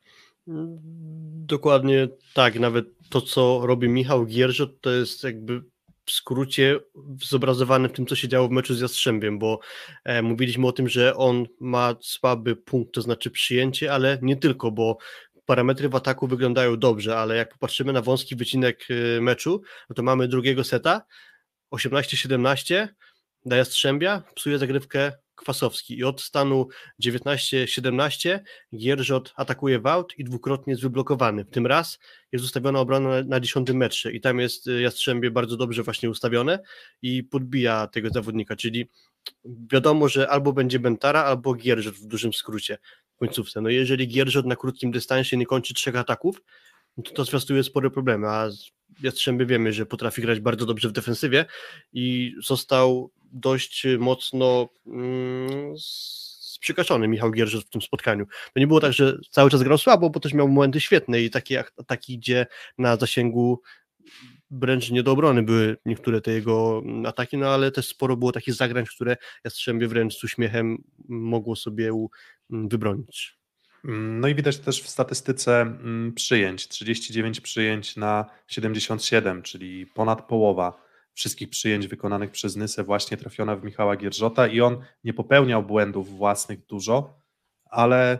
Dokładnie tak, nawet to, co robi Michał Gierżot, to jest jakby w skrócie zobrazowane w tym, co się działo w meczu z Jastrzębiem, bo e, mówiliśmy o tym, że on ma słaby punkt, to znaczy przyjęcie, ale nie tylko, bo parametry w ataku wyglądają dobrze, ale jak popatrzymy na wąski wycinek meczu, no to mamy drugiego seta, osiemnaście siedemnaście dla Jastrzębia, psuje zagrywkę Kwasowski i od stanu dziewiętnaście siedemnaście Gierżot atakuje w aut i dwukrotnie jest wyblokowany. Tym raz jest ustawiona obrona na, na dziesiątym metrze i tam jest Jastrzębie bardzo dobrze właśnie ustawione i podbija tego zawodnika, czyli wiadomo, że albo będzie Bentara, albo Gierżot w dużym skrócie w końcówce. No jeżeli Gierżot na krótkim dystansie nie kończy trzech ataków, no to to zwiastuje spore problemy, a Jastrzębie wiemy, że potrafi grać bardzo dobrze w defensywie i został dość mocno mm, sprzykaszony Michał Gierżot w tym spotkaniu. To nie było tak, że cały czas grał słabo, bo też miał momenty świetne i takie ataki, gdzie na zasięgu wręcz nie do obrony były niektóre te jego ataki, no ale też sporo było takich zagrań, które Jastrzębie wręcz z uśmiechem mogło sobie wybronić. No i widać też w statystyce przyjęć, trzydzieści dziewięć przyjęć na siedemdziesiąt siedem, czyli ponad połowa wszystkich przyjęć wykonanych przez Nysę właśnie trafiona w Michała Gierżota i on nie popełniał błędów własnych dużo, ale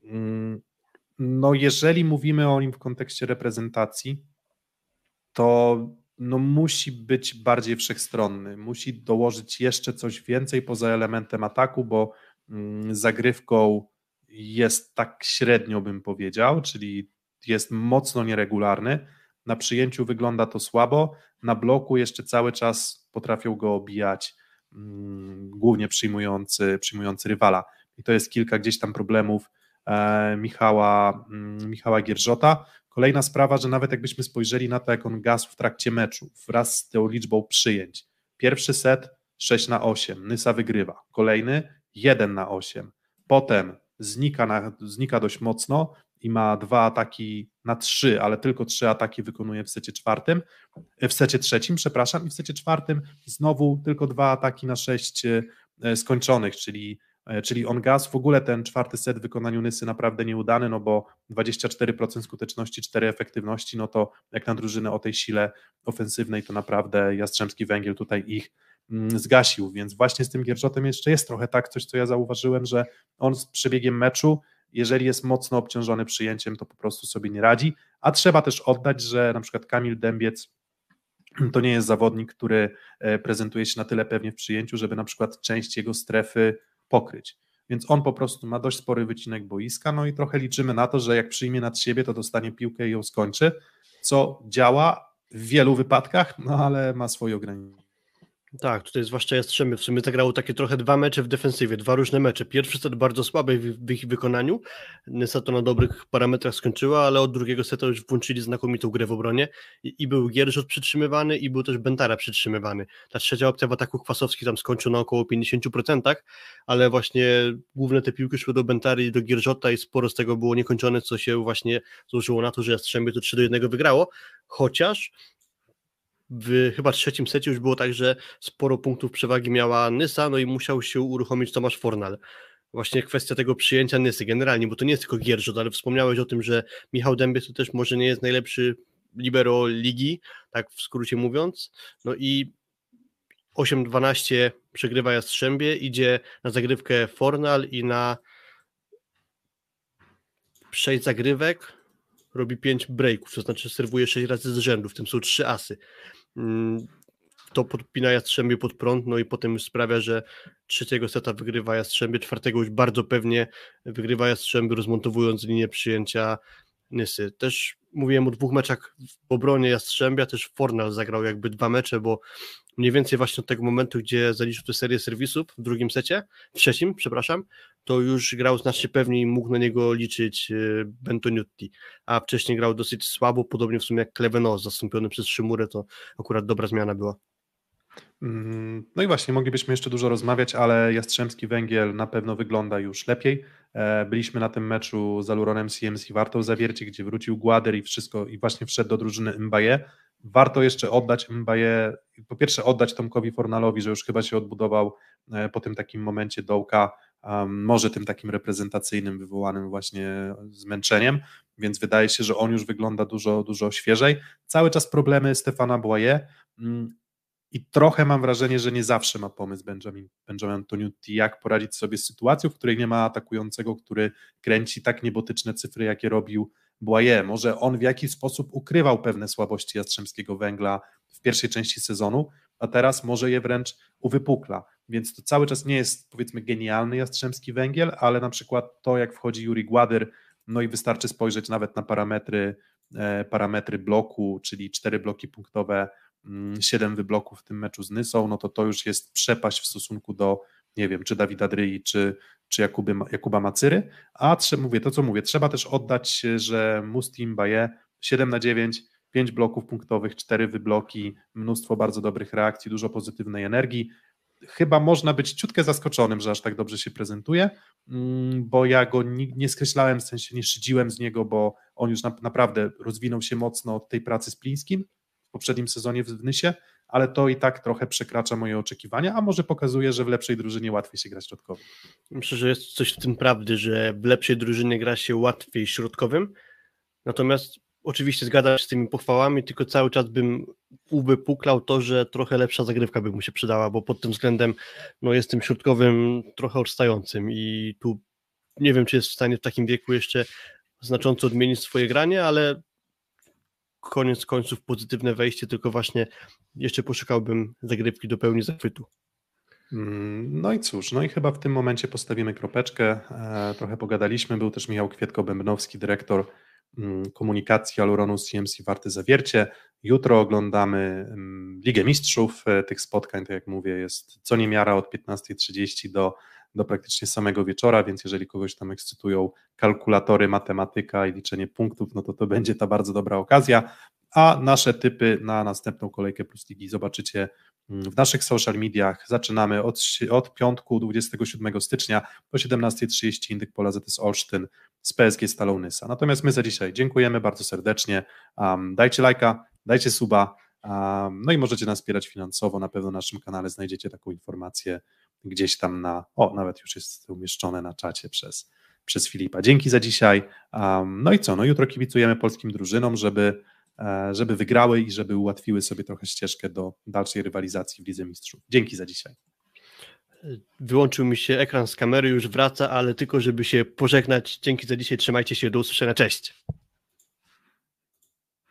no jeżeli mówimy o nim w kontekście reprezentacji, to no musi być bardziej wszechstronny, musi dołożyć jeszcze coś więcej poza elementem ataku, bo zagrywką jest tak średnio, bym powiedział, czyli jest mocno nieregularny, na przyjęciu wygląda to słabo, na bloku jeszcze cały czas potrafią go obijać mm, głównie przyjmujący, przyjmujący rywala i to jest kilka gdzieś tam problemów e, Michała, mm, Michała Gierżota. Kolejna sprawa, że nawet jakbyśmy spojrzeli na to, jak on gasł w trakcie meczu wraz z tą liczbą przyjęć, pierwszy set sześć na osiem, Nysa wygrywa, kolejny jeden na osiem, potem znika, na, znika dość mocno i ma dwa ataki na trzy, ale tylko trzy ataki wykonuje w secie czwartym, w secie trzecim, przepraszam, i w secie czwartym znowu tylko dwa ataki na sześć skończonych, czyli, czyli on gas, w ogóle ten czwarty set w wykonaniu Nysy naprawdę nieudany, no bo dwadzieścia cztery procent skuteczności, cztery efektywności, no to jak na drużynę o tej sile ofensywnej, to naprawdę Jastrzębski Węgiel tutaj ich zgasił, więc właśnie z tym Gierżotem jeszcze jest trochę tak, coś co ja zauważyłem, że on z przebiegiem meczu, jeżeli jest mocno obciążony przyjęciem, to po prostu sobie nie radzi, a trzeba też oddać, że na przykład Kamil Dębiec to nie jest zawodnik, który prezentuje się na tyle pewnie w przyjęciu, żeby na przykład część jego strefy pokryć, więc on po prostu ma dość spory wycinek boiska, no i trochę liczymy na to, że jak przyjmie nad siebie, to dostanie piłkę i ją skończy, co działa w wielu wypadkach, no ale ma swoje ograniczenia. Tak, tutaj zwłaszcza Jastrzębie w sumie zagrało takie trochę dwa mecze w defensywie, dwa różne mecze. Pierwszy set bardzo słaby w, w ich wykonaniu, Nysa to na dobrych parametrach skończyła, ale od drugiego seta już włączyli znakomitą grę w obronie i, i był Gierżot przytrzymywany i był też Bentara przytrzymywany. Ta trzecia opcja w ataku Kwasowski tam skończył na około pięćdziesiąt procent, ale właśnie główne te piłki szły do Bentary i do Gierżota i sporo z tego było niekończone, co się właśnie złożyło na to, że Jastrzębie to trzy do jednego wygrało, chociaż w chyba trzecim secie już było tak, że sporo punktów przewagi miała Nysa, no i musiał się uruchomić Tomasz Fornal. Właśnie kwestia tego przyjęcia Nysy generalnie, bo to nie jest tylko Gierżot, ale wspomniałeś o tym, że Michał Dębiec to też może nie jest najlepszy libero ligi, tak w skrócie mówiąc, no i osiem dwanaście przegrywa Jastrzębie, idzie na zagrywkę Fornal i na sześć zagrywek robi pięć breaków, to znaczy serwuje sześć razy z rzędu, w tym są trzy asy. To podpina Jastrzębie pod prąd, no i potem już sprawia, że trzeciego seta wygrywa Jastrzębie, czwartego już bardzo pewnie wygrywa Jastrzębie, rozmontowując linię przyjęcia Nysy. Też mówiłem o dwóch meczach w obronie Jastrzębia, też Fornal zagrał jakby dwa mecze, bo mniej więcej właśnie od tego momentu, gdzie zaliczył tę serię serwisów w drugim secie, w trzecim, przepraszam, to już grał znacznie pewniej i mógł na niego liczyć Bentoniutti, a wcześniej grał dosyć słabo, podobnie w sumie jak Klevenos, zastąpiony przez Szymurę, to akurat dobra zmiana była. No i właśnie, moglibyśmy jeszcze dużo rozmawiać, ale Jastrzębski Węgiel na pewno wygląda już lepiej. Byliśmy na tym meczu z Aluronem C M C Wartą Zawiercie, gdzie wrócił Gładyr i wszystko i właśnie wszedł do drużyny Mbaye. Warto jeszcze oddać Mbaye, po pierwsze oddać Tomkowi Fornalowi, że już chyba się odbudował po tym takim momencie dołka, um, może tym takim reprezentacyjnym, wywołanym właśnie zmęczeniem, więc wydaje się, że on już wygląda dużo, dużo świeżej. Cały czas problemy Stefana Boye, um, i trochę mam wrażenie, że nie zawsze ma pomysł Benjamin, Benjamin Antoniutti, jak poradzić sobie z sytuacją, w której nie ma atakującego, który kręci tak niebotyczne cyfry, jakie robił Boye. Może on w jakiś sposób ukrywał pewne słabości Jastrzębskiego Węgla w pierwszej części sezonu, a teraz może je wręcz uwypukla. Więc to cały czas nie jest, powiedzmy, genialny Jastrzębski Węgiel, ale na przykład to, jak wchodzi Juri Gładyr, no i wystarczy spojrzeć nawet na parametry, e, parametry bloku, czyli cztery bloki punktowe, siedem wybloków w tym meczu z Nysą, no to to już jest przepaść w stosunku do, nie wiem, czy Dawida Dryi, czy, czy Jakuby, Jakuba Macyry, a trzeba, mówię to, co mówię, trzeba też oddać, że Musti Mbaye siedem na dziewięć, pięć bloków punktowych, cztery wybloki, mnóstwo bardzo dobrych reakcji, dużo pozytywnej energii. Chyba można być ciutkę zaskoczonym, że aż tak dobrze się prezentuje, bo ja go nie, nie skreślałem, w sensie nie szydziłem z niego, bo on już na, naprawdę rozwinął się mocno od tej pracy z Plińskim w poprzednim sezonie w Nysie, ale to i tak trochę przekracza moje oczekiwania, a może pokazuje, że w lepszej drużynie łatwiej się grać środkowym. Myślę, że jest coś w tym prawdy, że w lepszej drużynie gra się łatwiej środkowym, natomiast oczywiście zgadzam się z tymi pochwałami, tylko cały czas bym uwypuklał to, że trochę lepsza zagrywka by mu się przydała, bo pod tym względem no, jest tym środkowym trochę odstającym i tu nie wiem, czy jest w stanie w takim wieku jeszcze znacząco odmienić swoje granie, ale koniec końców pozytywne wejście, tylko właśnie jeszcze poszukałbym zagrywki do pełni zachwytu. No i cóż, no i chyba w tym momencie postawimy kropeczkę, e, trochę pogadaliśmy, był też Michał Kwietko-Bębnowski, dyrektor mm, komunikacji Aluronu C M C Warty Zawiercie. Jutro oglądamy mm, Ligę Mistrzów, e, tych spotkań, tak jak mówię, jest co niemiara od piętnastej trzydzieści do, do praktycznie samego wieczora, więc jeżeli kogoś tam ekscytują kalkulatory, matematyka i liczenie punktów, no to to będzie ta bardzo dobra okazja, a nasze typy na następną kolejkę Plus Ligi zobaczycie w naszych social mediach. Zaczynamy od, od piątku dwudziestego siódmego stycznia do siedemnastej trzydzieści Indyk Pola Z S Olsztyn z P S G Stalą Nysa. Natomiast my za dzisiaj dziękujemy bardzo serdecznie. Um, dajcie lajka, dajcie suba, um, no i możecie nas wspierać finansowo. Na pewno na naszym kanale znajdziecie taką informację gdzieś tam na, o nawet już jest umieszczone na czacie przez, przez Filipa. Dzięki za dzisiaj. Um, no i co, no jutro kibicujemy polskim drużynom, żeby żeby wygrały i żeby ułatwiły sobie trochę ścieżkę do dalszej rywalizacji w Lidze Mistrzów. Dzięki za dzisiaj. Wyłączył mi się ekran z kamery, już wraca, ale tylko żeby się pożegnać. Dzięki za dzisiaj, trzymajcie się, do usłyszenia, cześć.